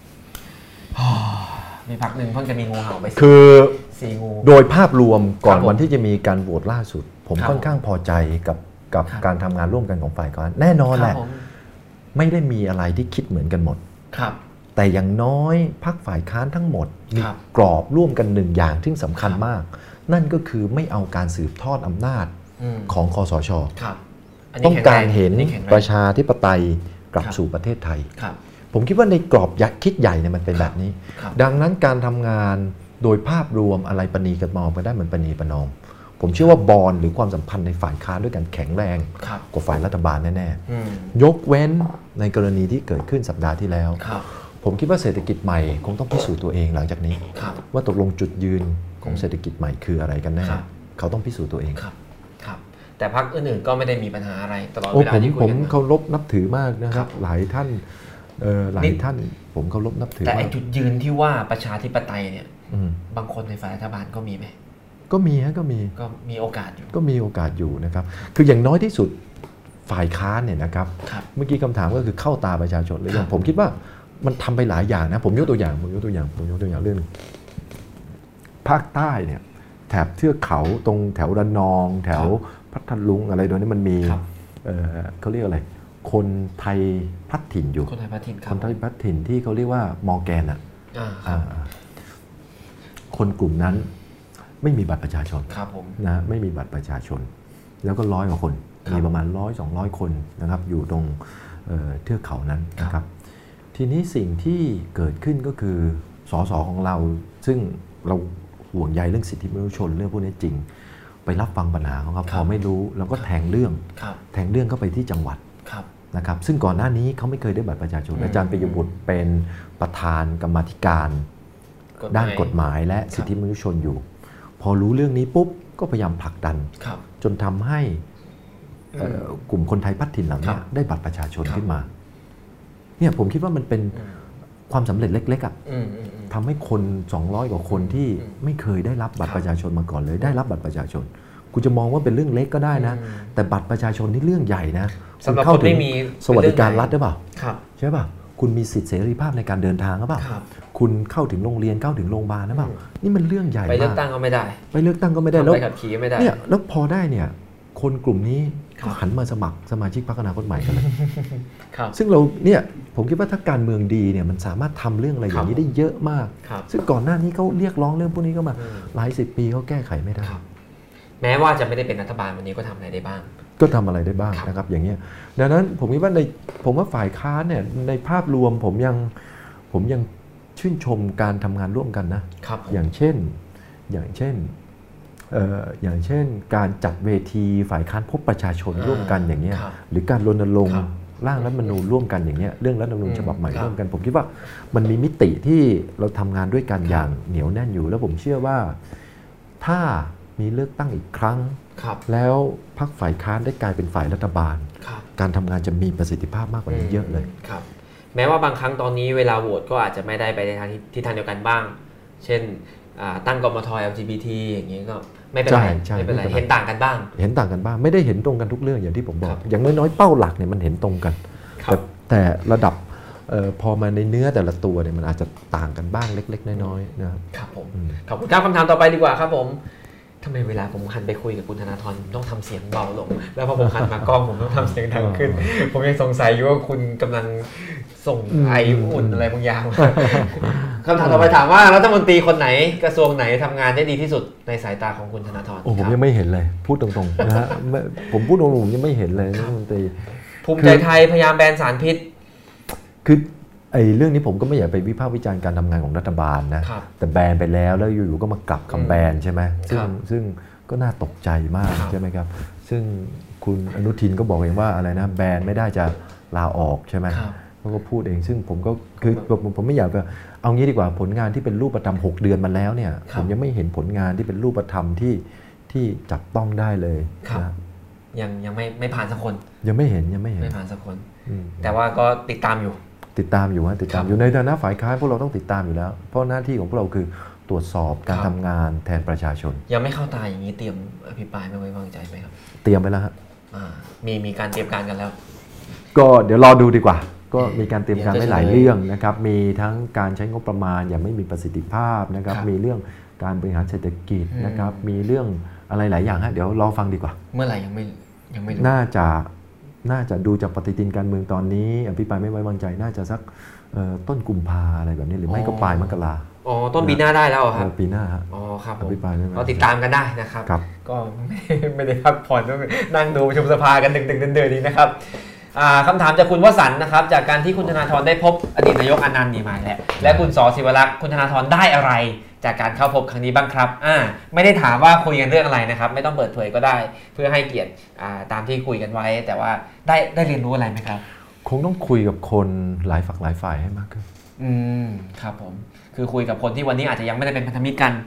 Speaker 1: มีพรรคหนึ่งเพิ่งจะมีงูเห่าไป
Speaker 2: คือ
Speaker 1: สี่งู
Speaker 2: โดยภาพรวมก่อนวันที่จะมีการโหวตล่าสุดผมค่อนข้างพอใจกับกับการทำงานร่วมกันของฝ่ายค้านแน่นอนแหละไม่ได้มีอะไรที่คิดเหมือนกันหมดแต่อย่างน้อยพรรคฝ่ายค้านทั้งหมดมีกรอบร่วมกันหนึ่งอย่างที่สำคัญมากนั่นก็คือไม่เอาการสืบทอดอำนาจของคสช.ต้องการเห็นประชาธิปไตยกลับสู่ประเทศไทยผมคิดว่าในกรอบยักษ์คิดใหญ่เนี่ยมันเป็นแบบนี้ดังนั้นการทำงานโดยภาพรวมอะไรประนีกันมองไปได้เหมือนประนีประนอมผมเชื่อว่าบอลหรือความสัมพันธ์ในฝ่ายค้านด้วยกันแข็งแรงกว่าฝ่ายรัฐบาลแน่ๆยกเว้นในกรณีที่เกิดขึ้นสัปดาห์ที่แล้วผมคิดว่าเศรษฐกิจใหม่คงต้องพิสูจน์ตัวเองหลังจากนี้ว่าตกลงจุดยืนของเศรษฐกิจใหม่คืออะไรกันแน่เขาต้องพิสูจน์ตัวเอง
Speaker 1: ครับครับแต่พรรคอื่นๆก็ไม่ได้มีปัญหาอะไรตลอดเวลา
Speaker 2: ที่คุยกันผมเคารพนับถือมากนะครับหลายท่านหลายท่านผมเคารพนับถือ
Speaker 1: แต่จุดยืนที่ว่าประชาธิปไตยเนี่ยบางคนในฝ่ายรัฐบาลก็มีไหม
Speaker 2: ก็มีฮะก็มี
Speaker 1: ก็มีโอกาสอยู่
Speaker 2: ก็มีโอกาสอยู่นะครับคืออย่างน้อยที่สุดฝ่ายค้านเนี่ยนะครับเมื่อกี้คำถามก็คือเข้าตาประชาชนหรือยังผมคิดว่ามันทำไปหลายอย่างนะผมยกตัวอย่างผมยกตัวอย่างผมยกตัวอย่างเรื่องภาคใต้เนี่ยแถบเทือกเขาตรงแถวระนองแถวพัทลุงอะไรโดยนี้มันมีเขาเรียกอะไรคนไทยพัดถิ่นอยู่
Speaker 1: คนไทยพัดถิ่น
Speaker 2: คนไทยพัดถิ่นที่เขาเรียกว่ามอร์แกนอ่ะคนกลุ่มนั้นไม่มีบัตรประชาชนนะไม่มีบัตรประชาชนแล้วก็ร้อยกว่าคนมีประมาณร้อยสองร้อยคนนะครับอยู่ตรงเทือกเขานั้นนะครับทีนี้สิ่งที่เกิดขึ้นก็คือสสของเราซึ่งเราห่วงใยเรื่องสิทธิมนุษยชนเรื่องพวกนี้จริงไปรับฟังปัญหาของเขาพอไม่รู้เราก็แทงเรื่องแทงเรื่องเข้าไปที่จังหวัดนะครับซึ่งก่อนหน้านี้เขาไม่เคยได้บัตรประชาชนอาจารย์ปิยบุตรเป็นประธานกรรมาธิการด้านกฎหมายและสิทธิมนุษยชนอยู่พอรู้เรื่องนี้ปุ๊บก็พยายามผลักดันจนทำให้กลุ่มคนไทยพัดถิ่นเหล่านี้ได้บัตรประชาชนขึ้นมาเนี่ยผมคิดว่ามันเป็นความสำเร็จเล็กๆอ่ะทำให้คนสองร้อยกว่าคนที่ไม่เคยได้รับบัตรประชาชนมาก่อนเลยได้รับบัตรประชาชนคุณจะมองว่าเป็นเรื่องเล็กก็ได้นะแต่บัตรประชาชนนี่เรื่องใหญ่นะ
Speaker 1: สำหรับคนที่มี
Speaker 2: สวัสดิการรัฐหรือเปล่าใช่ป่ะคุณมีสิทธิเสรีภาพในการเดินทางหรือเปล่าคุณเข้าถึงโรงเรียนเข้าถึงโรงพยาบาลหรือเปล่านี่มันเรื่องใหญ่มาก
Speaker 1: ไปเลือกตั้งก็ไม่ได้
Speaker 2: ไปเลือกตั้งก็ไม่ได้แล้ว
Speaker 1: ไปขับขี่ไม่ได้
Speaker 2: เนี่ยแล้วพอได้เนี่ยคนกลุ่มนี้ก็หันมาสมัครสมาชิกพรรคอนาคตใหม่กันเลยซึ่งเราเนี่ยผมคิดว่าถ้าการเมืองดีเนี่ยมันสามารถทำเรื่องอะไรอย่างนี้ได้เยอะมากซึ่งก่อนหน้านี้เขาเรียกร้องเรื่องพวกนี้ก็มาหลายสิบปีเขาแก้ไขไม่ได้
Speaker 1: แม้ว่าจะไม่ได้เป็นรัฐบาลวันนี้ก็ทำอะไรได้บ้าง
Speaker 2: ก็ทำอะไรได้บ้างนะครับอย่างเงี้ยดังนั้นผมคิดว่าในผมว่าฝ่ายค้านเนี่ยในภาพรวมผมยังผมยังชื่นชมการทำงานร่วมกันนะอย่างเช่นอย่างเช่นเอ่ออย่างเช่นการจัดเวทีฝ่ายค้านพบประชาชนร่วมกันอย่างเงี้ยหรือการรณรงค์ร่างรัฐธรรมนูญร่วมกันอย่างเงี้ยเรื่องรัฐธรรมนูญฉบับใหม่ร่วมกันผมคิดว่ามันมีมิติที่เราทำงานด้วยกันอย่างเหนียวแน่นอยู่แล้วผมเชื่อว่าถ้ามีเลือกตั้งอีกครั้งแล้วพรรคฝ่ายค้านได้กลายเป็นฝ่ายรัฐบาลการทำงานจะมีประสิทธิภาพมากกว่านี้เยอะเลย
Speaker 1: ครับแม้ว่าบางครั้งตอนนี้เวลาโหวตก็อาจจะไม่ได้ไปในทางที่ทางเดียวกันบ้างเช่นตั้งกมท แอล จี บี ที อย่างนี้ก็ไม่เป็นไรไม่เป็นไรเห็นต่างกันบ้าง
Speaker 2: เห็นต่างกันบ้างไม่ได้เห็นตรงกันทุกเรื่องอย่างที่ผมบอกอย่างน้อยๆเป้าหลักเนี่ยมันเห็นตรงกันแต่แต่ระดับพอมาในเนื้อแต่ละตัวเนี่ยมันอาจจะต่างกันบ้างเล็กๆน้อยๆนะครับ
Speaker 1: ครับผมขอบคุณครับคำถามต่อไปดีกว่าครับผมทำไมเวลาผมหันไปคุยกับคุณธนาธรต้องทำเสียงเบาลงแล้วพอผมหันมากล้องผมต้องทำเสียงดังขึ้นผมยังสงสัยอยู่ว่าคุณกำลังส่งไออุ่นอะไรบางอย่างคำถามต่อไปถามว่ารัฐมนตรีคนไหนกระทรวงไหนทำงานได้ดีที่สุดในสายตาของคุณธนาธร
Speaker 2: โอ้ผมยังไม่เห็นเลยพูดตรงๆนะฮะผมพูดตรงๆผมยังไม่เห็นเลยรัฐมนตรี
Speaker 1: ภูมิใจไทยพยายามแบนสารพิษ
Speaker 2: คือไอ้เรื่องนี้ผมก็ไม่อยากไปวิพากษ์วิจารณ์การทำงานของรัฐบาลนะแต่แบนไปแล้วแล้วอยู่ๆก็มากลับคำแบนใช่ไหมซึ่งซึ่งก็น่าตกใจมากใช่ไหมครับซึ่งคุณอนุทินก็บอกเองว่าอะไรนะแบนไม่ได้จะลาออกใช่ไหมเขาก็พูดเองซึ่งผมก็คือผมผมไม่อยากจะเอางี้ดีกว่าผลงานที่เป็นรูปธรรมหกเดือนมาแล้วเนี่ยผมยังไม่เห็นผลงานที่เป็นรูปธรรมที่ที่จับต้องได้เลยนะ
Speaker 1: ยังยังไม่ไม่ผ่านสักคน
Speaker 2: ยังไม่เห็นยังไม่เห็น
Speaker 1: ไม่ผ่านสักคนแต่ว่าก็ติดตามอยู่
Speaker 2: ติดตามอยู่ฮะติดตามอยู่ในฐานะฝ่ายค้านพวกเราต้องติดตามอยู่แล้วเพราะหน้าที่ของพวกเราคือตรวจสอบการทำงานแทนประชาชน
Speaker 1: ยังไม่เข้าตาอย่างนี้เตรียมอภิปรายไม่ไว้วางใจไหมครับ
Speaker 2: เตรียมไปแล้วฮะ
Speaker 1: มีมีการเตรียมการกันแล้ว
Speaker 2: ก็เดี๋ยวรอดูดีกว่าก็มีการเตรียมการหลายเรื่องนะครับมีทั้งการใช้งบประมาณอย่างไม่มีประสิทธิภาพนะครับมีเรื่องการบริหารเศรษฐกิจนะครับมีเรื่องอะไรหลายอย่างฮะเดี๋ยวรอฟังดีกว่า
Speaker 1: เมื่อไหร่ยังไม่ยังไม่
Speaker 2: น่าจะน่าจะดูจากปฏิทินการเมืองตอนนี้อภิปรายไม่ไว้วางใจน่าจะสักต้นกุมภาอะไรแบบนี้หรือไม่ก็ปลายมกรา
Speaker 1: อ๋อต้นปีหน้าได้แล้วครับ
Speaker 2: ปีหน้าครับ
Speaker 1: อ๋อครับ
Speaker 2: อภิปราย
Speaker 1: เราติดตามกันได้นะครับก็ไม่ไม่ได้พักผ่อนนั่งดูประชุมสภากันดึกๆเดินๆนี้นะครับคำถามจากคุณวสันต์นะครับจากการที่คุณธนาธรได้พบอดีตนายกอนันต์นี่มาแล้วและคุณส.ศิวรักษ์คุณธนาธรได้อะไรจากการเข้าพบครั้งนี้บ้างครับอ่าไม่ได้ถามว่าคุยกันเรื่องอะไรนะครับไม่ต้องเปิดเผยก็ได้เพื่อให้เกียรติตามที่คุยกันไว้แต่ว่าได้ได้เรียนรู้อะไรไหมครับ
Speaker 2: คงต้องคุยกับคนหลายฝักหลายฝ่ายให้มากขึ้น
Speaker 1: อืมครับผมคือคุยกับคนที่วันนี้อาจจะยังไม่ได้เป็นพันธมิตรกัน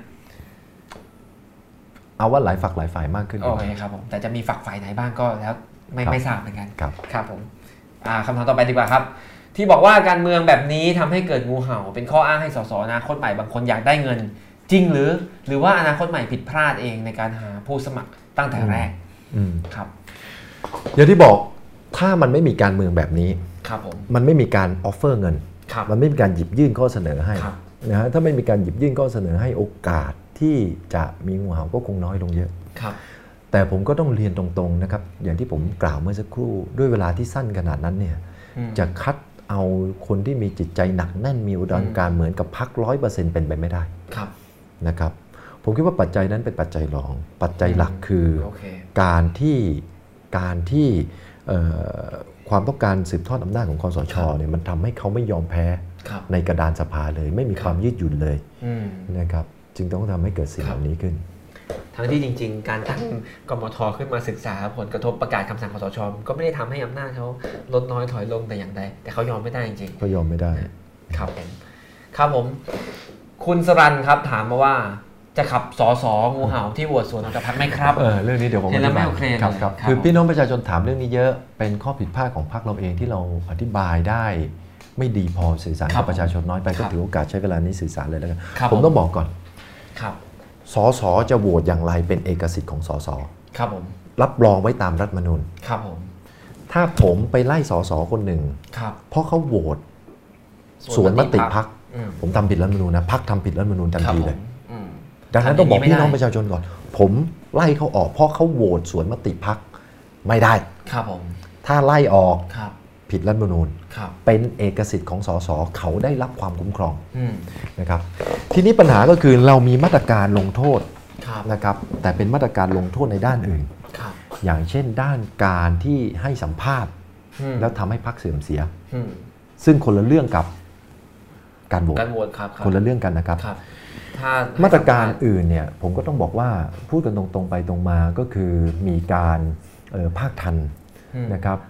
Speaker 2: เอาว่าหลายฝักหลายฝ่ายมากขึ้น
Speaker 1: โอเคครับผมแต่จะมีฝักฝ่ายไหนบ้างก็แล้วไม่ไม่ทราบเหมือนกัน
Speaker 2: ครับ
Speaker 1: ครับผมคำถามต่อไปดีกว่าครับที่บอกว่าการเมืองแบบนี้ทำให้เกิดงูเห่าเป็นข้ออ้างให้สสอนาคตใหม่บางคนอยากได้เงินจริงหรือหรือว่าอนาคตใหม่ผิดพลาดเองในการหาผู้สมัครตั้งแต่แรกครับ
Speaker 2: อย่างที่บอกถ้ามันไม่มีการเมืองแบบนี้
Speaker 1: ครับผม
Speaker 2: มันไม่มีการออฟเฟอร์เงินมันไม่มีการหยิบยื่นข้อเสนอให้นะฮะถ้าไม่มีการหยิบยื่นข้อเสนอให้โอกาสที่จะมีงูเห่าก็คงน้อยลงเยอะ
Speaker 1: ครับ
Speaker 2: แต่ผมก็ต้องเรียนตรงๆนะครับอย่างที่ผมกล่าวเมื่อสักครู่ด้วยเวลาที่สั้นขนาดนั้นเนี่ยจะคัดเอาคนที่มีจิตใจหนักแน่นมีอุดมการณ์เหมือนกับพรรคร้อยเปอร์เซ็นต์เป็นไปไม่ได้นะครับผมคิดว่าปัจจัยนั้นเป็นปัจจัยรองปัจจัยหลักคือ
Speaker 1: okay.
Speaker 2: การที่การที่ความต้องการสืบทอดอำนาจของคสชเนี่ยมันทำให้เขาไม่ยอมแพ้ในกระดานสภาเลยไม่มีความยืดหยุ่นเลยนะครับจึงต้องทำให้เกิดสิ่งเหล่านี้ขึ้น
Speaker 1: ทั้งที่จริงๆการตั้งกมท.ขึ้นมาศึกษาผลกระทบประกาศคำสั่งคสช.ก็ไม่ได้ทำให้อำนาจเขาลดน้อยถอยลงแต่อย่างใดแต่เขายอมไม่ได้จริง
Speaker 2: ๆเขายอมไม่ได้
Speaker 1: ครับผมครับผมคุณสรันครับถามมาว่าจะขับสสงูเห่าที่โหวตสวนกับพรรคไหมครับ
Speaker 2: เออเรื่องนี้เดี๋ยวผมอธิบายครับครับคือพี่น้องประชาชนถามเรื่องนี้เยอะเป็นข้อผิดพลาดของพรรคเราเองที่เราอธิบายได้ไม่ดีพอสื่อสารกับประชาชนน้อยไปก็ถือโอกาสใช้เวลานี้สื่อสารเลยแล้วกันผมต้องบอกก่อน
Speaker 1: ครับ
Speaker 2: สสจะโหวตอย่างไรเป็นเอกสิทธิ์ของสส
Speaker 1: ครับผม
Speaker 2: รับรองไว้ตามรัฐธรรมนูญ
Speaker 1: ครับผม
Speaker 2: ถ้าผมไปไล่สสคนหนึ่งเพราะเขาโหวตสวนมติพรรคผมทำผิดรัฐธรรมนูญนะพรรคทำผิดรัฐธรรมนูญทันทีเลยดังนั้นต้องบอกพี่น้องประชาชนก่อนผมไล่เขาออกเพราะเขาโหวตสวนมติพรรคไม่ได้
Speaker 1: ครับผม
Speaker 2: ถ้าไล่ออกผิดรัฐธรรมนูญเป็นเอกสิทธิ์ของสสเขาได้รับความคุ้มครองนะครับทีนี้ปัญหาก็คือเรามีมาตรการลงโทษนะครับแต่เป็นมาตรการลงโทษในด้านอื่นอย่างเช่นด้านการที่ให้สัมภาษณ์แล้วทำให้พรรคเสื่อมเสียซึ่งคนละเรื่องกับการโหวตคนละเรื่องกันนะครับมาตรการอื่นเนี่ยผมก็ต้องบอกว่าพูดกันตรงๆไปตรงมาก็คือมีการภาคทันนะครับ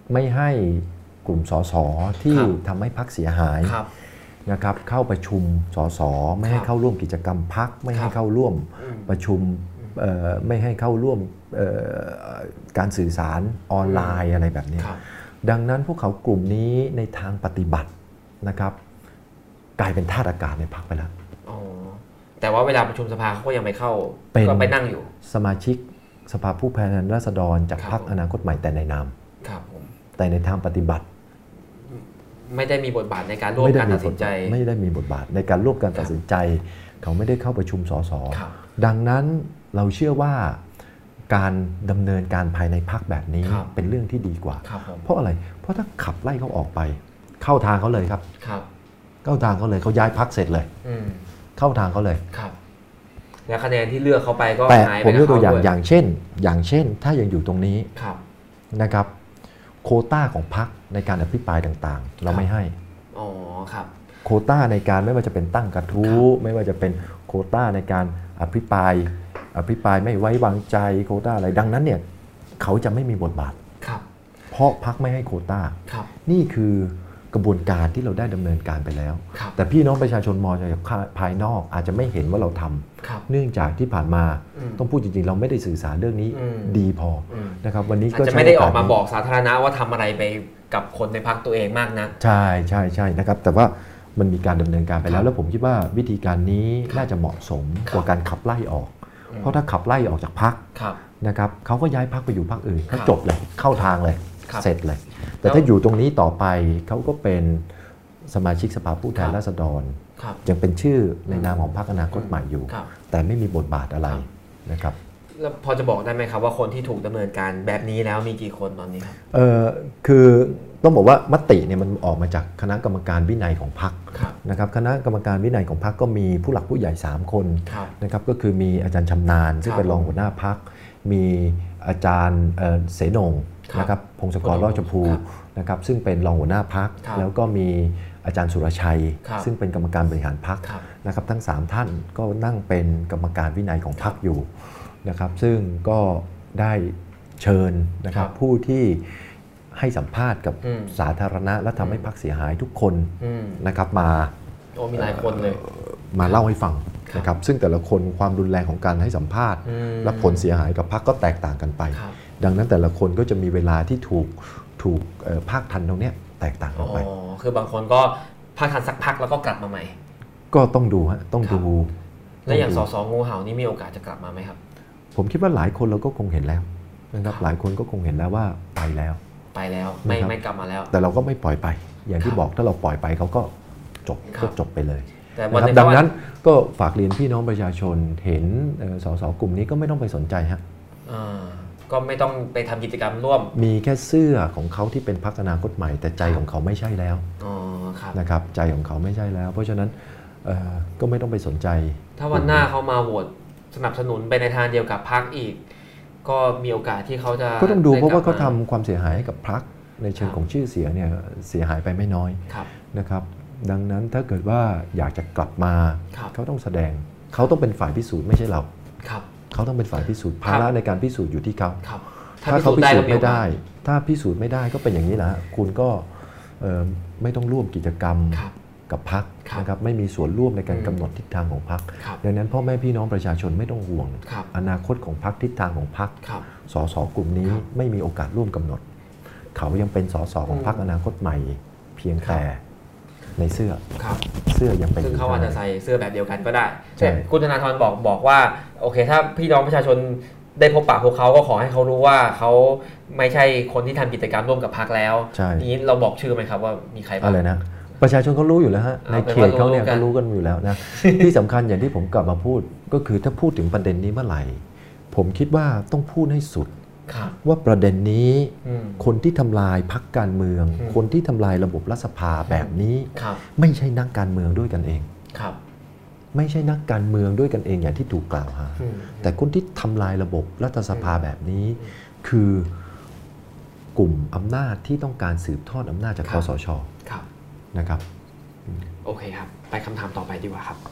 Speaker 2: ไม่ให้กลุ่มสสที่ทำให้พรรคเสียหายนะครับเข้าประชุมสสไม่ให้เข้าร่วมกิจกรรมพรรคไม่ให้เข้าร่วมประชุมไม่ให้เข้าร่วมการสื่อสารออนไลน์อะไรแบบนี้ดังนั้นพวกเขากลุ่มนี้ในทางปฏิบัตินะครับกลายเป็นทาสอากาศในพรรคไปแล้ว
Speaker 1: แต่ว่าเวลาประชุมสภาเขาก็ยังไม่เข้าก็ไปนั่งอยู่
Speaker 2: สมาชิกสภาผู้แทนราษฎรจากพรรคอนาคตใหม่แต่ในนามแต่ในทางปฏิบัติ
Speaker 1: ไม่ได้มีบทบาทในการร่วมการตัดสินใจ
Speaker 2: ไม่ได้มีบทบาทในการร่วมการตัดสินใจเขาไม่ได้เข้าประชุมสสดังนั้นเราเชื่อว่าการดำเนินการภายในพรรคแบบนี้เป็นเรื่องที่ดีกว่าเพราะอะไรเพราะถ้าขับไล่เขาออกไปเข้าทางเขาเลยครับเข้าทางเขาเลยเขาย้ายพรรคเสร็จเลยเข้าทางเขาเลย
Speaker 1: แล้วคะแนนที่เลือกเขาไปก็
Speaker 2: หายไปผมยกตัวอย่างอย่างเช่นอย่างเช่นถ้ายังอยู่ตรงนี้นะครับโควต้าของพรรคในการอภิปรายต่างๆเราไม่ให้
Speaker 1: อ๋อครับ
Speaker 2: โควต้าในการไม่ว่าจะเป็นตั้งกระทู้ไม่ว่าจะเป็นโควต้าในการอภิปรายอภิปรายไม่ไว้วางใจโควต้าอะไรดังนั้นเนี่ยเขาจะไม่มีบทบาทเพราะพรรคไม่ให้โควต้านี่คือกระบวนการที่เราได้ดำเนินการไปแล้วแต่พี่น้องประชาชนมองจากภายนอกอาจจะไม่เห็นว่าเราทำเนื่องจากที่ผ่านมาต้องพูดจริงๆเราไม่ได้สื่อสารเรื่องนี้ดีพอนะครับวันนี้
Speaker 1: ก็จะไม่ได้ออกมาบอกสาธารณะว่าทำอะไรไปกับคนในพรรคตัวเองมากนะ
Speaker 2: ใช่ใช่ใช่นะครับแต่ว่ามันมีการดำเนินการไปแล้วแล้วผมคิดว่าวิธีการนี้น่าจะเหมาะสมกว่าการขับไล่ออกเพราะถ้าขับไล่ออกจากพรรคนะครับเขาก็ย้ายพรรคไปอยู่พรรคอื่นก็จบเลยเข้าทางเลยเสร็จเลยแต่ถ้าอยู่ตรงนี้ต่อไปเขาก็เป็นสมาชิกสภาผู้แทนราษฎรยังเป็นชื่อในนามของพรรคอนาคตใหม่อยู่แต่ไม่มีบทบาทอะไรนะครับ
Speaker 1: แล้วพอจะบอกได้ไหมครับว่าคนที่ถูกดำเนินการแบบนี้แล้วมีกี่คนตอนนี้ครับ
Speaker 2: เออคือต้องบอกว่ามติเนี่ยมันออกมาจากคณะกรรมการวินัยของพรรคนะครับคณะกรรมการวินัยของพรรคก็มีผู้หลักผู้ใหญ่สามคนนะครับก็คือมีอาจารย์ชำนาญซึ่งเป็นรองหัวหน้าพรรคมีอาจารย์เสนงนะครับพงศกรรอดชมพูนะครับซึ่งเป็นรองหัวหน้าพรรคแล้วก็มีอาจารย์สุรชัยซึ่งเป็นกรรมการบริหารพรรคนะครับทั้งสามท่านก็นั่งเป็นกรรมการวินัยของพรรคอยู่นะครับซึ่งก็ได้เชิญนะครับผู้ที่ให้สัมภาษณ์กับสาธารณะและทำให้พรรคเสียหายทุกคนนะครับมา
Speaker 1: โอ้มีหลายคนเลย
Speaker 2: มาเล่าให้ฟังนะครับซึ่งแต่ละคนความรุนแรงของการให้สัมภาษณ์และผลเสียหายกับพรรคก็แตกต่างกันไปดังนั้นแต่ละคนก็จะมีเวลาที่ถูกถูกภาคทันตรงนี้แตกต่างกันไป
Speaker 1: อ๋อคือบางคนก็ภาคทันสักพักแล้วก็กลับมาใหม่
Speaker 2: ก็ต้องดูฮะต้องดู
Speaker 1: แล้วอย่างสสงูเห่านี่มีโอกาสจะกลับมาไหมครับ
Speaker 2: ผมคิดว่าหลายคนเราก็คงเห็นแล้วนะครับหลายคนก็คงเห็นแล้วว่าไปแล้ว
Speaker 1: ไปแล้วไม่ไม่กลับมาแล้ว
Speaker 2: แต่เราก็ไม่ปล่อยไปอย่างที่บอกถ้าเราปล่อยไปเขาก็จบก็จบไปเลยดังนั้นก็ฝากเรียนพี่น้องประชาชนเห็นสสกลุ่มนี้ก็ไม่ต้องไปสนใจฮะ
Speaker 1: ก็ไม่ต้องไปทำกิจกรรมร่วม
Speaker 2: มีแค่เสื้อของเขาที่เป็นพรรคอนาคตใหม่แต่ใจของเขาไม่ใช่แล้วนะครับใจของเขาไม่ใช่แล้วเพราะฉะนั้นก็ไม่ต้องไปสนใจ
Speaker 1: ถ้าวันหน้าเขามาโหวตสนับสนุนไปในทางเดียวกับพรรคอีกก็มีโอกาสที่เขาจะ
Speaker 2: ก็ต้องดูเพราะว่าเขาทำความเสียหายให้กับพรรคในเชิงของชื่อเสียงเนี่ยเสียหายไปไม่น้อยนะครับดังนั้นถ้าเกิดว่าอยากจะกลับมาเขาต้องแสดงเขาต้องเป็นฝ่ายพิสูจน์ไม่ใช่เราเขาต้องเป็นฝ่ายพิสูจน์ภาระในการพิสูจน์อยู่ที่เขาถ้าเขาพิสูจน์ไม่ได้ถ้าพิสูจน์ไม่ได้ก็เป็นอย่างนี้แหละคุณก็ไม่ต้องร่วมกิจกรรมกับพรรคนะครับไม่มีส่วนร่วมในการกำหนดทิศทางของพรรคดังนั้นพ่อแม่พี่น้องประชาชนไม่ต้องห่วงอนาคตของพรรคทิศทางของพรรคสสกลุ่มนี้ไม่มีโอกาสร่วมกำหนดเขายังเป็นสสของพรรคอนาคตใหม่เพียงแต่ในเสื้อเสื้อยังเป็น
Speaker 1: ซึ่งเขาอาจจะใส่เสื้อแบบเดียวกันก็ได้เช่นคุณธนาธรบอกบอกว่าโอเคถ้าพี่น้องประชาชนได้พบปะพวกเขาก็ขอให้เขารู้ว่าเขาไม่ใช่คนที่ทำกิจกรรมร่วมกับพรรคแล้วนี้เราบอกชื่อไหมครับว่ามีใครบ้าง
Speaker 2: อะไรนะประชาชนเขารู้อยู่แล้วฮะในเขตเขาเนี่ยเขารู้กันอยู่แล้วนะที่สำคัญอย่างที่ผมกลับมาพูดก็คือถ้าพูดถึงประเด็นนี้เมื่อไหร่ผมคิดว่าต้องพูดให้สุดว่าประเด็นนี้คนที่ทำลายพรรคการเมืองคนที่ทำลายระบบรัฐสภาแบบนี้ไม่ใช่นักการเมืองด้วยกันเองไม่ใช่นักการเมืองด้วยกันเองอย่างที่ถูกกล่าวหาแต่คนที่ทำลายระบบรัฐสภาแบบนี้คือกลุ่มอำนาจที่ต้องการสืบทอดอำนาจจากคสช.นะครับ
Speaker 1: โอเคครับไปคำถามต่อไปดีกว่าครับ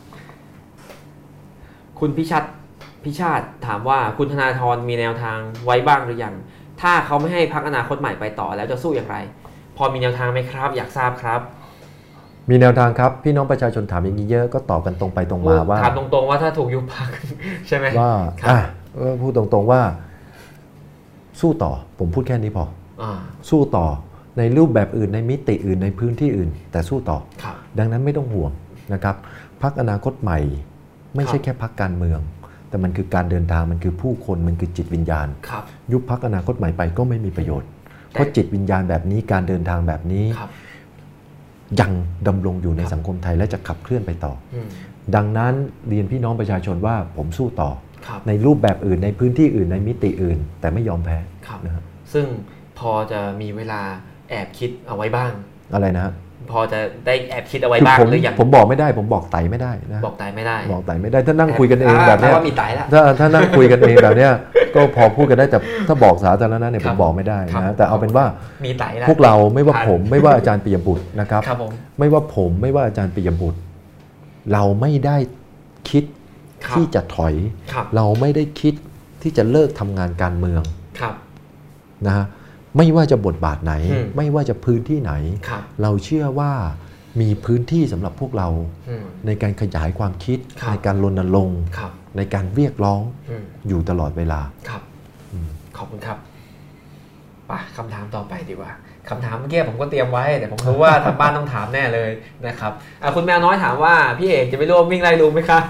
Speaker 1: คุณพิชัดพิชาติถามว่าคุณธนาธรมีแนวทางไว้บ้างหรือยังถ้าเขาไม่ให้พรรคอนาคตใหม่ไปต่อแล้วจะสู้อย่างไรพอมีแนวทางไหมครับอยากทราบครับ
Speaker 2: มีแนวทางครับพี่น้องประชาชนถามอย่างนี้เยอะก็ตอบกันตรงไปตรงมาว่า
Speaker 1: ถามตรงๆว่าถ้าถูกยุบพรรคใช่ไหม
Speaker 2: ว่าอ่ะพูดตรงๆว่าสู้ต่อผมพูดแค่นี้พอสู้ต่อในรูปแบบอื่นในมิติอื่นในพื้นที่อื่นแต่สู้ต่อดังนั้นไม่ต้องห่วงนะครับพรรคอนาคตใหม่ไม่ใช่แค่พรรคการเมืองแต่มันคือการเดินทางมันคือผู้คนมันคือจิตวิญญาณยุบพรรคอนาคตใหม่ไปก็ไม่มีประโยชน์เพราะจิตวิญญาณแบบนี้การเดินทางแบบนี้ยังดำรงอยู่ในสังคมไทยและจะขับเคลื่อนไปต่อดังนั้นเรียนพี่น้องประชาชนว่าผมสู้ต่อในรูปแบบอื่นในพื้นที่อื่นในมิติอื่นแต่ไม่ยอมแพ้
Speaker 1: นะครับซึ่งพอจะมีเวลาแอบคิดเอาไว้บ้าง
Speaker 2: อะไรนะ
Speaker 1: พอจะได้แอบคิดเอาไว้บ้างหรือยัง
Speaker 2: ผมบอกไม่ได้ผมบอกไต่ไม่ได้นะ
Speaker 1: บอกไต่ไม่ได้
Speaker 2: บอกไต่ไม่ได้ถ้านั่งคุยกันเองแบบนี้
Speaker 1: ว่ามีไต่แล้ว
Speaker 2: ถ้าถ้านั่งคุยกันเองแบบนี้ก็พอพูดกันได้แต่ถ้าบอกสาธารณะเนี่ยผมบอกไม่ได้นะแต่เอาเป็นว่า
Speaker 1: มีไต่แล้ว
Speaker 2: พวกเราไม่ว่าผมไม่ว่าอาจารย์ปิยบุตรนะครับไม่ว่าผมไม่ว่าอาจารย์ปิยบุตรเราไม่ได้คิดที่จะถอยเราไม่ได้คิดที่จะเลิกทำงานการเมืองนะฮะไม่ว่าจะบทบาทไหนไม่ว่าจะพื้นที่ไหนเราเชื่อว่ามีพื้นที่สำหรับพวกเราในการขยายความคิดในการรณรงค์ในการเรียกร้องอยู่ตลอดเวลา
Speaker 1: ครับขอบคุณครับไปคำถามต่อไปดีกว่าคำถามเมื่อกี้ผมก็เตรียมไว้แต่ผมรู้ว่าทางบ้านต้องถามแน่เลยนะครับคุณแมวน้อยถามว่าพี่เอกจะไปร่วมวิ่งไล่ลุงไหมคะ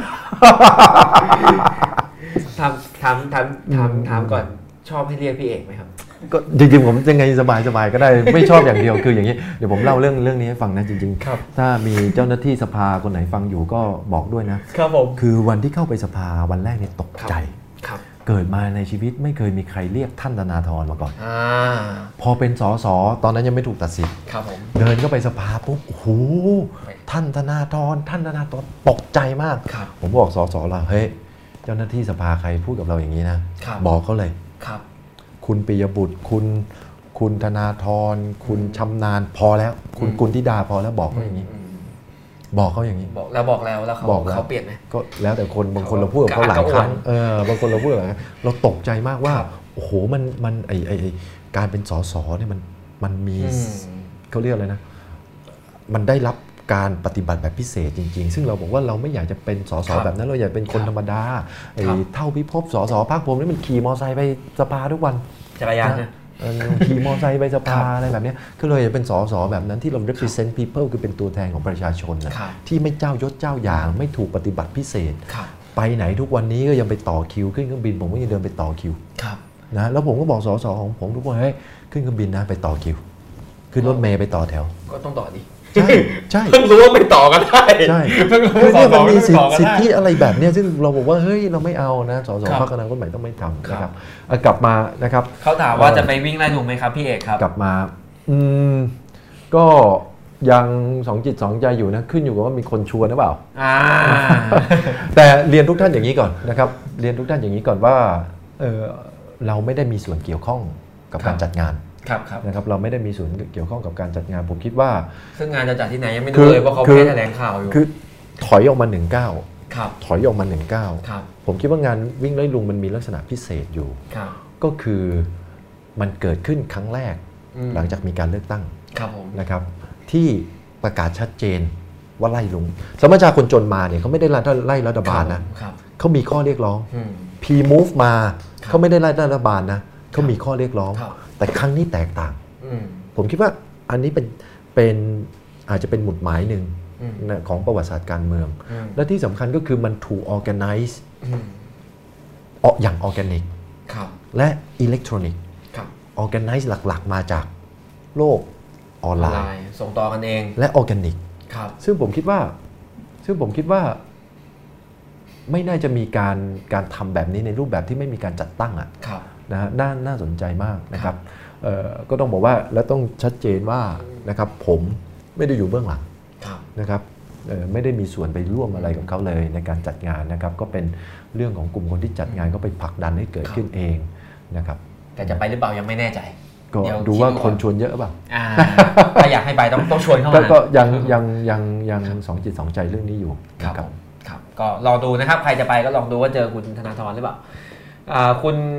Speaker 1: ถามถามถามถามถามก่อนชอบให้เรียกพี่เอกไหมครับ
Speaker 2: ก็จริงๆผมยังไงสบายๆก็ได้ไม่ชอบอย่างเดียวคืออย่างนี้เดี๋ยวผมเล่าเรื่องเรื่องนี้ให้ฟังนะจริงๆถ้ามีเจ้าหน้าที่สภาคนไหนฟังอยู่ก็บอกด้วยนะครับ
Speaker 1: ผม
Speaker 2: คือวันที่เข้าไปสภาวันแรกเนี่ยตกใจเกิดมาในชีวิตไม่เคยมีใครเรียกท่านธนาธรมาก่อนพอเป็นสสตอนนั้นยังไม่ถูกตัดสิทธิ์เดินเข้าไปสภาปุ๊บโอ้โหท่านธนาธรท่านธนาธรตกใจมากผมบอกสสเราเฮ้ยเจ้าหน้าที่สภาใครพูดกับเราอย่างนี้นะบอกเขาเลยคุณปิยบุตรคุณคุณธนาธรคุณชำนาญพอแล้วคุณกุลธิดาพอแล้วบอกเขาอย่างนี้บอกเขาอย่างนี้
Speaker 1: บอกแล้วบอกแล้วแล้วเขาเขาเปลี่ยนไหม
Speaker 2: ก็แล้วแต่คนบางคนเราพูดกับเขาหลายครั้งเออบางคนเราพูดหลายครั้งเราตกใจมากว่าโอ้โหมันมันไอไอการเป็นสสเนี่ยมันมันมีเขาเรียกอะไรนะมันได้รับการปฏิบัติแบบพิเศษจริงๆซึ่งเราบอกว่าเราไม่อยากจะเป็นสสแบบนั้นเราอยากเป็นคนธรรมดาไอ้เท่าพิภพสสภาคภูมินี่มันขี่มอเตอร์ไซค์ไปสภาทุกวัน
Speaker 1: จักรยานนะ
Speaker 2: ขี่มอเตอร์ไซค์ไปสภาอะไรแบบนี้ก็เลยเป็นสสแบบนั้นที่เรา represent people คือเป็นตัวแทนของประชาชนนะที่ไม่เจ้ายศเจ้าอย่างไม่ถูกปฏิบัติพิเศษไปไหนทุกวันนี้ก็ยังไปต่อคิวขึ้นเครื่องบินผมก็ยังเดินไปต่อคิวนะแล้วผมก็บอกสสของผมทุกคนให้ขึ้นเครื่องบินนะไปต่อคิวขึ้นรถเมล์ไปต่อแถว
Speaker 1: ก็ต้องต่อดิ
Speaker 2: ใช่ใช่
Speaker 1: เพิ่งรู้ว่าไม่ต่อกันได้
Speaker 2: ใช่คือเนี่ยมันมีสิทธิอะไรแบบนี้ซึ่งเราบอกว่าเฮ้ยเราไม่เอานะสสพรรคอนาคตใหม่ต้องไม่ทำนะครับกลับมานะครับ
Speaker 1: เขาถามว่าจะไปวิ่งไล่ลุงไหมครับพี่เอกครับ
Speaker 2: กลับมาอืมก็ยังสองจิตสองใจอยู่นะขึ้นอยู่กับว่ามีคนชวนหรือเปล่าแต่เรียนทุกท่านอย่างนี้ก่อนนะครับเรียนทุกท่านอย่างนี้ก่อนว่าเราไม่ได้มีส่วนเกี่ยวข้องกับการจัดงานนะครับเราไม่ได้มีส่วนเกี่ยวข้องกับการจัดงานผมคิดว่า
Speaker 1: ซึ่งงานจะจัดที่ไหนยังไม่รู้เลยเพราะเขาแค่แถลงข่าวอยู่
Speaker 2: คือถอยออกมาหนึ่งเก้าถอยออกมาหนึ่งเก้าผมคิดว่างานวิ่งไล่ลุงมันมีลักษณะพิเศษอยู่ก็คือมันเกิดขึ้นครั้งแรกหลังจากมีการเลือกตั้งนะครับที่ประกาศชัดเจนว่าไล่ลุงสมัชชาคนจนมาเนี่ยเขาไม่ได้ไล่รัฐบาลนะเขามีข้อเรียกร้อง พี มูฟ มาเขาไม่ได้ไล่รัฐบาลนะเขามีข้อเรียกร้องแต่ครั้งนี้แตกต่างผมคิดว่าอันนี้เป็นเป็นอาจจะเป็นหมุดหมายหนึ่งของประวัติศาสตร์การเมืองและที่สำคัญก็คือมันถูก organize ออกอย่างออร์แกนิกและอิเล็กทรอนิกส์ organize หลักๆมาจากโลกออนไลน์
Speaker 1: ส่งต่อกันเอง
Speaker 2: และออร์แกนิกซึ่งผมคิดว่าซึ่งผมคิดว่าไม่น่าจะมีการการทำแบบนี้ในรูปแบบที่ไม่มีการจัดตั้งอ่ะนะฮะน่าน่าสนใจมากนะครับก็ต้องบอกว่าและต้องชัดเจนว่านะครับผมไม่ได้อยู่เบื้องหลังนะครับไม่ได้มีส่วนไปร่วมอะไรกับเขาเลยในการจัดงานนะครับก็เป็นเรื่องของกลุ่มคนที่จัดงานก็ไปผลักดันให้เกิดขึ้นเองนะครับ
Speaker 1: แต่จะไปหรือเปล่ายังไม่แน่ใจ
Speaker 2: ก็ดูว่าคนชวนเยอะเปล่า
Speaker 1: ถ้าอยากให้ไปต้องต้องชวนเข้ามา
Speaker 2: ก็ยังยังยังยังสองจิตสองใจเรื่องนี้อยู่
Speaker 1: ครับครับก็ลองดูนะครับใครจะไปก็ลองดูว่าเจอคุณธนาธรหรือเปล่าคุณ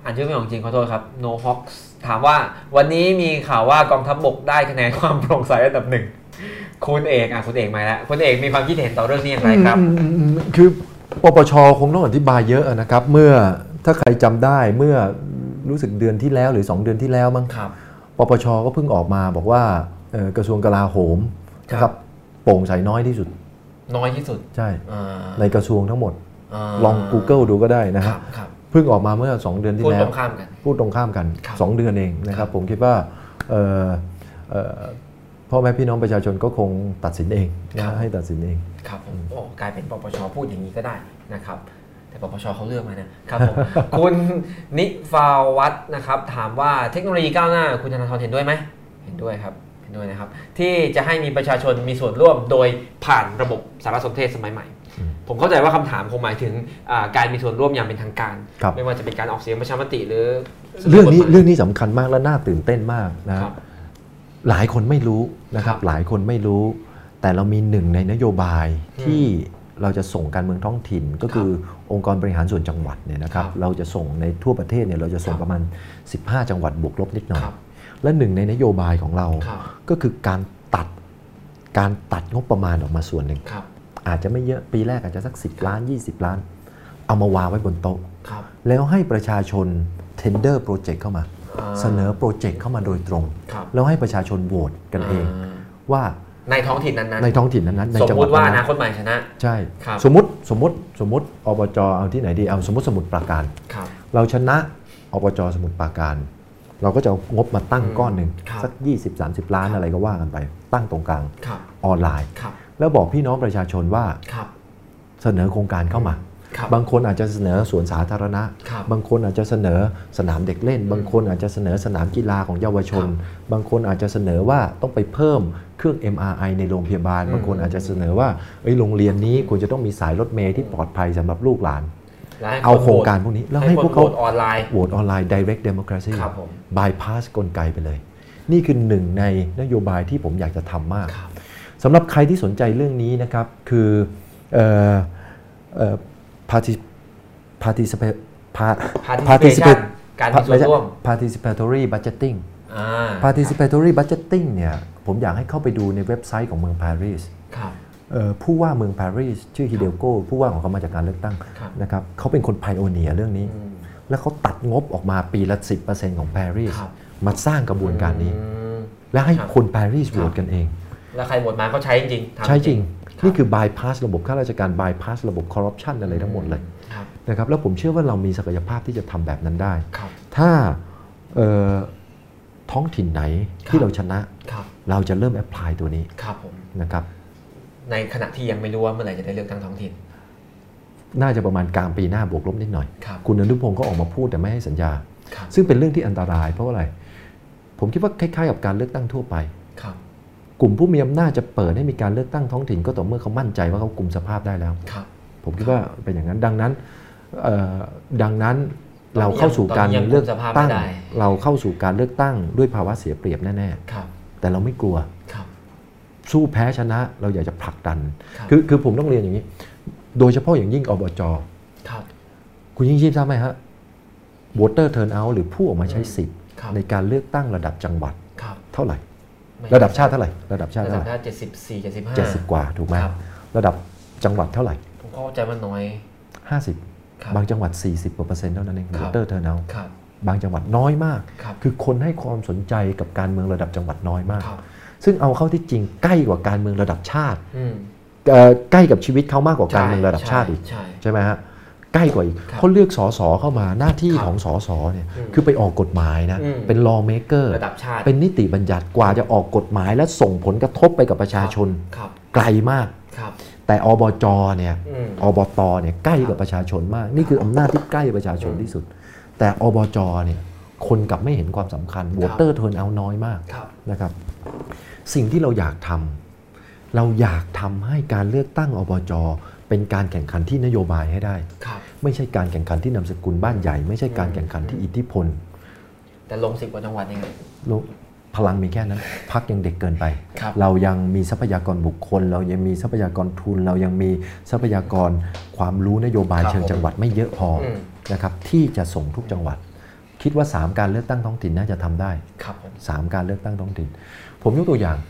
Speaker 1: อ่านชื่อไม่ออกจริงขอโทษครับ No Hawks ถามว่าวันนี้มีข่าวว่ากองทัพบกได้คะแนนความโปร่งใสอันดับหนึ่งคุณเอกอ่ะคุณเอกมาแล้วคุณเอกมีความคิดเห็นต่อเรื่องนี้อย่างไรครับ
Speaker 2: คือปปชคงต้องอธิบายเยอะนะครับเมื่อถ้าใครจำได้เมื่อรู้สึกเดือนที่แล้วหรือสองเดือนที่แล้วมั้งปปชก็เพิ่งออกมาบอกว่ากระทรวงกลาโหมนะครับโปร่งใสน้อยที่สุด
Speaker 1: น้อยที่สุด
Speaker 2: ใช่ในกระทรวงทั้งหมดลอง Google ดูก็ได้นะครับเพิ่งออกมาเมื่อสองเดือนที่แล้ว
Speaker 1: พูดตรงข้ามกัน
Speaker 2: พูดตรงข้ามกันสองเดือนเองนะครับผมคิดว่าพ่อแม่พี่น้องประชาชนก็คงตัดสินเองนะให้ตัดสินเอง
Speaker 1: ครับผมโอ้กลายเป็นปปชพูดอย่างนี้ก็ได้นะครับแต่ปปชเขาเลือกมานะครับผม คุณนิฟาวัฒน์นะครับถามว่าเทคโนโลยีก้าวหน้าคุณธนาธรเห็นด้วยไหมเห็นด้วยครับเห็นด้วยนะครับที่จะให้มีประชาชนมีส่วนร่วมโดยผ่านระบบสารสนเทศสมัยใหม่ผมเข้าใจว่าคำถามคงหมายถึงการมีส่วนร่วมอย่างเป็นทางการไม่ว่าจะเป็นการออกเสียงประชามติหรือ
Speaker 2: เรื่องนี้เรื่องนี้สำคัญมากและน่าตื่นเต้นมากนะหลายคนไม่รู้นะครับหลายคนไม่รู้แต่เรามีหนึ่งในนโยบายที่เราจะส่งการเมืองท้องถิ่นก็คือองค์กรบริหารส่วนจังหวัดเนี่ยนะครับเราจะส่งในทั่วประเทศเนี่ยเราจะส่งประมาณสิบห้าจังหวัดบวกลบนิดหน่อยและหนึ่งในนโยบายของเราก็คือการตัดการตัดงบประมาณออกมาส่วนหนึ่งอาจจะไม่เยอะปีแรกอาจจะสักสิบล้านยี่สิบล้านเอามาวางไว้บนโต๊ะแล้วให้ประชาชน tender project เข้ามาเสนอโปรเจกต์เข้ามาโดยตรงแล้วให้ประชาชนโหวตกันเองว่า
Speaker 1: ในท้องถิ่นนั้น
Speaker 2: ๆในท้องถิ่นนั้นๆใน
Speaker 1: จังหวัดสมมติว่าอนาคตใหม่ชนะ
Speaker 2: ใช่สมมติสมมติสมมติอบจเอาที่ไหนดีเอาสมมติสมุทรปราการเราชนะอบจสมุทรปราการเราก็จะเอางบมาตั้งก้อนหนึ่งสัก ยี่สิบถึงสามสิบ ล้านอะไรก็ว่ากันไปตั้งตรงกลางออนไลน์แล้วบอกพี่น้องประชาชนว่าเสนอโครงการเข้ามาบางคนอาจจะเสนอสวนสาธารณะบางคนอาจจะเสนอสนามเด็กเล่นบางคนอาจจะเสนอสนามกีฬาของเยาวชนบางคนอาจจะเสนอว่าต้องไปเพิ่มเครื่อง เอ็ม อาร์ ไอ ในโรงพยาบาลบางคนอาจจะเสนอว่าโรงเรียนนี้ควรจะต้องมีสายรถเมล์ที่ปลอดภัยสำหรับลูกหลานเอาโครงการพวกนี้แล้วให้พวกเขาโหวตออนไลน์โหวตออนไลน์ direct democracy bypass กลไกไปเลยนี่คือหนึ่งในนโยบายที่ผมอยากจะทำมากสำหรับใครที่สนใจเรื่องนี้นะครับคือเอ่อเอ่อ participate
Speaker 1: participate การมีส่วนร่วม
Speaker 2: participatory budgeting participatory budgeting เนี่ยผมอยากให้เข้าไปดูในเว็บไซต์ของเมืองปารีสผู้ว่าเมืองปารีสชื่อฮิเดลโกผู้ว่าของเขามาจากการเลือกตั้งนะครับเขาเป็นคนไพโอเนียร์เรื่องนี้แล้วเขาตัดงบออกมาปีละ สิบเปอร์เซ็นต์ ของปารีสมาสร้างกระบวนการนี้และให้คนปารีสโหวตกันเอง
Speaker 1: แล้วใครโหวตมาเขาใช้จริง
Speaker 2: ใช้จริงนี่คือ bypass ระบบข้าราชการ bypass ระบบ corruption อะไรทั้งหมดเลยนะครับแล้วผมเชื่อว่าเรามีศักยภาพที่จะทำแบบนั้นได้ถ้าท้องถิ่นไหนที่เราชนะเราจะเริ่ม apply ตัวนี้นะครับ
Speaker 1: ในขณะที่ยังไม่รู้ว่าเมื่อไหร่จะได้เลือกตั้งท้องถิ่น
Speaker 2: น่าจะประมาณกลางปีหน้าบวกลบนิดหน่อยคุณอนุพงศ์ก็ออกมาพูดแต่ไม่ให้สัญญาซึ่งเป็นเรื่องที่อันตรายเพราะอะไรผมคิดว่าคล้ายๆกับการเลือกตั้งทั่วไปกลุ่มผู้มีอำนาจจะเปิดให้มีการเลือกตั้งท้องถิ่นก็ต่อเมื่อเขามั่นใจว่าเขากุมสภาพได้แล้วผมคิดว่าเป็นอย่างนั้นดังนั้นดังนั้นเราเข้าสู่การเลือกตั้งเราเข้าสู่การเลือกตั้งด้วยภาวะเสียเปรียบแน่ๆแต่เราไม่กลัวสู้แพ้ชนะเราอยากจะผลักดันคือคือผมต้องเรียนอย่างนี้โดยเฉพาะอย่างยิ่งอบจคุณยิ่งชีพทราบไหมฮะ voter turnout หรือผู้ออกมาใช้สิทธิ์ในการเลือกตั้งระดับจังหวัดเท่าไหร่ระดับชาติเท่าไหร่ระดับชาติเท่าไหร่
Speaker 1: เจ็ดสิบสี่ เจ็ดสิบห้า
Speaker 2: เจ็ดสิบกว่าถูกไหมระดับจังหวัดเท่าไหร่
Speaker 1: ผมเข้าใจว่าน้อย
Speaker 2: ห้าสิบบางจังหวัดสี่สิบกว่าเปอร์เซ็นต์เท่านั้นเอง voter turnout บางจังหวัดน้อยมากคือคนให้ความสนใจกับการเมืองระดับจังหวัดน้อยมากซึ่งเอาเข้าที่จริงใกล้กว่าการเมืองระดับชาติใกล้กับชีวิตเขามากกว่าการเมืองระดับชาติอีกใช่ไหมฮะใกล้กว่าอีกเขาเลือกสสเข้ามาหน้าที่ของสสเนี่ยคือไปออกกฎหมายนะเป็น law maker เป็นนิติบัญญัติกว่าจะออกกฎหมายและส่งผลกระทบไปกับประชาชนไกลมากแต่อบจเนี่ยอบตเนี่ยใกล้กับประชาชนมากนี่คืออำนาจที่ใกล้ประชาชนที่สุดแต่อบจเนี่ยคนกลับไม่เห็นความสำคัญ voter turnout น้อยมากนะครับสิ่งที่เราอยากทำเราอยากทำให้การเลือกตั้งอบจเป็นการแข่งขันที่นโยบายให้ได้ไม่ใช่การแข่งขันที่นามสกุลบ้านใหญ่ไม่ใช่การแข่งขันที่อิทธิพล
Speaker 1: แต่ลงสิบกว่าจังหวัดเอง
Speaker 2: พลังมีแค่นั้นพรรคยังเด็กเกินไปเรายังมีทรัพยากรบุคคลเรายังมีทรัพยากรทุนเรายังมีทรัพยากรความรู้นโยบายเชิงจังหวัดไม่เยอะพอนะครับที่จะส่งทุกจังหวัดคิดว่าสามการเลือกตั้งท้องถิ่นน่าจะทำได้
Speaker 1: ครับ
Speaker 2: สามการเลือกตั้งท้องถิ่นผมยกตัวอย่าง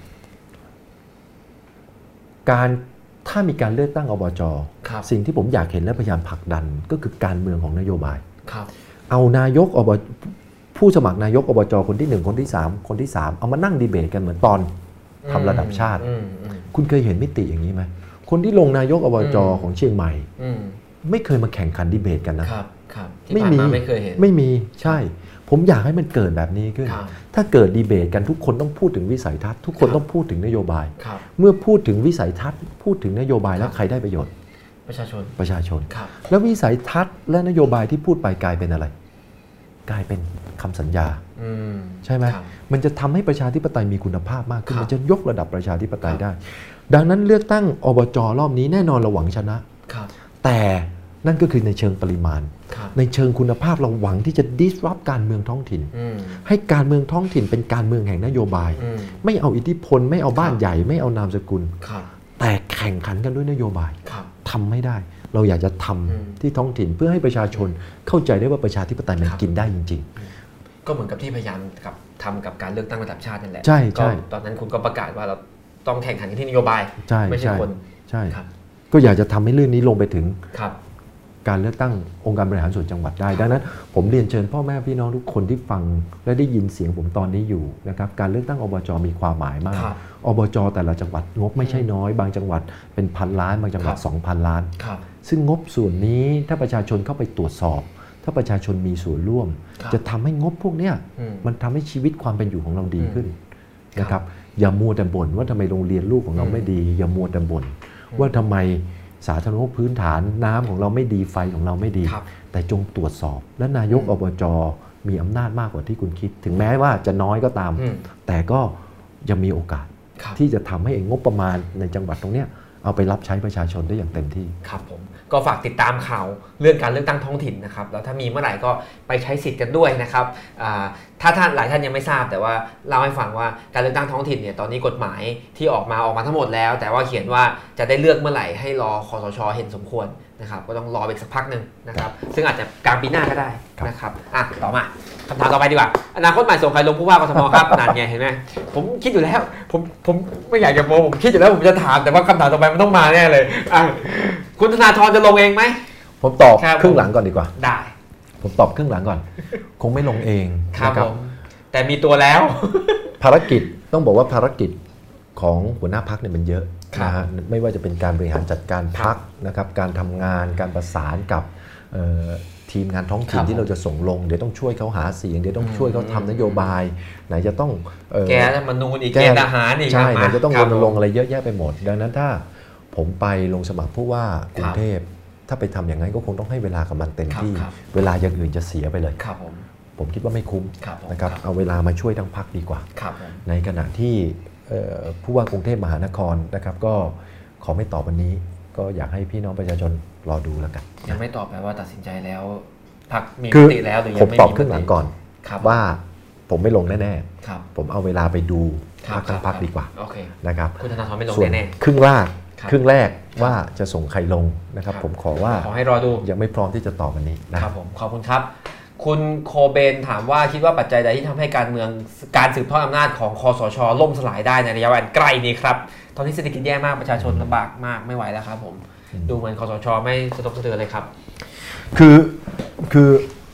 Speaker 2: การถ้ามีการเลือกตั้งอบจ.สิ่งที่ผมอยากเห็นและพยายามผลักดันก็คือการเมืองของนโยบายเอานายกอบผู้สมัครนายกอบจ.คนที่หนึ่งคนที่สามคนที่สามเอามานั่งดีเบตกันเหมือนตอนทำระดับชาติคุณเคยเห็นมิติอย่างนี้ไหมคนที่ลงนายกอบจ.ของเชียงใหม่ไม่เคยมาแข่งขันดีเบตกันนะ
Speaker 1: ไม่มีไม่เคยเห็น
Speaker 2: ไม่มีใช่ผมอยากให้มันเกิดแบบนี้ขึ้นถ้าเกิดดีเบตกันทุกคนต้องพูดถึงวิสัยทัศน์ทุกคนต้องพูดถึงนโยบายเมื่อพูดถึงวิสัยทัศน์พูดถึงนโยบายแล้วใครได้ประโยชน์
Speaker 1: ประชาชน
Speaker 2: ประชาชนแล้ววิสัยทัศน์และนโยบายที่พูดไปกลายเป็นอะไรกลายเป็นคำสัญญาใช่ไหมมันจะทำให้ประชาธิปไตยมีคุณภาพมากขึ้นมันจะยกระดับประชาธิปไตยได้ดังนั้นเลือกตั้งอบจ.รอบนี้แน่นอนเราหวังชนะแต่นั่นก็คือในเชิงปริมาณในเชิงคุณภาพเราหวังที่จะ disrupt การเมืองท้องถิ่นให้การเมืองท้องถิ่นเป็นการเมืองแห่งนโยบายไม่เอาอิทธิพลไม่เอาบ้านใหญ่ไม่เอานามสกุลแต่แข่งขันกันด้วยนโยบายทำไม่ได้เราอยากจะทำที่ท้องถิ่นเพื่อให้ประชาชนเข้าใจได้ว่าประชาธิปไตยมันกินได้จริง
Speaker 1: ๆก็เหมือนกับที่พยายามกับทำกับการเลือกตั้งระดับชาตินั่นแหละ
Speaker 2: ใช่ใช่
Speaker 1: ตอนนั้นคุณก็ประกาศว่าเราต้องแข่งขันกันที่นโยบายไม่ใช่คน
Speaker 2: ใช่ก็อยากจะทำให้เรื่องนี้ลงไปถึงการเลือกตั้งองค์การบริหารส่วนจังหวัดได้ดังนั้นผมเรียนเชิญพ่อแม่พี่น้องทุกคนที่ฟังและได้ยินเสียงผมตอนนี้อยู่นะครับการเลือกตั้งอบจ.มีความหมายมากอบจ.แต่ละจังหวัดงบไม่ใช่น้อยบางจังหวัดเป็นพันล้านบางจังหวัด สองพัน ล้านซึ่งงบส่วนนี้ถ้าประชาชนเข้าไปตรวจสอบถ้าประชาชนมีส่วนร่วมจะทำให้งบพวกนี้มันทำให้ชีวิตความเป็นอยู่ของเราดีขึ้นนะครับอย่ามัวแต่บ่นว่าทำไมโรงเรียนลูกของเราไม่ดีอย่ามัวแต่บ่นว่าทำไมสาธารณูปพื้นฐานน้ำของเราไม่ดีไฟของเราไม่ดีแต่จงตรวจสอบและนายกอบจ.มีอำนาจมากกว่าที่คุณคิดถึงแม้ว่าจะน้อยก็ตามแต่ก็ยังมีโอกาสที่จะทำให้งบประมาณในจังหวัดตรงนี้เอาไปรับใช้ประชาชนได้อย่างเต็มที่
Speaker 1: ครับผมก็ฝากติดตามข่าวเรื่องการเลือกตั้งท้องถิ่นนะครับแล้วถ้ามีเมื่อไหร่ก็ไปใช้สิทธิ์กันด้วยนะครับถ้าท่านหลายท่านยังไม่ทราบแต่ว่าเล่าให้ฟังว่าการเลือกตั้งท้องถิ่นเนี่ยตอนนี้กฎหมายที่ออกมาออกมาทั้งหมดแล้วแต่ว่าเขียนว่าจะได้เลือกเมื่อไหร่ให้รอคสช.เห็นสมควรนะครับก็ต้องรอไปสักพักหนึ่งนะครับซึ่งอาจจะกลางปีหน้าก็ได้นะครับอ่ะต่อมาคำถามต่อไปดีกว่าอนาคตใหม่ส่งใครลงผู้ว่ากทมครับนั่นไงเห็นไหมผมคิดอยู่แล้วผมผมไม่อยากจะโม้ผมคิดอยู่แล้วผมจะถามแต่ว่าคำถามต่อไปมันต้องมาแน่เลยอ่ะคุณธนาธรจะลงเองไหม
Speaker 2: ผมตอบครึ่งหลังก่อนดีกว่า
Speaker 1: ได้
Speaker 2: ผมตอบครึ่งหลังก่อนคงไม่ลงเอง
Speaker 1: นะครับแต่มีตัวแล้ว
Speaker 2: ภารกิจต้องบอกว่าภารกิจของหัวหน้าพรรคเนี่ยมันเยอะนะฮะไม่ว่าจะเป็นการบริหารจัดการพรรคนะครับการทำงานการประสานกับทีมงานท้องถิ่นที่เราจะส่งลงเดี๋ยวต้องช่วยเขาหาเสียงเดี๋ยวต้องช่วยเขาทำนโยบายไหนจะต้อง
Speaker 1: แก้รัฐธรรมนูญอีกเกณฑ์ทหารอีก
Speaker 2: ใช่ไหนจะต้องรณรงค์อะไรเยอะแยะไปหมดดังนั้นถ้าผมไปลงสมัครผู้ว่ากรุงเทพถ้าไปทำอย่างนั้นก็คงต้องให้เวลากับมันเต็มที่เวลาอย่างอื่นจะเสียไปเลยผมคิดว่าไม่คุ้มนะครับเอาเวลามาช่วยทั้งพรรคดีกว่าในขณะที่ผู้ว่ากรุงเทพมหานครนะครับก็ขอไม่ตอบวันนี้ก็อยากให้พี่น้องประชาชนรอดูแล้วกัน
Speaker 1: ยังไม่ตอบแปลว่าตัดสินใจแล้วพรรคมีมติแล้วหรือ
Speaker 2: ยังไม่มีผมตอบครึ่งหลังก่อนว่าผมไม่ลงแน่ๆผมเอาเวลาไปดูพรรคทั้งพรรคดีกว่านะครับ
Speaker 1: คุณธนาธรไม่ลงแน่
Speaker 2: ๆครึ่งแรกครึ่งแรกว่าจะส่งใครลงนะครับผมขอว่า
Speaker 1: ขอให้รอดู
Speaker 2: ยังไม่พร้อมที่จะตอบวันนี้
Speaker 1: นะครับผมขอบคุณครับคุณโคเบนถามว่าคิดว่าปัจจัยใดที่ทำให้การเมืองการสืบทอดอำนาจของคสช.ล่มสลายได้ในระยะเวลาใกล้นี้ครับตอนนี้เศรษฐกิจแย่มากประชาชนลำบากมากไม่ไหวแล้วครับผมดูเหมือนคสช.ไม่สะทกสะเทือนเลยครับ
Speaker 2: คือคือ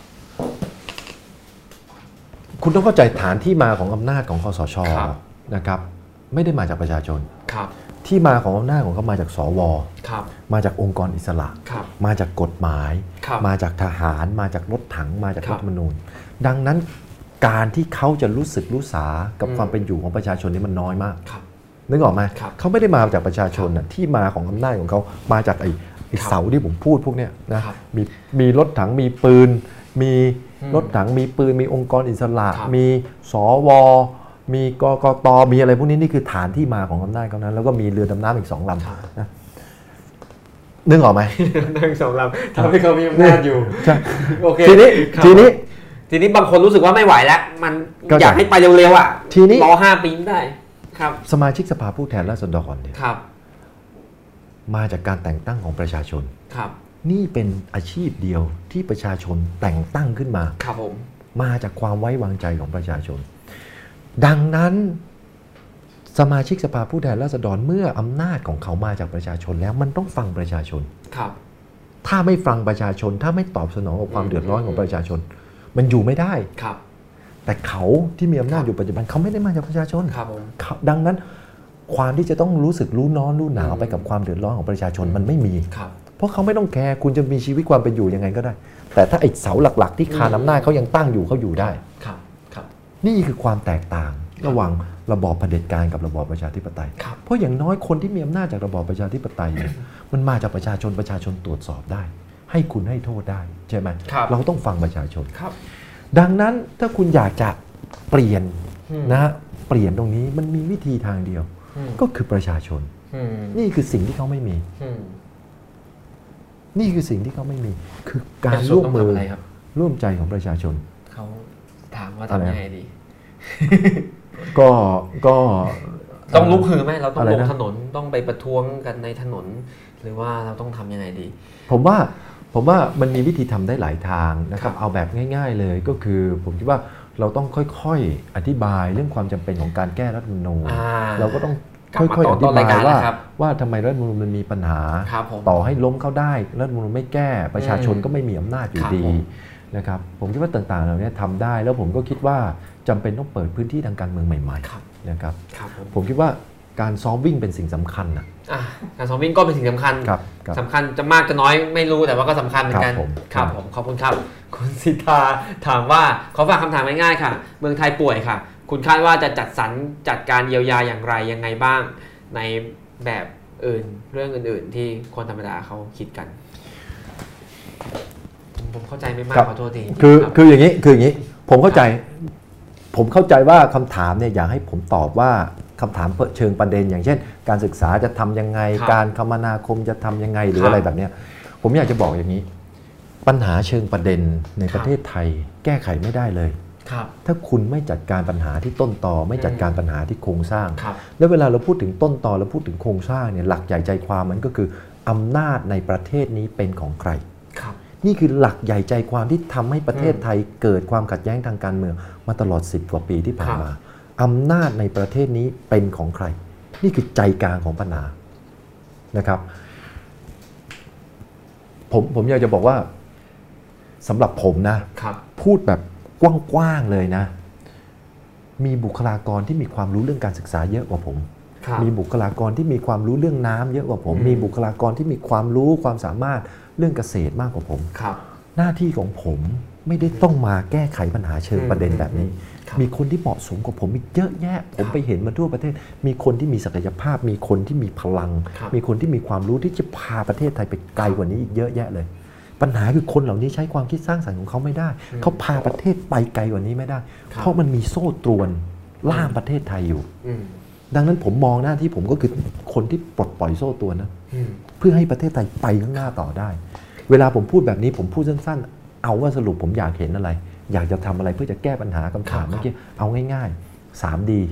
Speaker 2: คุณต้องเข้าใจฐานที่มาของอำนาจของคสช.นะครับไม่ได้มาจากประชาชนที่มาของอำนาจของเขามาจากสวมาจากองค์กรอิสระมาจากกฎหมายมาจากทหารมาจากรถถังมาจากรัฐธรรมนูญดังนั้นการที่เขาจะรู้สึกรู้สากับความเป็นอยู่ของประชาชนนี่มันน้อยมากนึกออกไหมเขาไม่ได้มาจากประชาชนนะที่มาของอำนาจของเขามาจากไอ้เสาที่ผมพูดพวกนี้นะมีมีรถถังมีปืนมีรถถังมีปืนมีองค์กรอิสระมีสวมีกกต.มีอะไรพวกนี้นี่คือฐานที่มาของอำนาจเขานั้นแล้วก็มีเรือดำน้ำอีกสองลำนะนึกออกไหม
Speaker 1: นึกสองลำทำให้เขามีอำนาจอยู่โอเค
Speaker 2: ทีนี้ทีนี้
Speaker 1: ทีนี้บางคนรู้สึกว่าไม่ไหวแล้วมันอยากให้ไปเร็วๆอ่ะทีนี้รอห้าปีได้ครับ
Speaker 2: สมาชิกสภาผู้แทนราษฎรเนี่ยมาจากการแต่งตั้งของประชาชนนี่เป็นอาชีพเดียวที่ประชาชนแต่งตั้งขึ้นมา
Speaker 1: ครับผม
Speaker 2: มาจากความไว้วางใจของประชาชนดังนั้นสมาชิกสภาผู้แทนราษฎรเมื่ออำนาจของเขามาจากประชาชนแล้วมันต้องฟังประชาชน
Speaker 1: ครับ
Speaker 2: ถ้าไม่ฟังประชาชนถ้าไม่ตอบสนองกับความเดือดร้อนของประชาชนมันอยู่ไม่ได้
Speaker 1: ครับ
Speaker 2: แต่เขาที่มีอำนาจอยู่ปัจจุบันเขาไม่ได้มาจากประชาชน
Speaker 1: ครับ
Speaker 2: ดังนั้นความที่จะต้องรู้สึกรู้ร้อนรู้หนาวไปกับความเดือดร้อนของประชาชนมันไม่มีเพราะเขาไม่ต้องแคร์คุณจะมีชีวิตความเป็นอยู่ยังไงก็ได้แต่ถ้าไอ้เสาหลักๆที่คานอำนาจเขายังตั้งอยู่เขาอยู่ได้
Speaker 1: ครับครับ
Speaker 2: นี่คือความแตกต่างระหว่างระบอบเผด็จการกับระบอบประชาธิปไตยเพราะอย่างน้อยคนที่มีอำนาจจากระบอบประชาธิปไตยเนี่ยมันมาจากประชาชนประชาชนตรวจสอบได้ให้คุณให้โทษได้ใช่ไหมเราต้องฟังประชาชนดังนั้นถ้าคุณอยากจะเปลี่ยนนะเปลี่ยนตรงนี้มันมีวิธีทางเดียวก็คือประชาชนนี่คือสิ่งที่เขาไม่มีนี่คือสิ่งที่เขาไม่มีคือการร่วมมือร่วมใจของประชาชน
Speaker 1: เขาถามว่าทำยังไงดี
Speaker 2: ก็ก็
Speaker 1: ต้องลุกฮือไหมเราต้องลงถนนต้องไปประท้วงกันในถนนหรือว่าเราต้องทำยังไงดี
Speaker 2: ผมว่าผมว่ามันมีวิธีทำได้หลายทางนะครับเอาแบบง่ายๆเลยก็คือผมคิดว่าเราต้องค่อยๆอธิบายเรื่องความจำเป็นของการแก้รัฐธรรมนูญเราก็ต้องค่อยๆอธิบายว่าว่าทำไมรัฐธรรมนูญมันมีปัญหาต่อให้ล้มเข้าได้รัฐธรรมนูญไม่แก้ประชาชนก็ไม่มีอำนาจอยู่ดีนะครับผมคิดว่าต่างๆเหล่านี้ทำได้แล้วผมก็คิดว่าจำเป็นต้องเปิดพื้นที่ทางการเมืองใหม่ๆนะครับผมคิดว่าการซ้อมวิ่งเป็นสิ่งสำคัญนะ
Speaker 1: การซ้อมวิ่งก็เป็นสิ่งสำคัญสำคัญจะมากจะน้อยไม่รู้แต่ว่าก็สำคัญเหมือนกันครับผมขอบคุณครับคุณสิทธาถามว่าขอฝากคำถามง่ายๆค่ะเมืองไทยป่วยค่ะคุณคาดว่าจะจัดสรรจัดการเยียวยาอย่างไรยังไงบ้างในแบบอื่นเรื่องอื่นๆที่คนธรรมดาเขาคิดกันผมเข้าใจไม่มากขอโทษที
Speaker 2: คือคืออย่างนี้คืออย่างนี้ผมเข้าใจผมเข้าใจว่าคำถามเนี่ยอยากให้ผมตอบว่าคำถามเชิงประเด็นอย่างเช่นการศึกษาจะทำยังไงการคมนาคมจะทำยังไงหรืออะไรแบบนี้ผมอยากจะบอกอย่างนี้ปัญหาเชิงประเด็นในประเทศไทยแก้ไขไม่ได้เลยถ้าคุณไม่จัดการปัญหาที่ต้นตอไม่จัดการปัญหาที่โครงสร้างแล้วเวลาเราพูดถึงต้นตอเราพูดถึงโครงสร้างเนี่ยหลักใหญ่ใจความมันก็คืออำนาจในประเทศนี้เป็นของใครนี่คือหลักใหญ่ใจความที่ทำให้ประเทศไทยเกิดความขัดแย้งทางการเมืองมาตลอดสิบกว่าปีที่ผ่านมาอำนาจในประเทศนี้เป็นของใครนี่คือใจกลางของปัญหานะครับผมผมอยากจะบอกว่าสำหรับผมนะพูดแบบกว้างๆเลยนะมีบุคลากรที่มีความรู้เรื่องการศึกษาเยอะกว่าผมมีบุคลากรที่มีความรู้เรื่องน้ำเยอะกว่าผมมีบุคลากรที่มีความรู้ความสามารถเรื่องเกษตรมากกว่าผมหน้าที่ของผมไม่ได้ต้องมาแก้ไขปัญหาเชิงประเด็นแบบนี้มีคนที่เหมาะสมกว่าผมอีกเยอะแยะผมไปเห็นมาทั่วประเทศมีคนที่มีศักยภาพมีคนที่มีพลังมีคนที่มีความรู้ที่จะพาประเทศไทยไปไกลกว่านี้อีกเยอะแยะเลยปัญหาคือคนเหล่านี้ใช้ความคิดสร้างสรรค์ของเขาไม่ได้เขาพาประเทศไปไกลกว่านี้ไม่ได้เพราะมันมีโซ่ตรวนล่ามประเทศไทยอยู่ดังนั้นผมมองหน้าที่ผมก็คือคนที่ปลดปล่อยโซ่ตรวนนะเพื่อให้ประเทศไทยไปข้างหน้าต่อได้เวลาผมพูดแบบนี้ผมพูดสั้นๆเอาว่าสรุปผมอยากเห็นอะไรอยากจะทำอะไรเพื่อจะแก้ปัญหาคำถามเมื่อกี้เอาง่ายๆ สาม ดี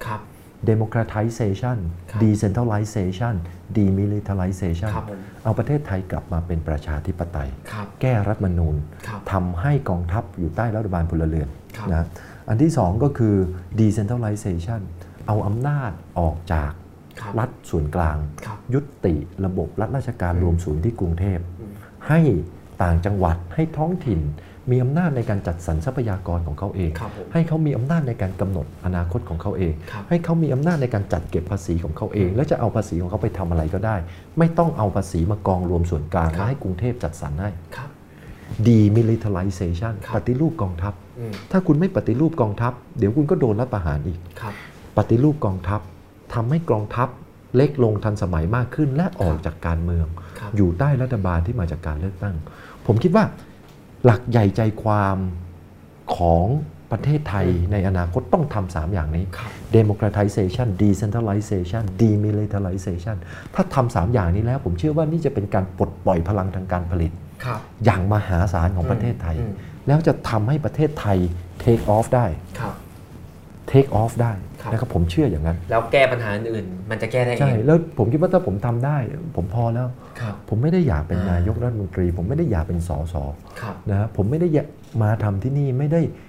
Speaker 2: democratization decentralization demilitarization เอาประเทศไทยกลับมาเป็นประชาธิปไตยแก้รัฐธรรมนูญทำให้กองทัพอยู่ใต้รัฐบาลพลเรือนนะอันที่สองก็คือ decentralization เอาอำนาจออกจากรัฐส่วนกลางยุติระบบรัฐราชการรวมศูนย์ที่กรุงเทพให้ต่างจังหวัดให้ท้องถิ่นมีอำนาจในการจัดสรรทรัพยากรของเขาเองให้เขามีอำนาจในการกำหนดอนาคตของเขาเองให้เขามีอำนาจในการจัดเก็บภาษีของเขาเองและจะเอาภาษีของเขาไปทำอะไรก็ได้ไม่ต้องเอาภาษีมากองรวมส่วนกลางและให้กรุงเทพจัดสรรให้ demilitarization ปฏิรูปกองทัพถ้าคุณไม่ปฏิรูปกองทัพเดี๋ยวคุณก็โดนรัฐประหารอีกปฏิรูปกองทัพทำให้กองทัพเล็กลงทันสมัยมากขึ้นและออกจากการเมืองอยู่ใต้รัฐบาลที่มาจากการเลือกตั้งผมคิดว่าหลักใหญ่ใจความของประเทศไทยในอนาคตต้องทำสามอย่างนี้ democratization decentralization demilitarization ถ้าทำสามอย่างนี้แล้วผมเชื่อว่านี่จะเป็นการปลดปล่อยพลังทางการผลิตอย่างมหาศาลของประเทศไทยแล้วจะทำให้ประเทศไทย take off ได้ take off ได้นะครับผมเชื่ออย่างนั้น
Speaker 1: แล้วแก้ปัญหาอื่นมันจะแก้ได้เอง
Speaker 2: ใช่แล้วผมคิดว่าถ้าผมทำได้ผมพอแล้วผมไม่ได้อยากเป็นนายกรัฐมนตรีผมไม่ได้อยากเป็นสสนะผมไม่ได้มาทำที่นี่ไม่ได้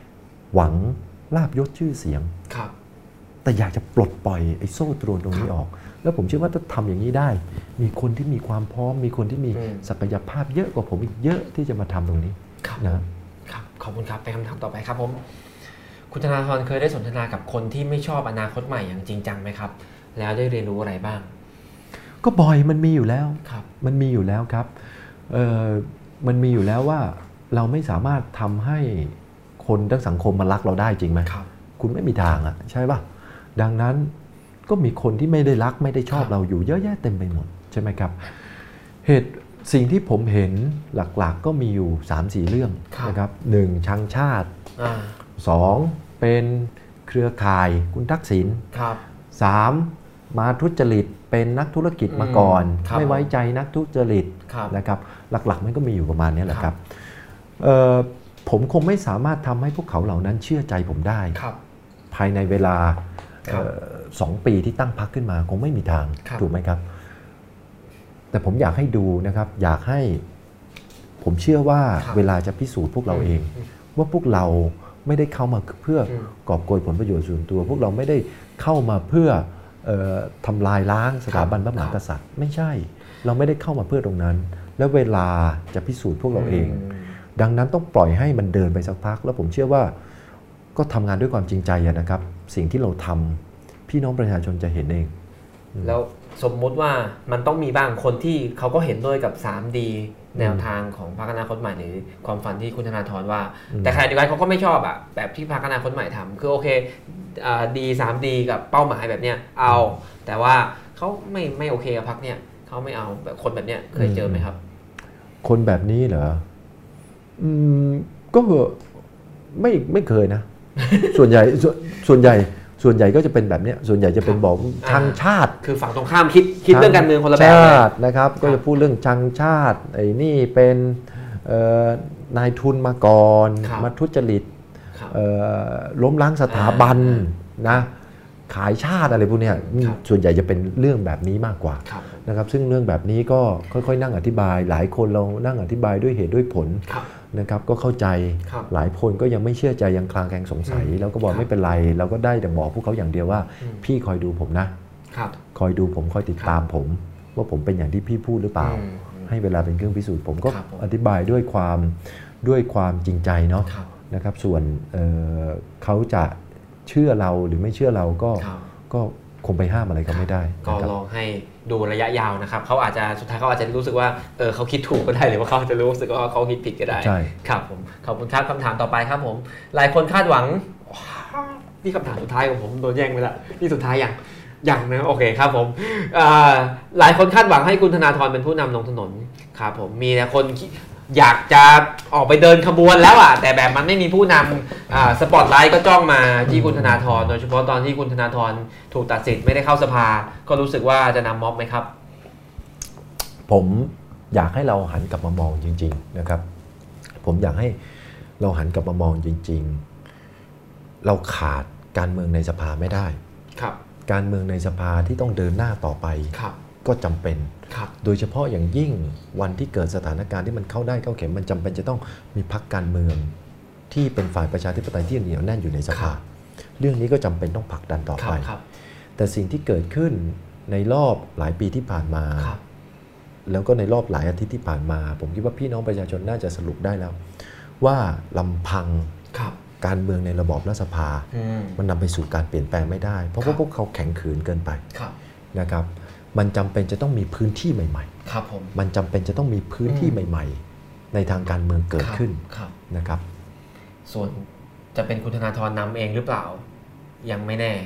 Speaker 2: หวังลาภยศชื่อเสียง
Speaker 1: ครับ
Speaker 2: แต่อยากจะปลดปล่อยไอ้โซ่ตรวนตรงนี้ออกแล้วผมเชื่อว่าถ้าทำอย่างนี้ได้มีคนที่มีความพร้อมมีคนที่มีศักยภาพเยอะกว่าผมอีกเยอะที่จะมาทำตรงนี้
Speaker 1: นะครับขอบคุณครับไปคำถามต่อไปครับผมคุณธนาธรเคยได้สนทนากับคนที่ไม่ชอบอนาคตใหม่อย่างจริงจังไหมครับแล้วได้เรียนรู้อะไรบ้าง
Speaker 2: ก็บ่อยมันมีอยู่แล้ว
Speaker 1: ครับ
Speaker 2: มันมีอยู่แล้วครับเอ่อมันมีอยู่แล้วว่าเราไม่สามารถทำให้คนทั้งสังคมมารักเราได้จริงไหม
Speaker 1: ครับ
Speaker 2: คุณไม่มีทางอ่ะใช่ป่ะดังนั้นก็มีคนที่ไม่ได้รักไม่ได้ชอบเราอยู่เยอะแยะเต็มไปหมดใช่ไหมครับเหตุสิ่งที่ผมเห็นหลักๆก็มีอยู่ สามสี่ เรื่องนะครับหนึ่งชังชาติสองเป็นเครือข่ายคุณทักษิณสามมาทุจริตเป็นนักธุรกิจมาก่อนไม่ไว้ใจนักทุจริตนะครับหลักๆมันก็มีอยู่ประมาณนี้แหละครับผมคงไม่สามารถทำให้พวกเขาเหล่านั้นเชื่อใจผมได้ภายในเวลาสองปีที่ตั้งพรรคขึ้นมาคงไม่มีทางถูกไหมครับแต่ผมอยากให้ดูนะครับอยากให้ผมเชื่อว่าเวลาจะพิสูจน์พวกเราเองว่าพวกเราไม่ได้เข้ามาเพื่อกอบโกยผลประโยชน์ส่วนตัวพวกเราไม่ได้เข้ามาเพื่อทำลายล้างสถาบันพระมหากษัตริย์ไม่ใช่เราไม่ได้เข้ามาเพื่อตรงนั้นแล้วเวลาจะพิสูจน์พวกเราเองดังนั้นต้องปล่อยให้มันเดินไปสักพักแล้วผมเชื่อว่าก็ทำงานด้วยความจริงใจนะครับสิ่งที่เราทำพี่น้องประชาชนจะเห็นเอง
Speaker 1: แล้วสมมุติว่ามันต้องมีบางคนที่เขาก็เห็นด้วยกับ ทรี ดี แนวทางของพรรคอนาคตใหม่หรือความฝันที่คุณธนาธรว่าแต่ใครเดียวกันเขาก็ไม่ชอบอะแบบที่พรรคอนาคตใหม่ทำคือโอเคดี ทรี ดี กับเป้าหมายแบบเนี้ยเอาแต่ว่าเขาไม่ไม่โอเคกับพรรคเนี้ยเขาไม่เอาแบบคนแบบเนี้ยเคยเจอไหมครับ
Speaker 2: คนแบบนี้เหรออืมก็ไม่ไม่เคยนะ ส่วนใหญ่ส่วนใหญ่ส่วนใหญ่ก็จะเป็นแบบนี้ส่วนใหญ่จะเป็นบอกชังชาติ
Speaker 1: คือฝั่งตรงข้ามคิดคิดเรื่องการเมืองคนละแบบ
Speaker 2: ชาตินะครับก็จะพูดเรื่องชังชาติไอ้นี่เป็นนายทุนมาก่อนมาทุจริตล้มล้างสถาบันนะขายชาติอะไรพวกนี้ส่วนใหญ่จะเป็นเรื่องแบบนี้มากกว่านะครับซึ่งเรื่องแบบนี้ก็ค่อยๆนั่งอธิบายหลายคนเรานั่งอธิบายด้วยเหตุด้วยผลนะครับก็เข้าใจหลายคนก็ยังไม่เชื่อใจยังคลางแคลงสงสัยแล้วก็บอกไม่เป็นไรเราก็ได้แต่บอกพวกเขาอย่างเดียวว่าพี่คอยดูผมนะคอยดูผมคอยติดตามผมว่าผมเป็นอย่างที่พี่พูดหรือเปล่าให้เวลาเป็นเครื่องพิสูจน์ผมก็อธิบายด้วยความด้วยความจริงใจเนาะนะครับส่วน เ, เขาจะเชื่อเราหรือไม่เชื่อเราก็ก็คงไปห้ามอะไรก็ไม่ได้
Speaker 1: ก็ลองให้ดูระยะยาวนะครับเขาอาจจะสุดท้ายเขาอาจจะรู้สึกว่าเออเขาคิดถูกก็ได้หรือว่าเขาจะรู้สึกว่าเขาคิดผิดก็ได้
Speaker 2: ใช่
Speaker 1: ครับผมขอบคุณครับคำถามต่อไปครับผมหลายคนคาดหวังนี่คำถามสุดท้ายของผมโดนแย่งไปแล้วนี่สุดท้ายอย่างอย่างนะโอเคครับผมหลายคนคาดหวังให้คุณธนาธรเป็นผู้นำลงถนนครับผมมีแต่คนอยากจะออกไปเดินขบวนแล้วอ่ะแต่แบบมันไม่มีผู้นำสปอตไลท์ก็จ้องมาที่คุณธนาธรโดยเฉพาะตอนที่คุณธนาธรถูกตัดสิทธิ์ไม่ได้เข้าสภาก็รู้สึกว่าจะนำม็อบไหมครับ
Speaker 2: ผมอยากให้เราหันกลับมามองจริงๆนะครับผมอยากให้เราหันกลับมามองจริงๆเราขาดการเมืองในสภาไม่ได้
Speaker 1: ครับ
Speaker 2: การเมืองในสภาที่ต้องเดินหน้าต่อไปก็จำเป็นโดยเฉพาะอย่างยิ่งวันที่เกิดสถานการณ์ที่มันเข้าได้เข้าเข็มมันจำเป็นจะต้องมีพรรคการเมืองที่เป็นฝ่ายประชาธิปไตยที่เหนียวแน่นอยู่ในสภาเรื่องนี้ก็จำเป็นต้องผลักดันต่อไปแต่สิ่งที่เกิดขึ้นในรอบหลายปีที่ผ่านมาแล้วก็ในรอบหลายอาทิตย์ที่ผ่านมาผมคิดว่าพี่น้องประชาชนน่าจะสรุปได้แล้วว่าลำพังการเมืองในระบอบรัฐสภามันนำไปสู่การเปลี่ยนแปลงไม่ได้เพราะว่าพวกเขาแข็งขืนเกินไปนะครับมันจำเป็นจะต้องมีพื้นที่ใหม่
Speaker 1: ๆครับผม
Speaker 2: มันจำเป็นจะต้องมีพื้นที่ใหม่ๆในทางการเมืองเกิดขึ้นนะครับ
Speaker 1: ส่วนจะเป็นคุณธนาธรนำเองหรือเปล่ายังไม่แน่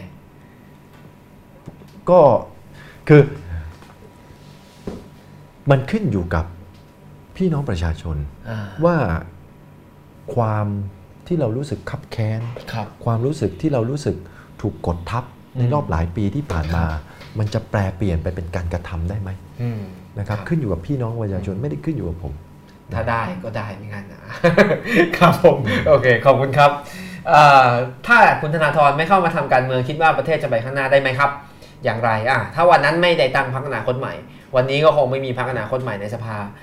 Speaker 2: ก็คือมันขึ้นอยู่กับพี่น้องประชาชนว่าความที่เรารู้สึกคับแค้นความรู้สึกที่เรารู้สึกถูกกดทับในรอบหลายปีที่ผ่านมามันจะแปลเปลี่ยนไปเป็นการกระทำได้ไหมนะครับขึ้นอยู่กับพี่น้องประชาชนไม่ได้ขึ้นอยู่กับผม
Speaker 1: ถ้าได้ก็ได้ไม่งั้นนะครับผมโอเคขอบคุณครับถ้าคุณธนาธรไม่เข้ามาทำการเมืองคิดว่าประเทศจะไปข้างหน้าได้ไหมครับอย่างไรอ่ะถ้าวันนั้นไม่ได้ตั้งพรรคอนาคตใหม่วันนี้ก็คงไม่มีพรรคอนาคตใหม่ในสภา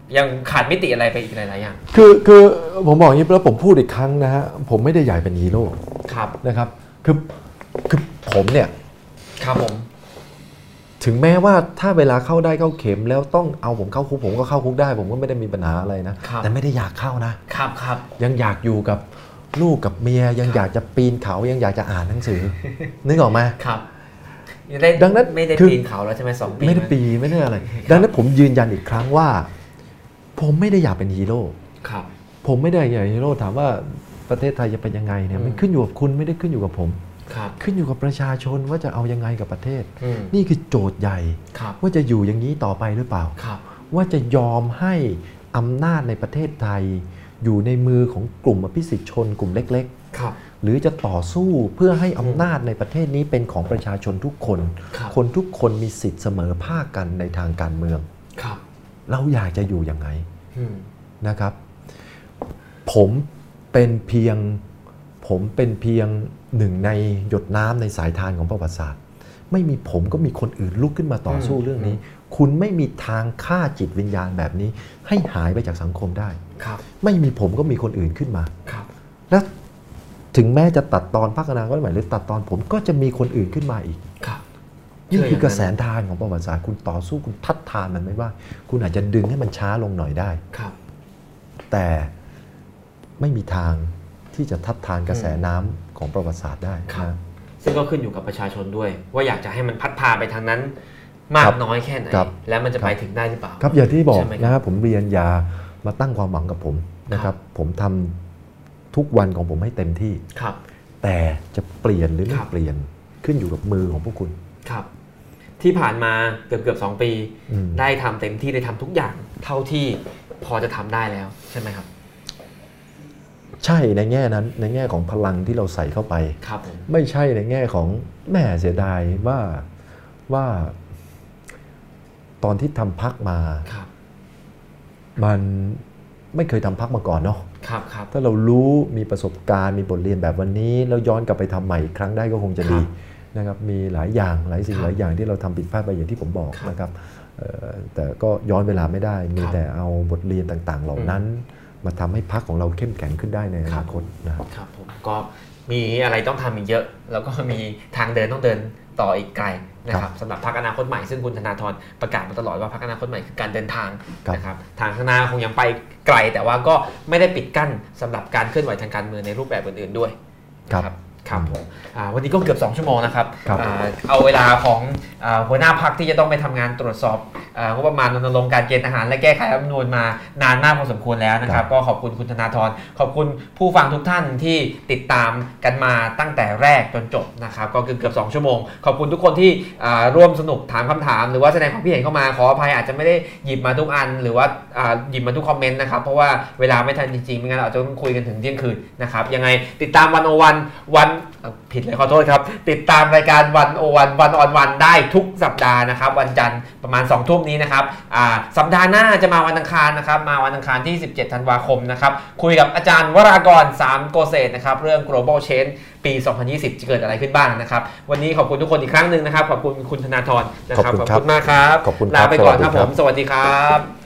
Speaker 1: ยังขาดมิติอะไรไปอีกหลายๆอย่าง
Speaker 2: คือคือผมบอกอย่างนี้แล้วผมพูดอีกครั้งนะฮะผมไม่ได้อยากเป็นฮีโร่
Speaker 1: ครับ
Speaker 2: นะครับคือคือผมเนี่ย
Speaker 1: ครับผม
Speaker 2: ถึงแม้ว่าถ้าเวลาเข้าได้เข้าเข็มแล้วต้องเอาผมเข้าคุกผมก็เข้าคุกได้ผมก็ไม่ได้มีปัญหาอะไรนะแต่ไม่ได้อยากเข้านะครับ
Speaker 1: ครับ
Speaker 2: ยังอยากอยู่กับลูกกับเมียยังอยากจะปีนเขายังอยากจะอ่านหนังสือนึกออกไหม
Speaker 1: ครับ
Speaker 2: ดังนั้น
Speaker 1: ไม่ได้ปีนเขาแล้วใช่ไหมสองปี
Speaker 2: ไม่ได้ปีไม่ได้อะไรดังนั้นผมยืนยันอีกครั้งว่าผมไม่ได้อยากเป็นฮีโร่
Speaker 1: ครับ
Speaker 2: ผมไม่ได้อยากเป็นฮีโร่ถามว่าประเทศไทยจะเป็นยังไงเนี่ยมันขึ้นอยู่กับคุณไม่ได้ขึ้นอยู่กับผมขึ้นอยู่กับประชาชนว่าจะเอายังไงกับประเทศนี่คือโจทย์ใหญ่ว่าจะอยู่อย่างนี้ต่อไปหรือเปล่าว่าจะยอมให้อำนาจในประเทศไทยอยู่ในมือของกลุ่มอภิสิทธิชนกลุ่มเล็กๆหรือจะต่อสู้เพื่อให้อำนาจในประเทศนี้เป็นของประชาชนทุกคนคนทุกคนมีสิทธิ์เสมอภาคกันในทางการเมืองเราอยากจะอยู่ยังไงนะครับผมเป็นเพียงผมเป็นเพียงหนึ่งในหยดน้ำในสายทานของประวัติศาสตร์ไม่มีผมก็มีคนอื่นลุกขึ้นมาต่อสู้เรื่องนี้คุณไม่มีทางฆ่าจิตวิญญาณแบบนี้ให้หายไปจากสังคมได้ไม่มีผมก็มีคนอื่นขึ้นมาและถึงแม้จะตัดตอนพรรคอนาคตใหม่หรือตัดตอนผมก็จะมีคนอื่นขึ้นมาอีกนี่คือกระแสทานของประวัติศาสตร์คุณต่อสู้คุณทัดทานมันไม่ว่าคุณอาจจะดึงให้มันช้าลงหน่อยได้แต่ไม่มีทางที่จะทัดทานกระแสน้ำของประวัติศาสตร์ได้นะ
Speaker 1: ซึ่งก็ขึ้นอยู่กับประชาชนด้วยว่าอยากจะให้มันพัดพาไปทางนั้นมากน้อยแค่ไหนแล้วมันจะไปถึงได้หรือเปล่า
Speaker 2: ครับอย่างที่บอกนะครับผมเรียนอย่ามาตั้งความหวังกับผมนะครับผมทำทุกวันของผมให้เต็มที่แต่จะเปลี่ยนหรือไม่เปลี่ยนขึ้นอยู่กับมือของพวกคุณ
Speaker 1: ครับที่ผ่านมาเกือบเกือบสองปีได้ทำเต็มที่ได้ทำทุกอย่างเท่าที่พอจะทำได้แล้วใช่ไหมครับ
Speaker 2: ใช่ในแง่นั้นในแง่ของพลังที่เราใส่เข้าไปไม่ใช่ในแง่ของแม่เสียดายว่าว่าตอนที่ทำพรรคมามันไม่เคยทำพรรคมาก่อนเนาะถ้าเรารู้มีประสบการณ์มีบทเรียนแบบวันนี้แล้วย้อนกลับไปทำใหม่อีกครั้งได้ก็คงจะดีนะครับมีหลายอย่างหลายสิ่งหลายอย่างที่เราทำผิดพลาดไปอย่างที่ผมบอกนะครับแต่ก็ย้อนเวลาไม่ได้มีแต่เอาบทเรียนต่างๆเหล่านั้นมาทำให้พรรคของเราเข้มแข็งขึ้นได้ในอนาคต
Speaker 1: นะครับผมก็มีอะไรต้องทำอีกเยอะแล้วก็มีทางเดินต้องเดินต่ออีกไกลนะครับสำหรับพรรคอนาคตใหม่ซึ่งคุณธนาธรประกาศมาตลอดว่าพรรคอนาคตใหม่คือการเดินทางนะครับทางข้างหน้าคงยังไปไกลแต่ว่าก็ไม่ได้ปิดกั้นสำหรับการเคลื่อนไหวทางการเมืองในรูปแบบอื่นๆด้วยครับครับผมวันนี้ก็เกือบสองชั่วโมงนะครับเอาเวลาของหัวหน้าพรรคที่จะต้องไปทำงานตรวจสอบงบประมาณรณรงค์การเกณฑ์ทหารและแก้ไขรัฐธรรมนูญมานานมากพอสมควรแล้วนะครับก็ขอบคุณคุณธนาธรขอบคุณผู้ฟังทุกท่านที่ติดตามกันมาตั้งแต่แรกจนจบนะครับก็เกือบสองชั่วโมงขอบคุณทุกคนที่ร่วมสนุกถามคำถามหรือว่าแสดงความคิดเห็นเข้ามาขออภัยอาจจะไม่ได้หยิบมาทุกอันหรือว่าหยิบมาทุกคอมเมนต์นะครับเพราะว่าเวลาไม่ทันจริงๆไม่งั้นเราจะต้องคุยกันถึงเที่ยงคืนนะครับยังไงติดตามวันโอวันวันผิดเลยขอโทษครับติดตามรายการวันโอวันวันออนวันได้ทุกสัปดาห์นะครับวันจันทร์ประมาณสองทุ่มนี้นะครับสัปดาห์หน้าจะมาวันอังคารนะครับมาวันอังคารที่สิบเจ็ดธันวาคมนะครับคุยกับอาจารย์วรากรสามโกเศษนะครับเรื่อง global change ปีสองพันยี่สิบจะเกิดอะไรขึ้นบ้างนะครับวันนี้ขอบคุณทุกคนอีกครั้งหนึ่งนะครับขอบคุณคุณธนาธรนะครับขอบคุณมากครับลาไปก่อนครับผมสวัสดีครับ